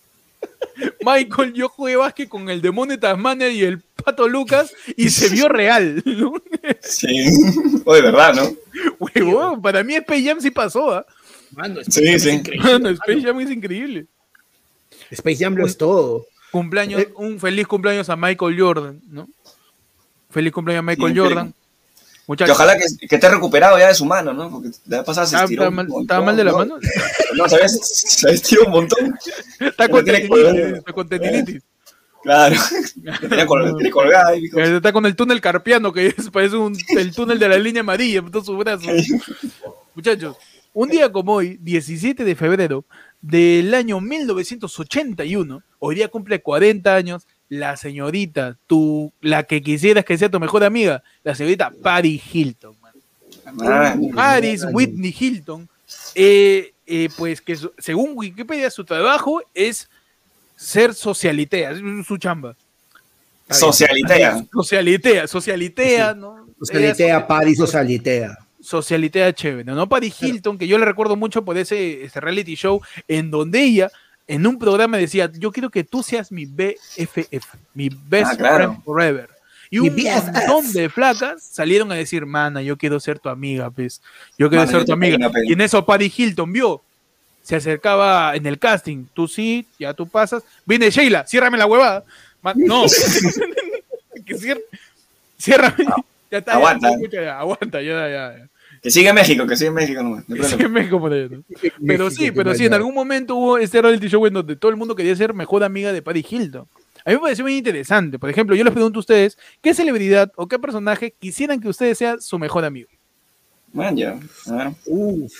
Michael, yo jugué básquet con el demonio de Tasmania y el Pato Lucas y se vio real, ¿no? Sí. Oye, verdad, ¿no? Huevón, para mí Space Jam sí pasó, ¿ah? Mano, Sí, Space Jam sí. es increíble. Mano, Space Jam es increíble. Space Jam lo es todo. Cumpleaños, Eh. un feliz cumpleaños a Michael Jordan, ¿no? Feliz cumpleaños a Michael Sí, Jordan. Que Muchachos, ojalá que, que esté recuperado ya de su mano, ¿no? Porque la vez pasada se ¿estaba estiró. estaba un mal, montón, estaba mal de la ¿no? mano? No, ¿sabes? Se estiró un montón. Está con tiene tendinitis, colgado. está con tendinitis. Claro. Lo tenía col- lo tenía colgado ahí, mi cosa. Está con el túnel carpiano, que es, parece un, el túnel de la línea amarilla, por todos sus brazos. Muchachos, un día como hoy, diecisiete de febrero del año mil novecientos ochenta y uno, hoy día cumple cuarenta años, la señorita, tu, la que quisieras que sea tu mejor amiga, la señorita Paris Hilton. Man. Ah, Paris Whitney Hilton, eh, eh, pues que su- según Wikipedia su trabajo es ser socialitea, es su chamba. Socialitea. Socialitea, socialitea, ¿no? Socialitea, Ella Paris, socialitea. socialitea chévere, ¿no? Paris Hilton, que yo le recuerdo mucho por ese, ese reality show en donde ella en un programa decía, yo quiero que tú seas mi B F F, mi Best Ah, claro. Friend Forever. Y Mi un B F F. montón de flacas salieron a decir, mana, yo quiero ser tu amiga, pues. Yo quiero Mana, ser yo tu te amiga. pedí una pena. Y en eso Paris Hilton vio, se acercaba en el casting, tú sí, ya tú pasas. Viene Sheila, ciérrame la huevada. Ma- no. que cier- ciérrame. Ya está, ya, Aguanta. ya, escucha, ya, aguanta, ya, ya, ya. Que sigue en México, que sigue en México nomás. no hay Que problema. sigue en México por ahí, ¿no? Pero México, sí, qué pero sí, en maldad. algún momento hubo este reality show en donde todo el mundo quería ser mejor amiga de Paris Hilton. A mí me pareció muy interesante. Por ejemplo, yo les pregunto a ustedes, ¿qué celebridad o qué personaje quisieran que ustedes sea su mejor amigo? Bueno, ya. A ver. Uf.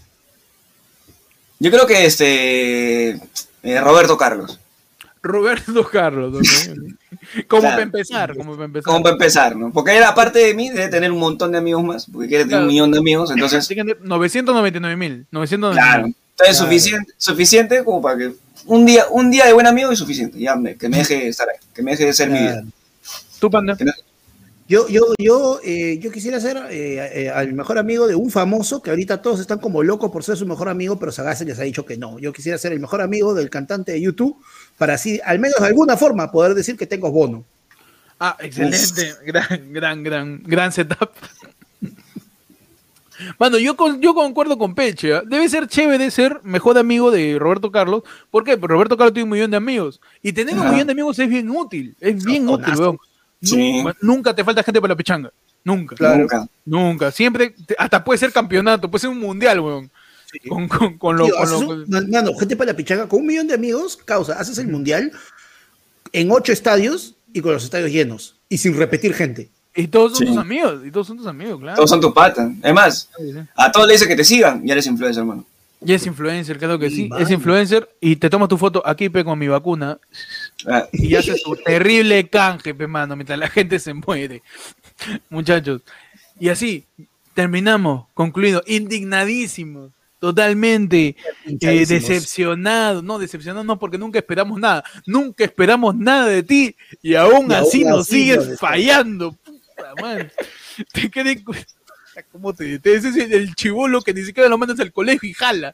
Yo creo que este. eh, Roberto Carlos. Roberto Carlos, ¿no? Como Claro. para empezar, como para empezar. Como para empezar, ¿no? Porque él, aparte de mí, debe tener un montón de amigos más. Porque quiere tener Claro. un millón de amigos. Entonces, Fíjate, novecientos noventa y nueve mil. novecientos noventa y nueve claro. mil. Entonces, Claro. suficiente, suficiente como para que. Un día, un día de buen amigo es suficiente. Ya, me- que me deje estar ahí. Que me deje de ser mi vida. Claro. ¿Tú, Panda? Yo, yo, yo, eh, yo quisiera ser eh, eh, al mejor amigo de un famoso que ahorita todos están como locos por ser su mejor amigo, pero Sagasti les ha dicho que no. Yo quisiera ser el mejor amigo del cantante de YouTube para así, al menos de alguna forma, poder decir que tengo bono. Ah, excelente. Gran, gran, gran, gran setup. Mano, yo, con, yo concuerdo con Peche. ¿eh? Debe ser chévere ser mejor amigo de Roberto Carlos. ¿Por qué? Porque Roberto Carlos tiene un millón de amigos. Y tener un Ajá. millón de amigos es bien útil. Es bien útil, Conazo. weón. Sí. Nunca, nunca te falta gente para la pechanga. Nunca. Claro. Nunca. Nunca. Siempre, te- hasta puede ser campeonato, puede ser un mundial, weón. Con, con, con lo, Tío, con haces lo- un- no, mano, gente para la pichaga, con un millón de amigos, causa, haces el mundial en ocho estadios y con los estadios llenos y sin repetir gente. Y todos son Sí. tus amigos. Y todos son tus amigos, claro. Todos son tus patas. Es más, Sí, sí. a todos le dices que te sigan y eres influencer, hermano. Y es influencer, creo que sí, Sí, es mano. influencer y te tomas tu foto aquí, pe, con mi vacuna Ah, y haces tu terrible canje, pe, mano, mientras la gente se muere. Muchachos. Y así, terminamos, concluido, indignadísimos, totalmente eh, Hinchadísimos. decepcionados, no, decepcionados no, porque nunca esperamos nada, nunca esperamos nada de ti y aún Y aún así nos así sigues nos des- fallando. Puta madre. Te quedé... cu- ¿Cómo te, te ese es el chibolo que ni siquiera lo mandas al colegio y jala?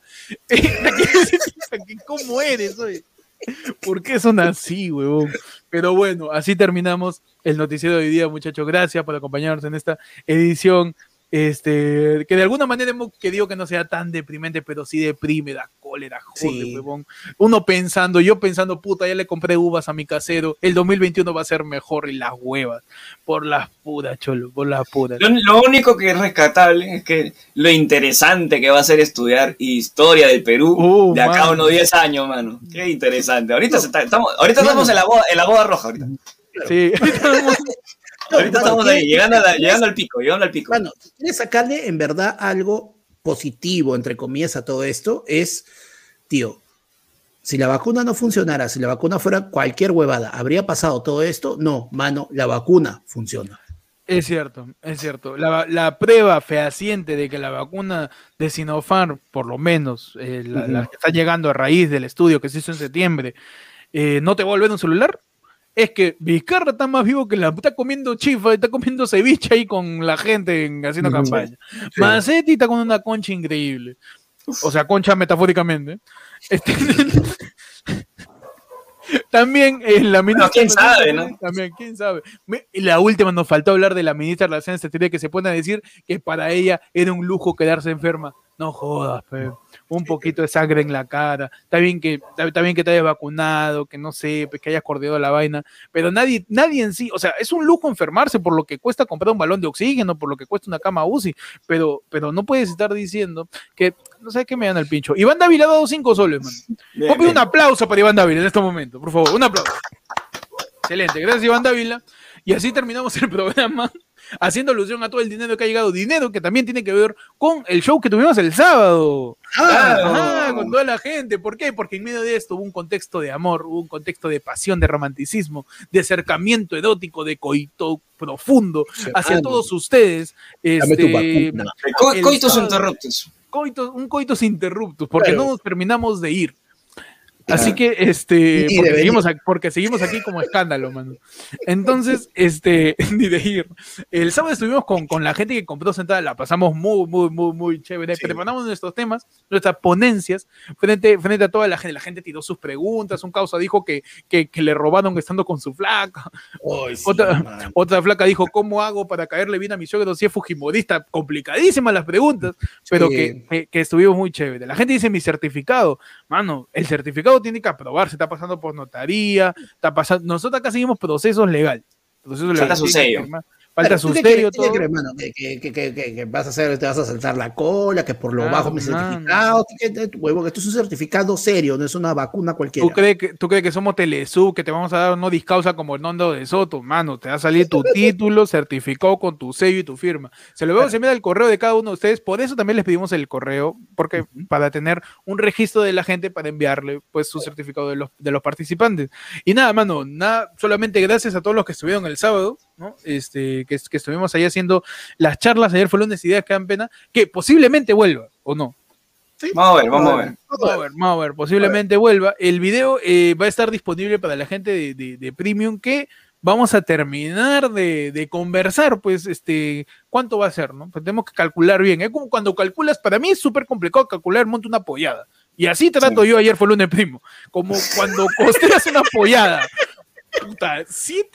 ¿Cómo eres, oye? ¿Por qué son así, huevón? Pero bueno, así terminamos el noticiero de hoy día, muchachos. Gracias por acompañarnos en esta edición. Este, que de alguna manera hemos querido que no sea tan deprimente, pero sí deprime, da cólera, jode, Sí. huevón. Uno pensando, yo pensando, puta, ya le compré uvas a mi casero, el dos mil veintiuno va a ser mejor y las huevas. Por las puras, cholo, por las puras. Lo, lo único que es rescatable es que lo interesante que va a ser estudiar historia del Perú Uh, de acá a mano. unos diez años, mano. Qué interesante. Ahorita, No. se está- estamos, ahorita Mano. estamos en la boda, en la boda roja. Ahorita, Sí, ahorita mano, estamos ahí, ¿qué- llegando, a la- qué- llegando al pico, llegando al pico. Bueno, si quieres sacarle en verdad algo positivo, entre comillas, a todo esto, es, tío, si la vacuna no funcionara, si la vacuna fuera cualquier huevada, ¿habría pasado todo esto? No, mano, la vacuna funciona. es cierto, es cierto. La, la prueba fehaciente de que la vacuna de Sinopharm, por lo menos, eh, la, la que está llegando a raíz del estudio que se hizo en septiembre, eh, no te va a volver un celular, es que Vizcarra está más vivo que la... Está comiendo chifa, está comiendo ceviche ahí con la gente en- haciendo Ujú. campaña. Macetti está con una concha increíble. O sea, concha metafóricamente. Este, también eh, la ministra... quién sabe, ¿no? También, quién sabe. Me- y la última, nos faltó hablar de la ministra de Relaciones Exteriores que se pone a decir que para ella era un lujo quedarse enferma. No jodas, pe. Un poquito de sangre en la cara. Está bien que, está, está bien que te hayas vacunado, que no sé, pues, que hayas coordinado la vaina, pero nadie, nadie en sí, o sea, es un lujo enfermarse por lo que cuesta comprar un balón de oxígeno, por lo que cuesta una cama U C I, pero, pero no puedes estar diciendo que, no sé qué me dan el pincho. Iván Dávila ha dado cinco soles, man. Bien, Voy a pedir un bien. aplauso para Iván Dávila en este momento, por favor, un aplauso. Excelente, gracias Iván Dávila. Y así terminamos el programa, haciendo alusión a todo el dinero que ha llegado, dinero que también tiene que ver con el show que tuvimos el sábado. Claro. Ajá, con toda la gente. ¿Por qué? Porque en medio de esto hubo un contexto de amor, hubo un contexto de pasión, de romanticismo, de acercamiento erótico, de coito profundo hacia Mano, todos ustedes. dame tu Este, vacuna. Co- el coitos sábado- interruptos. coitos, un coitos interruptus, porque Claro. no nos terminamos de ir. Así Claro. que, este, Ni porque de seguimos, aquí, porque seguimos aquí como escándalo, mano. Entonces, este, ni de ir. El sábado estuvimos con, con la gente que compró sentada, la pasamos muy, muy, muy, muy chévere. Sí. Preparamos nuestros temas, nuestras ponencias, frente, frente a toda la gente. La gente tiró sus preguntas, un causa dijo que, que, que le robaron estando con su flaca. Ay, sí, Otra, mano. otra flaca dijo, ¿cómo hago para caerle bien a mi suegro si es fujimorista? Complicadísimas las preguntas, pero Sí. que, que, que estuvimos muy chévere. La gente dice, mi certificado. Mano, el certificado tiene que aprobarse, está pasando por notaría, está pasando... Nosotros acá seguimos procesos legales. Procesos Falta legales. su Tiene que sello. firmar, Falta Claro, su ¿tú qué sello, crees, tú qué todo. crees, mano? Que, que, que, que, que- que vas a hacer, te vas a saltar la cola, que por lo Ah, bajo mi mano. certificado, que, que- huevo, que esto es un certificado serio, no es una vacuna cualquiera. ¿Tú crees, que, ¿Tú crees que somos Telesub, que te vamos a dar no discausa como el Nondo de Soto? Mano, te va a salir tu título certificado con tu sello y tu firma. Se lo veo, se mira el correo de cada uno de ustedes. Por eso también les pedimos el correo, porque para tener un registro de la gente para enviarle pues su certificado de los, de los participantes. Y nada, mano, nada, solamente gracias a todos los que estuvieron el sábado, ¿no? Este, que, que estuvimos ahí haciendo las charlas. Ayer fue lunes, ideas que dan pena, que posiblemente vuelva, ¿o no? Vamos a ver, vamos a ver. Vamos a ver, vamos a ver, posiblemente vuelva. El video eh, va a estar disponible para la gente de, de- de Premium, que vamos a terminar de, de conversar, pues, este, cuánto va a ser, ¿no? Pues tenemos que calcular bien. Es como cuando calculas, para mí es súper complicado calcular, monto una pollada. Y así trato Sí. yo, ayer fue lunes primo. Como cuando costeas una pollada. Puta, ¿siete?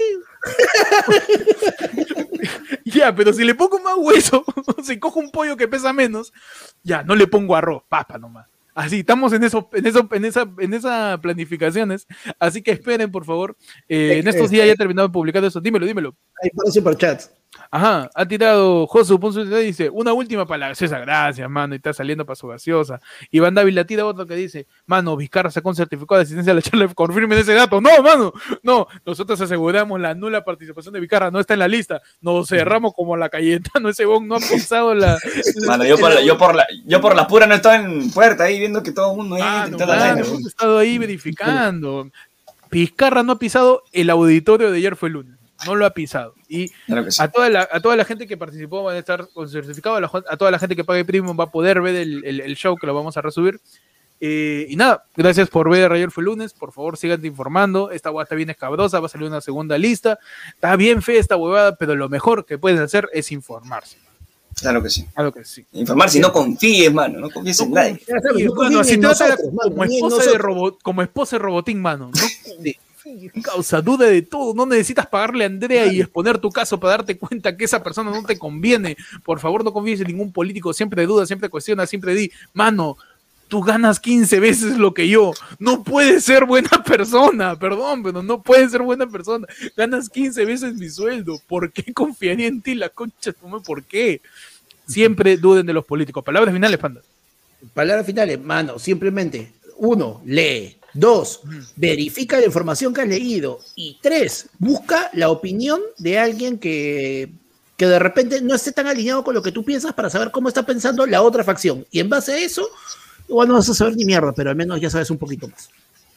Ya, pero si le pongo más hueso, si cojo un pollo que pesa menos, ya, no le pongo arroz, papa nomás. Así, estamos en eso, en eso, en esa, en esa planificaciones. Así que esperen, por favor. Eh, en estos días ya he terminado de publicar eso. Dímelo, dímelo. Ahí para superchats. Ajá, ha tirado Josu Ponce y dice, una última palabra, César, gracias, mano, y está saliendo para su gaseosa. Iván Dávila tira otro que dice, mano, Vizcarra sacó un certificado de asistencia a la charla, confirmen ese dato. No, mano, no, nosotros aseguramos la nula participación de Vizcarra, no está en la lista, nos cerramos como la Cayetano, ese bon no ha pisado la... Mano, yo por la, yo por la, yo por la pura no estaba en puerta ahí viendo que todo el mundo ahí... Ah, no, toda la claro, gente. hemos estado ahí verificando. Vizcarra no ha pisado el auditorio de ayer fue el lunes. No lo ha pisado. Y Claro que sí. a, toda la, a toda la gente que participó van a estar con certificado, a, la, a toda la gente que pague Premium va a poder ver el, el, el show que lo vamos a resubir. Eh, y nada, gracias por ver ayer fue el lunes. Por favor, sigan informando. Esta huevada está bien escabrosa, va a salir una segunda lista. Está bien fea esta huevada, pero lo mejor que pueden hacer es informarse. Claro que sí. Claro que sí. Informar si no confíes, mano. No confíes en nadie. Y, bueno, así trata como, esposa de robot, como esposa de Robotín, mano. No, causa duda de todo, no necesitas pagarle a Andrea y exponer tu caso para darte cuenta que esa persona no te conviene. Por favor, no confíes en ningún político, siempre duda, siempre cuestiona, siempre di, mano, tú ganas quince veces lo que yo, no puedes ser buena persona, perdón, pero no puedes ser buena persona, ganas quince veces mi sueldo, ¿por qué confiaría en ti la concha? ¿Por qué? Siempre duden de los políticos. Palabras finales, Panda. Palabras finales, mano, simplemente, uno, lee. Dos, verifica la información que has leído. Y tres, busca la opinión de alguien que, que de repente no esté tan alineado con lo que tú piensas para saber cómo está pensando la otra facción. Y en base a eso, igual no vas a saber ni mierda, pero al menos ya sabes un poquito más.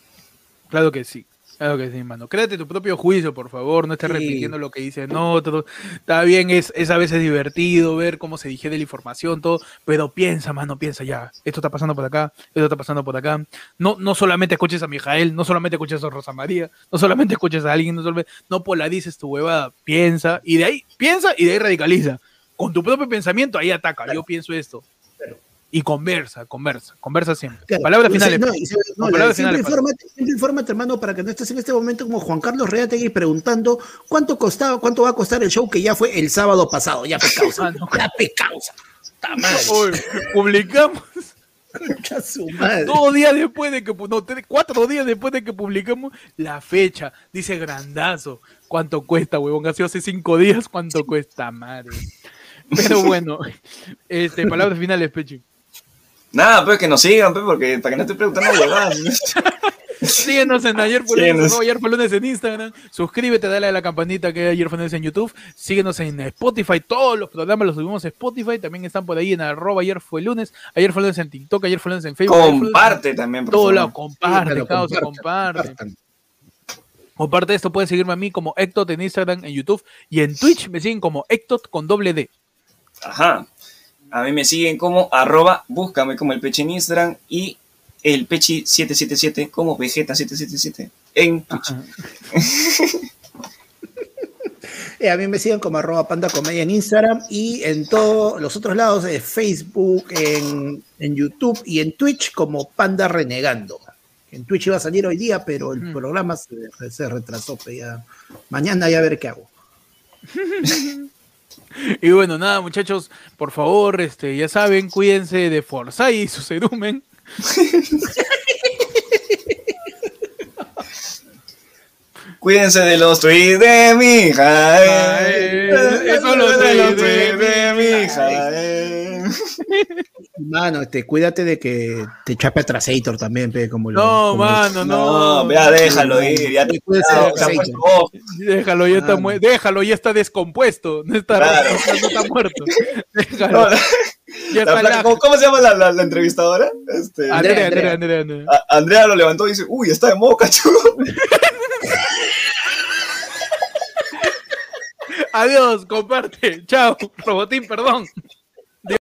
Claro que sí. Claro que sí, mano. Créate tu propio juicio, por favor. No estés sí. repitiendo lo que dicen otros. Está bien, es, es a veces divertido ver cómo se digiere la información, todo. Pero piensa, mano, piensa ya. Esto está pasando por acá, esto está pasando por acá. No, no solamente escuches a Mijael, no solamente escuches a Rosa María, no solamente escuches a alguien, no, solamente, no polarices tu huevada. Piensa, y de ahí, piensa y de ahí radicaliza. Con tu propio pensamiento, ahí ataca. Claro. Yo pienso esto. Claro. Y conversa, conversa, conversa siempre. Claro. Palabras finales. No, no, no, palabras siempre, finales infórmate, siempre infórmate, hermano, para que no estés en este momento como Juan Carlos Reategui preguntando cuánto costaba, cuánto va a costar el show que ya fue el sábado pasado. Ya pecausa, ah, no. ya pecausa. Hoy publicamos. Su madre. Dos días después de que, no, tres, cuatro días después de que publicamos la fecha, dice grandazo. ¿Cuánto cuesta, huevón? Ha sido hace cinco días, ¿cuánto cuesta, madre? Pero bueno, este, palabras finales, Pechi. Nada, pues que nos sigan, pues, porque para que no estoy preguntando huevadas. Síguenos en Ayer fue lunes, no, Ayer fue lunes en Instagram. Suscríbete, dale a la campanita que Ayer fue lunes en YouTube. Síguenos en Spotify, todos los programas los subimos en Spotify. También están por ahí en arroba Ayer fue lunes. Ayer fue lunes en TikTok, Ayer fue lunes en Facebook. Comparte también, por todo lado, comparte, sí, causa, comparte. Comparte esto, pueden seguirme a mí como Ectot en Instagram, en YouTube y en Twitch me siguen como Ectot con doble D. Ajá. A mí me siguen como arroba, búscame como el Pechi en Instagram y el Pechi siete siete siete como Vegeta siete siete siete en Twitch. eh, a mí me siguen como arroba Panda Comedia en Instagram y en todos los otros lados de Facebook, en, en YouTube y en Twitch como Panda Renegando. En Twitch iba a salir hoy día, pero el mm. programa se, se retrasó. Ya. Mañana ya a ver qué hago. Y bueno, nada, muchachos, por favor, este, ya saben, cuídense de Forsyth y su cerumen. Cuídense de los tweets de mi hija. Eh. Eso lo de los tweets de mi hija. Eh. Mano, este, cuídate de que te chape a Trasator también, pe, como No, lo, como mano, no. No, ya déjalo ir, ya te puede no, ser. Déjalo, ya está mu- déjalo, ya está descompuesto, no está, claro. no, no está muerto. Déjalo. No, ya está la, ¿cómo, ¿Cómo se llama la, la, la entrevistadora? Este, Andrea, Andrea, Andrea, Andrea. A, Andrea lo levantó y dice, uy, está de moca, chulo. Adiós, comparte. Chao, Robotín, perdón.